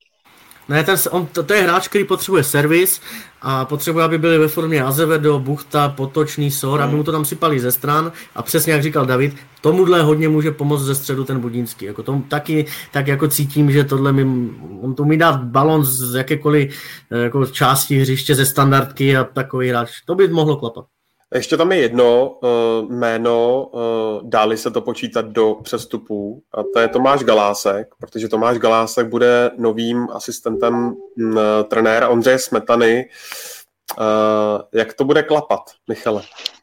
Ne, ten, on, to, to je hráč, který potřebuje servis a potřebuje, aby byli ve formě Azevedo, Buchta, Potočný, Sor, aby mu to tam sypali ze stran a přesně jak říkal David, tomuhle hodně může pomoct ze středu ten Budínský. Jako tomu taky tak jako cítím, že tohle mi, on to umí dát balon z jakékoliv jako části hřiště ze standardky a takový hráč. To by mohlo klapat. Ještě tam je jedno uh, jméno, uh, dá-li se to počítat do přestupů, a to je Tomáš Galásek, protože Tomáš Galásek bude novým asistentem uh, trenéra Ondřeje Smetany. Uh, jak to bude klapat, Michale?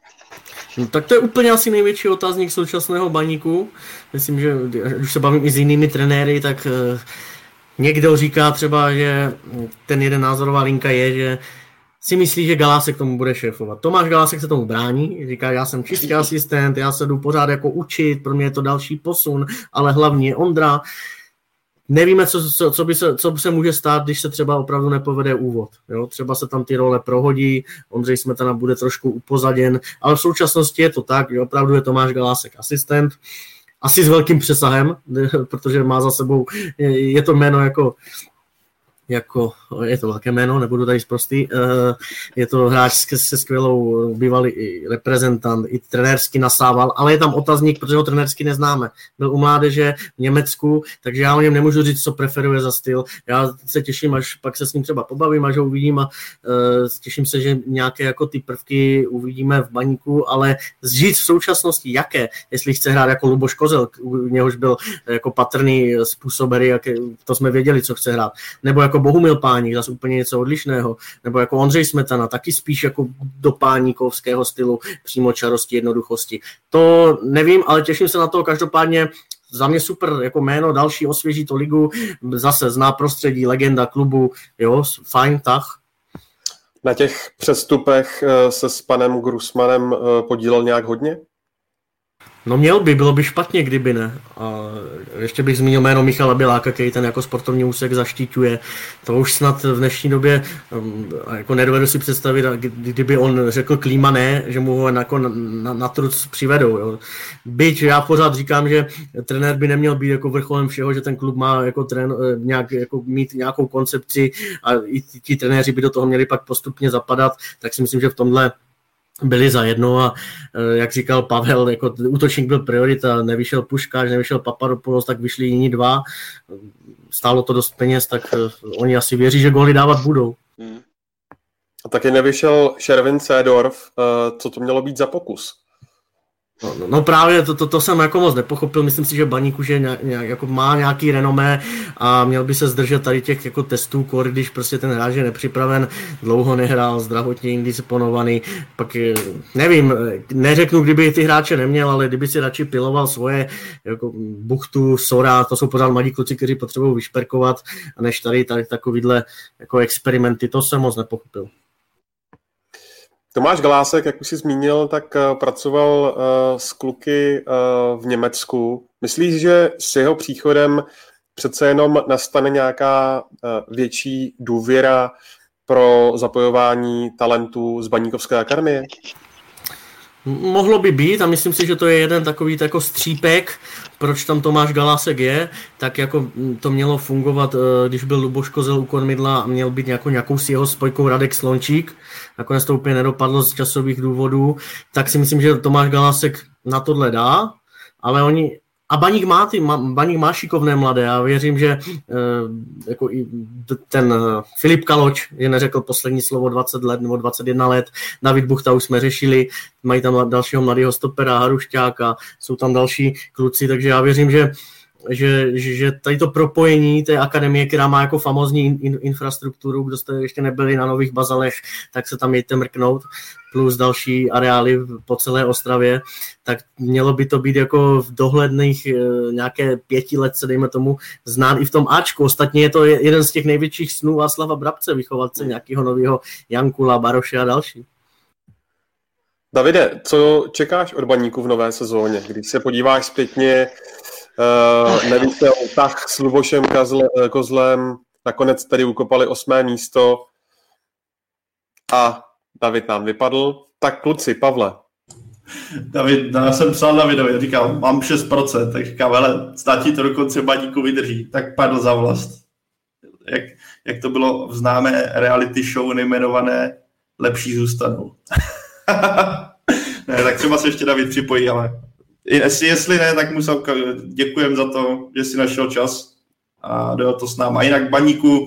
No, tak to je úplně asi největší otázník současného Baníku. Myslím, že už se bavím i s jinými trenéry, tak uh, někdo říká třeba, že ten jeden názorová linka je, že si myslí, že Galásek tomu bude šéfovat. Tomáš Galásek se tomu brání, říká, já jsem čistý asistent, já se jdu pořád jako učit, pro mě je to další posun, ale hlavně je Ondra. Nevíme, co, co, co, by se, co by se může stát, když se třeba opravdu nepovede úvod. Jo? Třeba se tam ty role prohodí, Ondřej Smetana bude trošku upozaděn, ale v současnosti je to tak, že opravdu je Tomáš Galásek asistent, asi s velkým přesahem, protože má za sebou, je, je to jméno jako jako, je to velké jméno, nebudu tady zprostý, je to hráč se skvělou bývalý reprezentant, i trenérsky nasával, ale je tam otazník, protože ho trenérsky neznáme. Byl u mládeže v Německu, takže já o něm nemůžu říct, co preferuje za styl. Já se těším, až pak se s ním třeba pobavím, až ho uvidím a uh, těším se, že nějaké jako ty prvky uvidíme v Baníku, ale říct v současnosti jaké, jestli chce hrát jako Luboš Kozel, u něhož byl jako patrný způsob hry, jaké, to jsme věděli, co chce hrát, nebo jako Bohumil Páník, zase úplně něco odlišného, nebo jako Ondřej Smetana, taky spíš jako do páníkovského stylu přímočarosti, jednoduchosti. To nevím, ale těším se na to, každopádně za mě super jako jméno, další osvěží to ligu, zase zná prostředí, legenda klubu, jo, fajn tah. Na těch přestupech se s panem Grusmanem podílel nějak hodně? No měl by, bylo by špatně, kdyby ne. A ještě bych zmínil jméno Michala Běláka, který ten jako sportovní úsek zaštiťuje. To už snad v dnešní době jako nedovedu si představit, kdyby on řekl Klíma ne, že mu ho jako na, na, na truc přivedou. Jo. Byť já pořád říkám, že trenér by neměl být jako vrcholem všeho, že ten klub má jako trén, nějak, jako mít nějakou koncepci a i ti, ti trenéři by do toho měli pak postupně zapadat, tak si myslím, že v tomhle byli zajedno a jak říkal Pavel, jako útočník byl priorita, nevyšel Puškáč, nevyšel Papadopoulos, tak vyšli jiní dva, stálo to dost peněz, tak oni asi věří, že góly dávat budou. A taky nevyšel Shervin Seedorf, co to mělo být za pokus? No, no, no právě to, to, to jsem jako moc nepochopil, myslím si, že Baník už je nějak, nějak, jako má nějaký renomé a měl by se zdržet tady těch jako testů, kor, když prostě ten hráč je nepřipraven, dlouho nehrál, zdravotně indisponovaný, pak nevím, neřeknu, kdyby ty hráče neměl, ale kdyby si radši piloval svoje, jako Buchtu, Sora, to jsou pořád mladí kluci, kteří potřebují vyšperkovat, a než tady, tady takovýhle jako experimenty, to jsem moc nepochopil. Tomáš Galásek, jak už jsi zmínil, tak pracoval uh, s kluky uh, v Německu. Myslíš, že s jeho příchodem přece jenom nastane nějaká uh, větší důvěra pro zapojování talentů z Baníkovské akademie? Mohlo by být a myslím si, že to je jeden takový jako střípek, proč tam Tomáš Galásek je, tak jako to mělo fungovat, když byl Luboš Kozel u kormidla a měl být nějakou, nějakou s jeho spojkou Radek Slončík, nakonec to úplně nedopadlo z časových důvodů, tak si myslím, že Tomáš Galásek na tohle dá, ale oni a Baník má, ty, Baník má šikovné mladé a věřím, že jako i ten Filip Kaloč, že neřekl poslední slovo dvacet let nebo dvacet jedna let, David Buchta už jsme řešili, mají tam dalšího mladého stopera Harušťáka, jsou tam další kluci, takže já věřím, že Že, že tady to propojení té akademie, která má jako famózní in, infrastrukturu, kdo jste ještě nebyli na Nových Bazalech, tak se tam jeďte mrknout, plus další areály po celé Ostravě, tak mělo by to být jako v dohledných nějaké pěti let se dejme tomu znát i v tom Ačku. Ostatně je to jeden z těch největších snů Václava Brabce, vychovat se nějakého nového Jankula, Baroše a další. Davide, co čekáš od Baníku v nové sezóně? Když se podíváš zpětně, Uh, nevíte, tak s Lubošem Kazle, Kozlem nakonec tady ukopali osmé místo a David nám vypadl. Tak kluci, Pavle. David, já jsem psal Davidovi, říkal, mám šest procent, tak říkal, hele, snad ti to dokonce Baníku vydrží, tak padl za vlast. Jak, jak to bylo v známé reality show nejmenované Lepší zůstanou. Ne, tak třeba se ještě David připojí, ale Jestli, jestli ne, tak mu děkujem za to, že si našel čas a dojel to s náma. A jinak Baníku,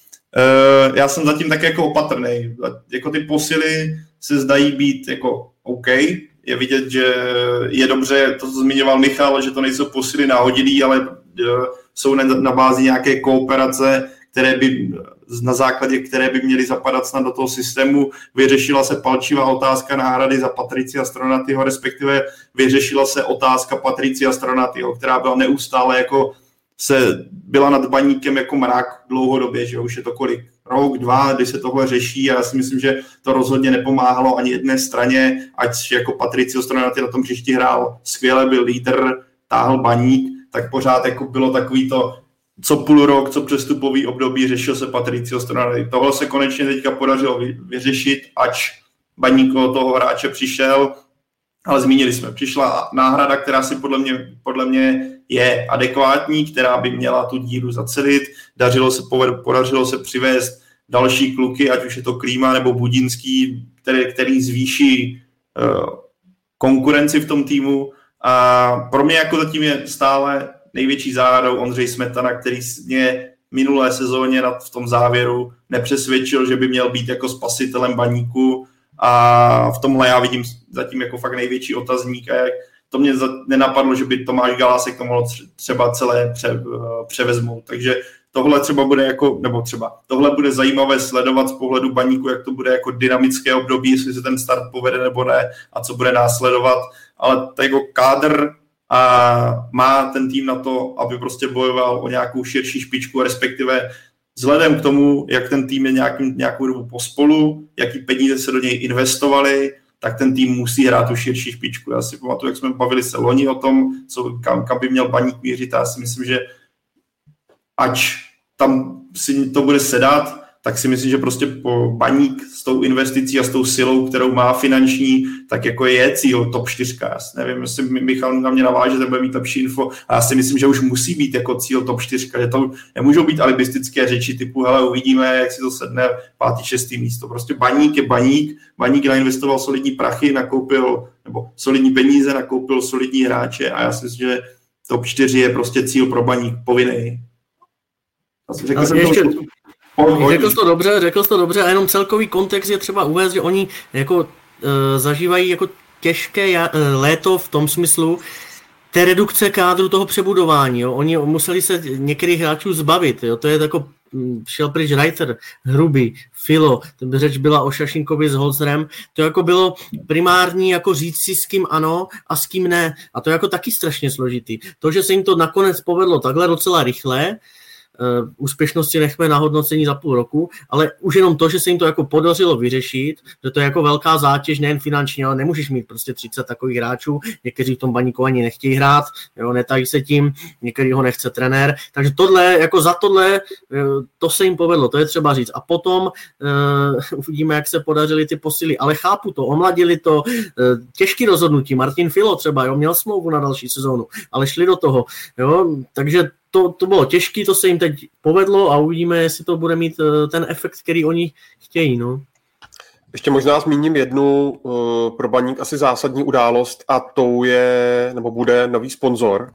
já jsem zatím tak jako opatrný. Jako ty posily se zdají být jako OK. Je vidět, že je dobře, to, co zmiňoval Michal, že to nejsou posily náhodilý, ale jsou na bázi nějaké kooperace, které by, na základě které by měly zapadat snad do toho systému. Vyřešila se palčivá otázka náhrady za Patricia Stronatyho, respektive vyřešila se otázka Patricia Stronatyho, která byla neustále jako se byla nad Baníkem jako mrak dlouhodobě, že už je to kolik? Rok, dva, kdy se tohle řeší a já si myslím, že to rozhodně nepomáhalo ani jedné straně, ať jako Patricio Stronatý na tom příští hrál skvěle, byl lídr, táhl Baník, tak pořád jako bylo takový to co půl rok, co přestupový období, řešil se Patricio Stronatý. Tohle se konečně teďka podařilo vyřešit, ač Baník o toho hráče přišel, ale zmínili jsme, přišla náhrada, která si podle mě, podle mě je adekvátní, která by měla tu díru zacelit. Dařilo se, podařilo se přivést další kluky, ať už je to Klíma nebo Budinský, který, který zvýší uh, konkurenci v tom týmu. A pro mě jako zatím je stále největší záhadou Ondřej Smetana, který mě minulé sezóně v tom závěru nepřesvědčil, že by měl být jako spasitelem Baníku. A v tomhle já vidím zatím jako fakt největší otazník a to mě nenapadlo, že by Tomáš Galásek to mohl třeba celé pře, převezmout. Takže tohle třeba bude jako, nebo třeba tohle bude zajímavé sledovat z pohledu Baníku, jak to bude jako dynamické období, jestli se ten start povede nebo ne a co bude následovat. Ale to jako kádr a má ten tým na to, aby prostě bojoval o nějakou širší špičku, respektive vzhledem k tomu, jak ten tým je nějaký, nějakou dobu pospolu, jaký peníze se do něj investovaly, tak ten tým musí hrát tu širší špičku. Já si pamatuju, jak jsme bavili se loni o tom, co, kam, kam by měl Baník mířit. Já si myslím, že ač tam si to bude sedat, tak si myslím, že prostě po Baník s tou investicí a s tou silou, kterou má finanční, tak jako je cíl top čtyři. Já nevím, jestli Michal na mě naváže, že bude mít lepší info, a já si myslím, že už musí být jako cíl top čtyři, že to nemůžou být alibistické řeči typu, hele, uvidíme, jak si to sedne pátý, šestý místo. Prostě Baník je Baník, Baník nainvestoval solidní prachy, nakoupil, nebo solidní peníze, nakoupil solidní hráče a já si myslím, že top čtyři je prostě cíl pro Baník povinný. Řekl jsem ještě... to... Řekl jsi to dobře, řekl jsi to dobře a jenom celkový kontext je třeba uvést, že oni jako e, zažívají jako těžké léto v tom smyslu té redukce kádru toho přebudování. Jo. Oni museli se některých hráčů zbavit. Jo. To je jako šel pryč Reiter, Hrubý, Filo, řeč byla o Šašinkovi s Holzerem, to jako bylo primární jako říct si s kým ano a s kým ne. A to je jako taky strašně složitý. To, že se jim to nakonec povedlo takhle docela rychle, Uh, úspěšnosti nechme na hodnocení za půl roku, ale už jenom to, že se jim to jako podařilo vyřešit, že to je jako velká zátěž, nejen finanční, ale nemůžeš mít prostě třicet takových hráčů, někteří v tom Baníku ani nechtějí hrát, jo, netají se tím, některý ho nechce trenér, takže tohle, jako za tohle, to se jim povedlo, to je třeba říct. A potom uh, uvidíme, jak se podařily ty posily, ale chápu to, omladili to, uh, těžký rozhodnutí, Martin Filo třeba, jo, měl smlouvu na další sezónu, ale šli do toho, jo, takže To, to bylo těžké, to se jim teď povedlo a uvidíme, jestli to bude mít ten efekt, který oni chtějí. No. Ještě možná zmíním jednu uh, pro Baník asi zásadní událost a tou je, nebo bude nový sponzor.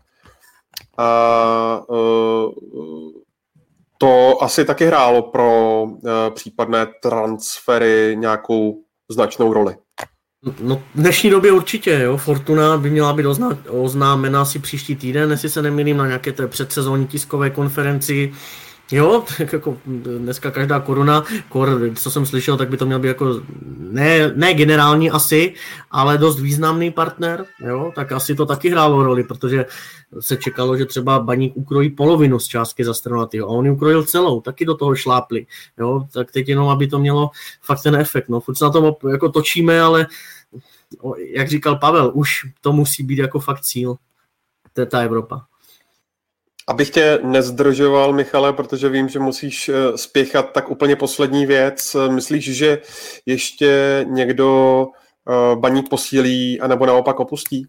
A uh, to asi taky hrálo pro uh, případné transfery nějakou značnou roli. No v dnešní době určitě, jo. Fortuna by měla být ozná, oznámena asi příští týden, jestli se nemýlím, na nějaké té předsezónní tiskové konferenci. Jo, tak jako dneska každá koruna, kor, co jsem slyšel, tak by to měl být jako ne, ne generální asi, ale dost významný partner, jo, tak asi to taky hrálo roli, protože se čekalo, že třeba Baník ukrojí polovinu z částky za Strnatýho a on ji ukrojil celou, taky do toho šlápli, jo, tak teď jenom, aby to mělo fakt ten efekt, no, furt se na tom jako točíme, ale jak říkal Pavel, už to musí být jako fakt cíl, to je ta Evropa. Abych tě nezdržoval, Michale, protože vím, že musíš spěchat, tak úplně poslední věc. Myslíš, že ještě někdo Baník posílí, anebo naopak opustí?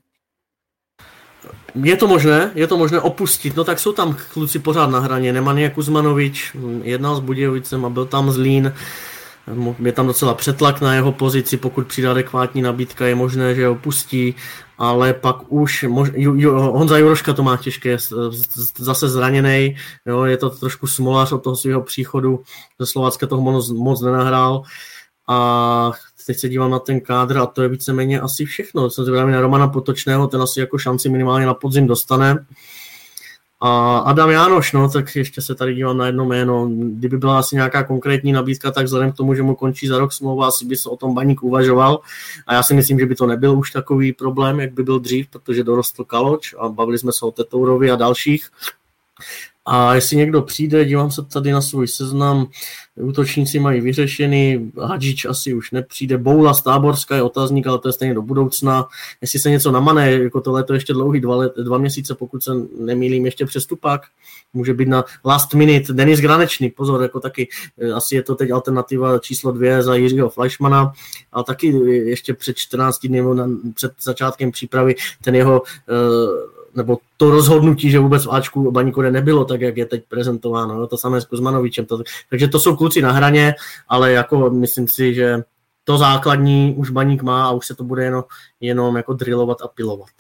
Je to možné, je to možné opustit. No tak jsou tam kluci pořád na hraně. Nemanja Kuzmanovič jednal s Budějovicem a byl tam Zlín. Je tam docela přetlak na jeho pozici, pokud přijde adekvátní nabídka, je možné, že ho pustí, ale pak už mož, ju, ju, Honza Juroška to má těžké, zase zraněnej, jo, je to trošku smolař od toho svého příchodu, ze Slovácka toho moc, moc nenahrál a teď se dívám na ten kádr a to je víceméně asi všechno. Jsem zvědavý na Romana Potočného, ten asi jako šanci minimálně na podzim dostane. A Adam Jánoš, no, tak ještě se tady dívám na jedno jméno. Kdyby byla asi nějaká konkrétní nabídka, tak vzhledem k tomu, že mu končí za rok smlouva, asi by se o tom Baník uvažoval. A já si myslím, že by to nebyl už takový problém, jak by byl dřív, protože dorostl Kaloč a bavili jsme se o Tetourovi a dalších. A jestli někdo přijde, dívám se tady na svůj seznam, útočníci mají vyřešený, Hadžič asi už nepřijde, Boula z Táborska je otazník, ale to je stejně do budoucna. Jestli se něco namane, jako tohle to ještě dlouhý dva, let, dva měsíce, pokud se nemýlím, ještě přestupák, může být na last minute. Denis Granečný, pozor, jako taky, asi je to teď alternativa číslo dvě za Jiřího Fleischmana, a taky ještě před čtrnácti dny, před začátkem přípravy, ten jeho nebo to rozhodnutí, že vůbec v Ačku Baníku nebylo tak, jak je teď prezentováno, jo? To samé s Kuzmanovičem. To, takže to jsou kluci na hraně, ale jako myslím si, že to základní už Baník má a už se to bude jenom, jenom jako drillovat a pilovat.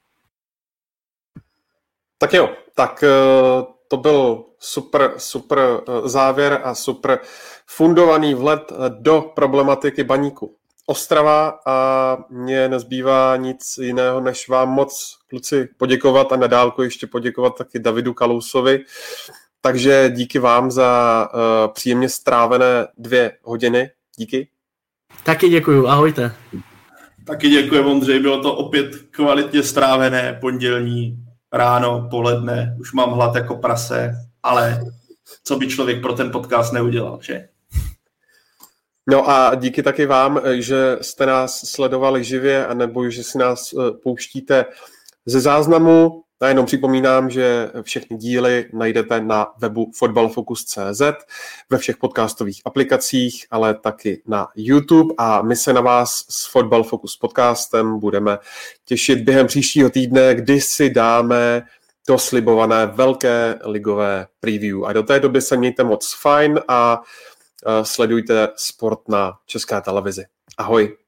Tak jo, tak to byl super, super závěr a super fundovaný vhled do problematiky Baníku Ostrava a mně nezbývá nic jiného, než vám moc, kluci, poděkovat a na dálku ještě poděkovat taky Davidu Kalousovi. Takže díky vám za uh, příjemně strávené dvě hodiny. Díky. Taky děkuju, ahojte. Taky děkuji, Ondřej, bylo to opět kvalitně strávené pondělní ráno, poledne, už mám hlad jako prase, ale co by člověk pro ten podcast neudělal, že? No a díky taky vám, že jste nás sledovali živě, anebo že si nás pouštíte ze záznamu. Já jenom připomínám, že všechny díly najdete na webu fotbalfocus tečka cé zet, ve všech podcastových aplikacích, ale taky na YouTube a my se na vás s Fotbal Focus podcastem budeme těšit během příštího týdne, kdy si dáme to slibované velké ligové preview. A do té doby se mějte moc fajn a sledujte sport na České televizi. Ahoj.